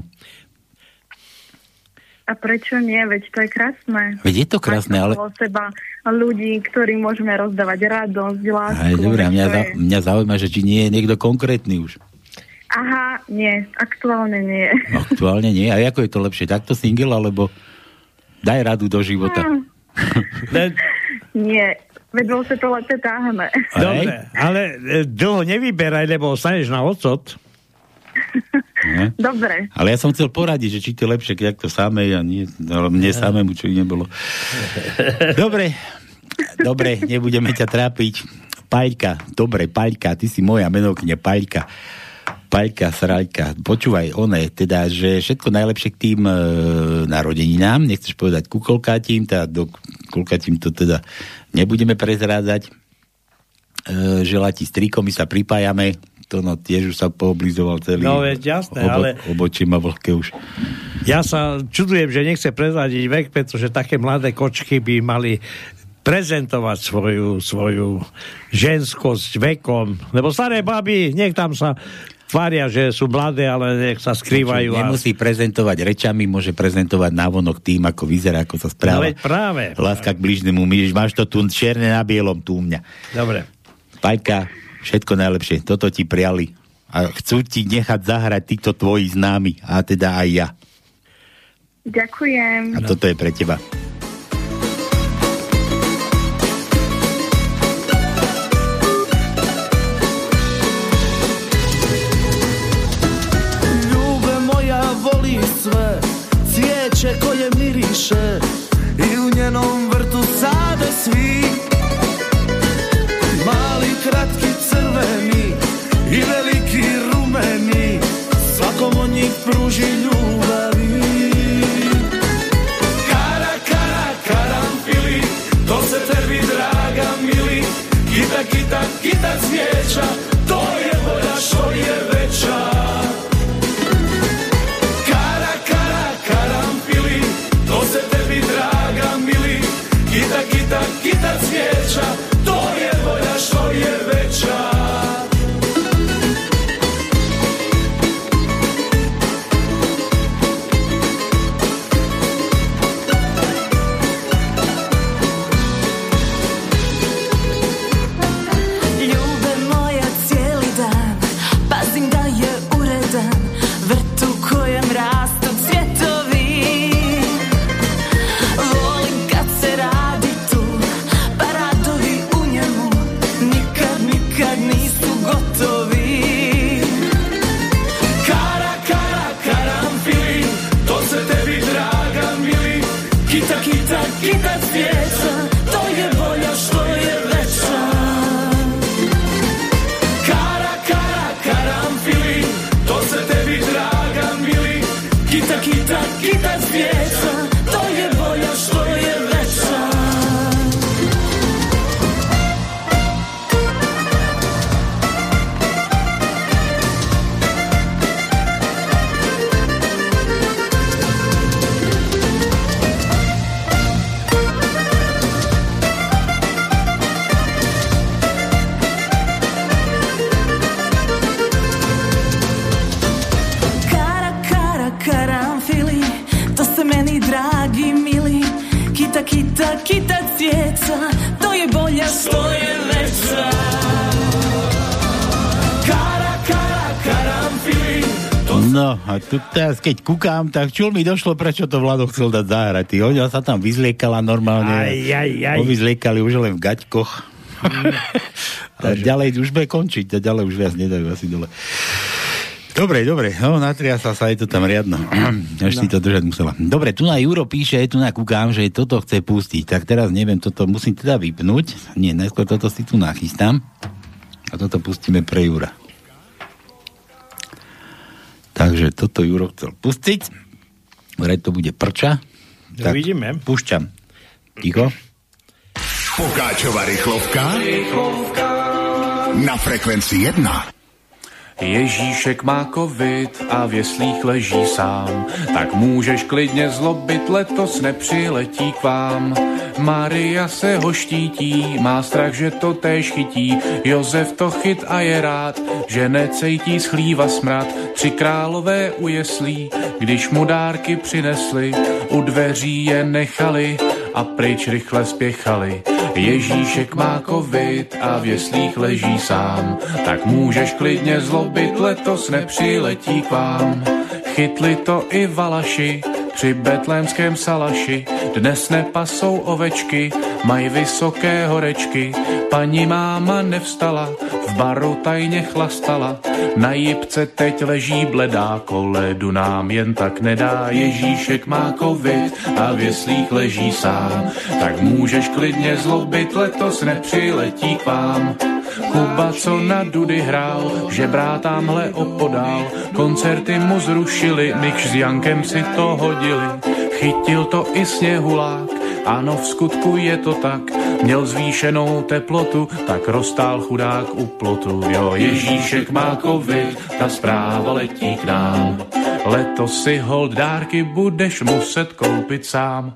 A prečo nie? Veď to je krásne. Veď je to krásne, ale... Máš seba ľudí, ktorým môžeme rozdávať radosť, lásku. Aj, dobré, mňa, za, je... mňa zaujíma, že či nie je niekto konkrétny už. Aha, nie. Aktuálne nie. Aktuálne nie. A ako je to lepšie? Takto single, alebo daj radu do života? Hmm. Nie. Veď bol sa to leté táhne. Dobre, ale dlho nevyberaj, lebo ostaneš na ocot. Ne? Dobre. Ale ja som chcel poradiť, že či to je lepšie, keď to samej a nie, ale mne samému, čo nebolo. Dobre, dobre, nebudeme ťa trápiť. Paľka, dobre, Paľka, ty si moja menokňa, Paľka. Paľka, Sraľka, počúvaj, one, teda, že všetko najlepšie k tým e, narodeninám, nechceš povedať ku koľkátím, teda do koľkátím to teda nebudeme prezrádzať. E, želá ti striko, my sa pripájame, to no tiež už sa pooblizoval celý. No veď jasné, obo, ale... Obočie má vlhké už. Ja sa čudujem, že nechce prezradiť vek, pretože také mladé kočky by mali prezentovať svoju, svoju ženskosť vekom. Lebo staré baby, nech tam sa tvária, že sú mladé, ale nech sa skrývajú. Nemusí a... prezentovať rečami, môže prezentovať návonok tým, ako vyzerá, ako sa správa. No veď práve. Láska k bližnému. Máš to tu čierne na bielom, tu u mňa. Dobre. Paľka, všetko najlepšie. Toto ti priali. A chcú ti nechať zahrať týchto tvoji známi. A teda aj ja. Ďakujem. A toto je pre teba. Ljube moja voli sve, cvijeće koje miriše i u njenom vrtu sade svi. Mali, kratki, crveni i veliki rumeni, svakom od njih pruži ljubavi. Kara, kara, karanfili, to se tebi draga mili, kita, kita, kita cvijeća, to je volja što je veća. Kara, kara, karanfili, to se tebi draga mili, kita, kita, kita cvijeća, to je volja što je veća. Ljube moja No, a tu teraz, keď kúkam, tak čul mi došlo, prečo to Vlado chcel dať zahrať. Ona sa tam vyzliekala normálne. Aj, aj, aj. Vyzliekali už len v gaťkoch. Mm. A ďalej už bude končiť. A ďalej už viac nedajú asi dole. Dobre, dobre. No, natriasla sa, je to tam riadno. Až si to držať musela. Dobre, tu na Juro píše, tu na kúkam, že toto chce pustiť. Tak teraz neviem, toto musím teda vypnúť. Nie, najskôr toto si tu nachystám. A toto pustíme pre Jura. Takže toto Juro chcel pustiť. Vraj to bude prča. Tak vidíme. Púšťam. Ticho. Pokáčová rýchlovka. Rýchlovka. Na frekvencii jedna. Ježíšek má covid a v jeslích leží sám, tak můžeš klidně zlobit, letos nepřiletí k vám. Maria se ho štítí, má strach, že to též chytí, Josef to chyt a je rád, že necejtí z chlíva smrad. Tři králové u jeslí, když mu dárky přinesli, u dveří je nechali a pryč rychle spěchali. Ježíšek má covid a v jeslích leží sám, tak můžeš klidně zlobit, letos nepřiletí k vám. Chytli to i Valaši při betlémském salaši, dnes nepasou ovečky, mají vysoké horečky. Paní máma nevstala, v baru tajně chlastala, na jipce teď leží bledá, koledu nám jen tak nedá. Ježíšek má covid a v jeslích leží sám, tak můžeš klidně zlobit, letos nepřiletí k vám. Kuba, co na dudy hrál, žebrá tamhle opodál, koncerty mu zrušili, Mikš s Jankem si to hodili. Chytil to i Sněhulák, ano, v skutku je to tak, měl zvýšenou teplotu, tak roztál chudák u plotu. Jo, Ježíšek má covid, ta zpráva letí k nám, letos si hold dárky budeš muset koupit sám.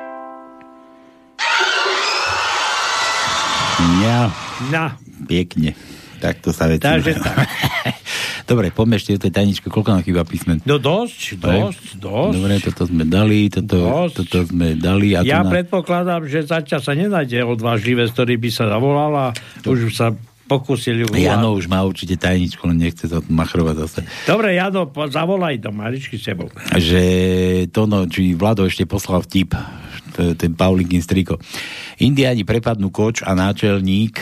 Ja. Na. Pekne. Tak to sa veci. Takže tak. Dobre, poďme ešte do tej tajničky. Koľko nám chýba písmen? No dosť, dosť, dosť. Dobre, toto sme dali, toto, toto sme dali. A ja na... predpokladám, že zatiaľ sa nenájde odvážlivé, z ktorý by sa zavolal a už sa pokúsili. Jano už má určite tajničku, len nechce sa machrovať zase. Dobre, Jano, zavolaj do Maričky s sebou. Že to, no, či Vlado ešte poslal vtip, ten Paulinkin striko. Indiáni prepadnú koč a náčelník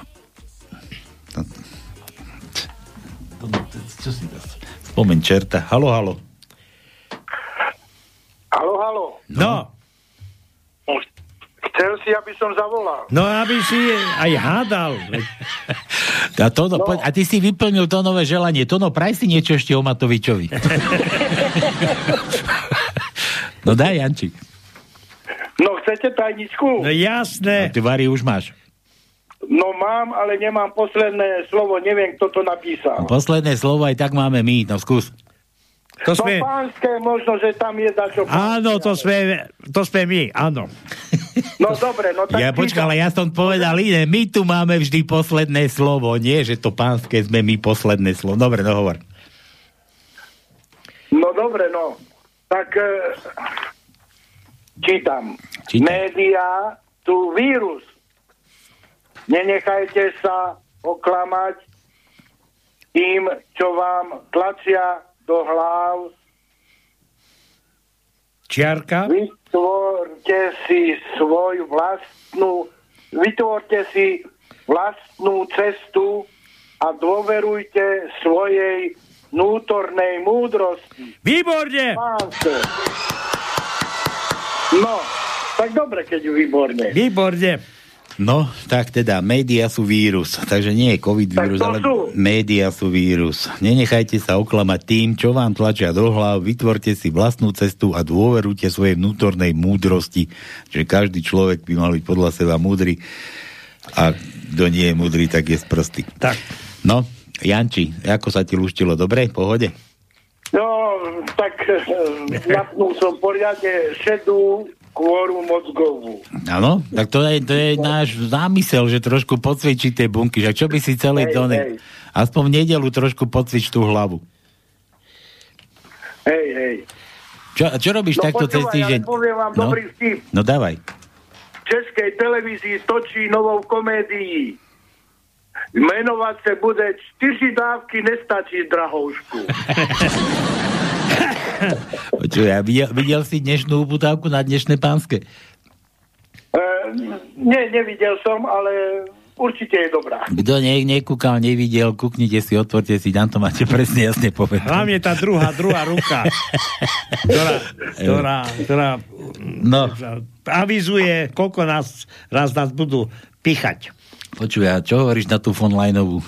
čo si dá? Spomeň čerta. Halo, halo. Halo, halo. No. Chcel si, aby som zavolal. No, aby si aj hádal. A, to, no. a ty si vyplnil to nové želanie. Tono, praj si niečo ešte o Matovičovi. No daj, Jančík. No, chcete tajničku? No jasné. No, ty Vary už máš. No mám, ale nemám posledné slovo, neviem, kto to napísal. Posledné slovo aj tak máme my, no skús. To sme... No pánske, možno, že tam je dačo pánske. Áno, to sme, to sme my, áno. No dobre, no tak... Ja počkaj, ale ja som povedal iné, my tu máme vždy posledné slovo, nie, že to pánske sme my posledné slovo. Dobre, no hovor. No dobre, no. Tak e, čítam. čítam. Média sú vírus. Nenechajte sa oklamať tým, čo vám tlačia do hlav. Čiarka? Vytvorte si svoju vlastnú, vytvorte si vlastnú cestu a dôverujte svojej vnútornej múdrosti. Výborne! Pánske. No, tak dobre, keď ju výborne. Výborne. No, tak teda, médiá sú vírus. Takže nie je covid vírus, ale sú. Médiá sú vírus. Nenechajte sa oklamať tým, čo vám tlačia do hlav, vytvorte si vlastnú cestu a dôverujte svojej vnútornej múdrosti. Že každý človek by mal byť podľa seba múdry a kto nie je múdry, tak je sprostý. Tak. No, Janči, ako sa ti lúštilo? Dobre? Pohode? No, tak napnul som poriadne šedú kôru mozgovú. Áno, tak to je, to je náš zámysel, že trošku pocvičiť tie bunky, že čo by si celý hej, donek, hej. aspoň v nedelu trošku pocvič tú hlavu. Hej, hej. Čo, čo robíš no, takto cez týždeň? No poviem vám no? dobrý vtip. No dávaj. V Českej televízii točí novou komédii. Menovať sa bude Čtyři dávky nestačí, drahoušku. Počuj, ja videl, videl si dnešnú uputávku na dnešné Pánske? Uh, nie, nevidel som, ale určite je dobrá. Kto ne, nekúkal, nevidel, kúknite si, otvorte si, tam to máte presne jasne povedať. Hlavne tá druhá, druhá ruka, ktorá, ktorá, ktorá no. avizuje, koľko nás, raz nás budú pichať. Počuj, a čo hovoríš na tú von Lajnovú?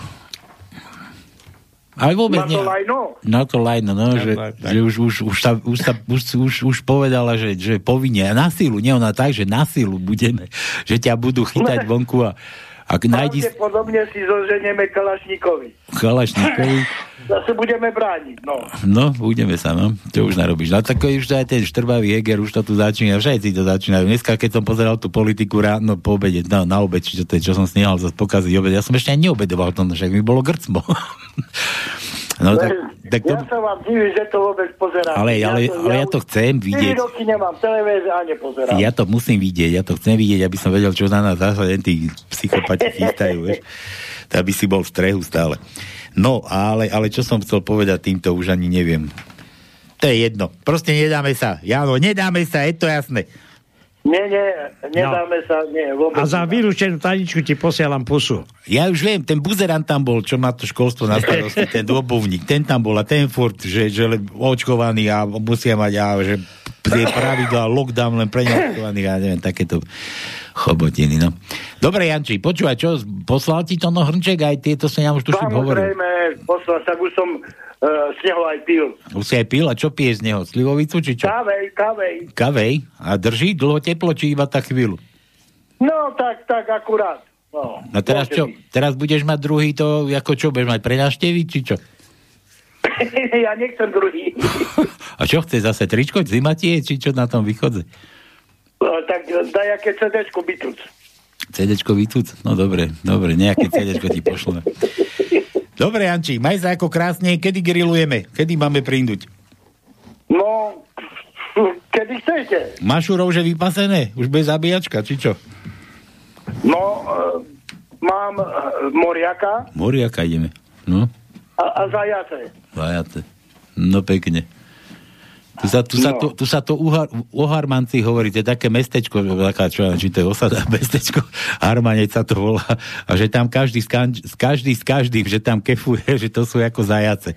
Ale vôbec na to nie. Lajno? Na to Lajno, no, že, že už, už, už, sa, už, sa, už, už, už povedala, že, že povinne, a na sílu, nie ona tak, že na sílu budeme, že ťa budú chytať vonku a ak nájdi... Pravdepodobne si zoženieme Kalašníkovi. Kalašníkovi? Zase budeme brániť, no. No, budeme sa, no. Čo už narobíš? No tak už aj ten štrbavý Heger, už to tu začína, všetci to začínajú. Dneska, keď som pozeral tú politiku ráno po obede, no, na obed, či to je, čo som snihal zase pokaziť obed, ja som ešte aj neobedoval tom, však mi bolo grcmo. No, tak, tak to... Ja sa vám divím, že to vôbec pozerám. Ale, ale, ja to, ale ja, ja to chcem vidieť. štyri roky nemám televíziu a nepozerám. Ja to musím vidieť, ja to chcem vidieť, aby som vedel, čo na nás zásade tí psychopati chystajú, vieš. Aby si bol v strehu stále. No, ale, ale čo som chcel povedať týmto, už ani neviem. To je jedno. Proste nedáme sa. Jáno, nedáme sa, je to jasné. Nie, nie, nedáme no. sa, nie, vôbec. A za vylúčenú taničku ti posielam pusu. Ja už viem, ten buzerant tam bol, čo má to školstvo na starosti, ten obuvník, ten tam bol a ten furt, že, že očkovaný a musia mať, a že tie pravidlá, lockdown len pre neočkovaných a neviem, takéto chobotiny, no. Dobre, Janči, počúvaj, čo, poslal ti to no Hrnček, aj tieto sa ja už tuším hovoril. Samozrejme, poslal, tak už som Uh, z neho aj pil. Už si aj pil? A čo piješ z neho? Slivovicu, či čo? Kavej, kavej. Kavej? A drží dlho teplo, či iba tak chvíľu? No, tak, tak, akurát. No, no teraz čo? Byť. Teraz budeš mať druhý to, ako čo, budeš mať pre návštevy, či čo? Ja nechcem druhý. A čo chce zase tričko? Zima ti je, či čo na tom východze? No, tak daj aké cé déčko Bituc. cé déčko Bituc? No dobre, dobre, nejaké cé déčko ti pošleme. Dobre, Jančík, maj sa ako krásne. Kedy grillujeme? Kedy máme prinduť? No, kedy chcete. Máš už rouže vypasené? Už bez zabíjačka, či čo? No, uh, mám uh, moriaka. Moriaka ideme, no. A, a zajace. Zajace. No pekne. Tu sa, tu, no. sa to, tu sa to u, o Harmanci hovorí, to je také mestečko, taká, čo, či to je osada, mestečko, Harmanec sa to volá, a že tam každý s, kanž, každý s každým, že tam kefuje, že to sú ako zajace.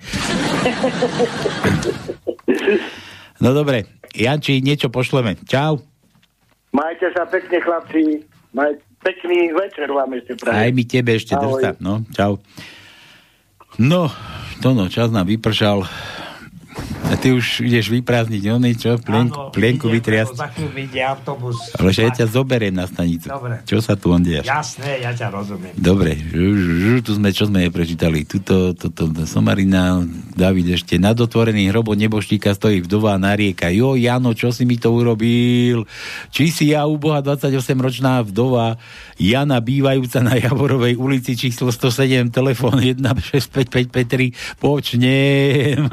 No dobre, Janči, niečo pošleme. Čau. Majte sa pekne, chlapci. Maj, pekný večer vám ešte prajem. Aj mi tebe ešte, drž sa. No, čau. No, to no, čas nám vypršal. A ty už ideš vyprázdniť oný, čo? Plien, áno, plienku vytriasť. Za chvíľu vyjde autobus. Ale že ja ťa zoberiem na stanicu. Dobre. Čo sa tu on deje? Jasné, ja ťa rozumiem. Dobre, žu, žu, tu sme, čo sme neprečítali? Tuto, toto, Somarina, David ešte, nad otvorený hrobo neboštíka stojí vdova a narieka. Jo, Jano, čo si mi to urobil? Či si ja, uboha dvadsaťosemročná vdova Jana, bývajúca na Javorovej ulici číslo sto sedem, telefón jeden šesť päť päť päť tri, počnem.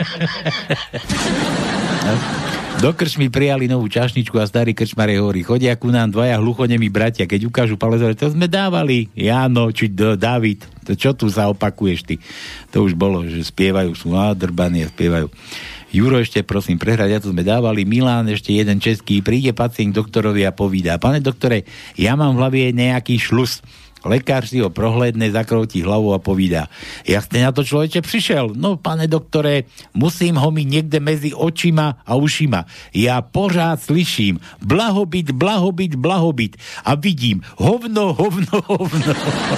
No. Do krčmy prijali novú čašničku a starý krčmar hovorí, chodia ku nám dvaja hluchonemi bratia, keď ukážu palec, to sme dávali, Jano, či D- David, to čo tu sa opakuješ ty? To už bolo, že spievajú, sú nádrbaní a spievajú. Juro, ešte prosím, prehrať, ja to sme dávali, Milán, ešte jeden český, príde pacient doktorovi a povídá, pane doktore, ja mám v hlavie nejaký šlus. Lekár si ho prohlédne, zakroutí hlavu a povídá, jak ste na to človeče prišiel? No, pane doktore, musím ho mi niekde medzi očima a ušima. Ja pořád slyším blahobyt, blahobyt, blahobyt a vidím hovno, hovno, hovno.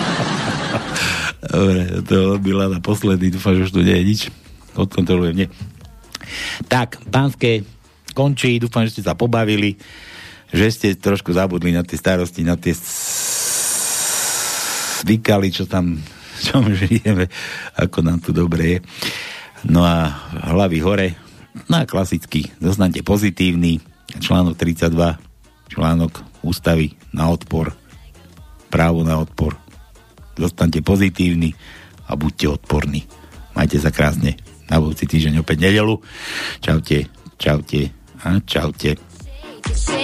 Dobre, to byla na posledný, dúfam, že už tu nie je nič. Odkontrolujem, nie. Tak, pánske končí, dúfam, že ste sa pobavili, že ste trošku zabudli na tie starosti, na tie zvykali, čo tam, čo žijeme, ako nám tu dobre je. No a hlavy hore, no a klasicky, zostanete pozitívni, článok tridsaťdva, článok ústavy na odpor, právo na odpor. Zostaňte pozitívni a buďte odporní. Majte sa krásne. Na budúci týždeň opäť nedeľu. Čaute, čaute a čaute.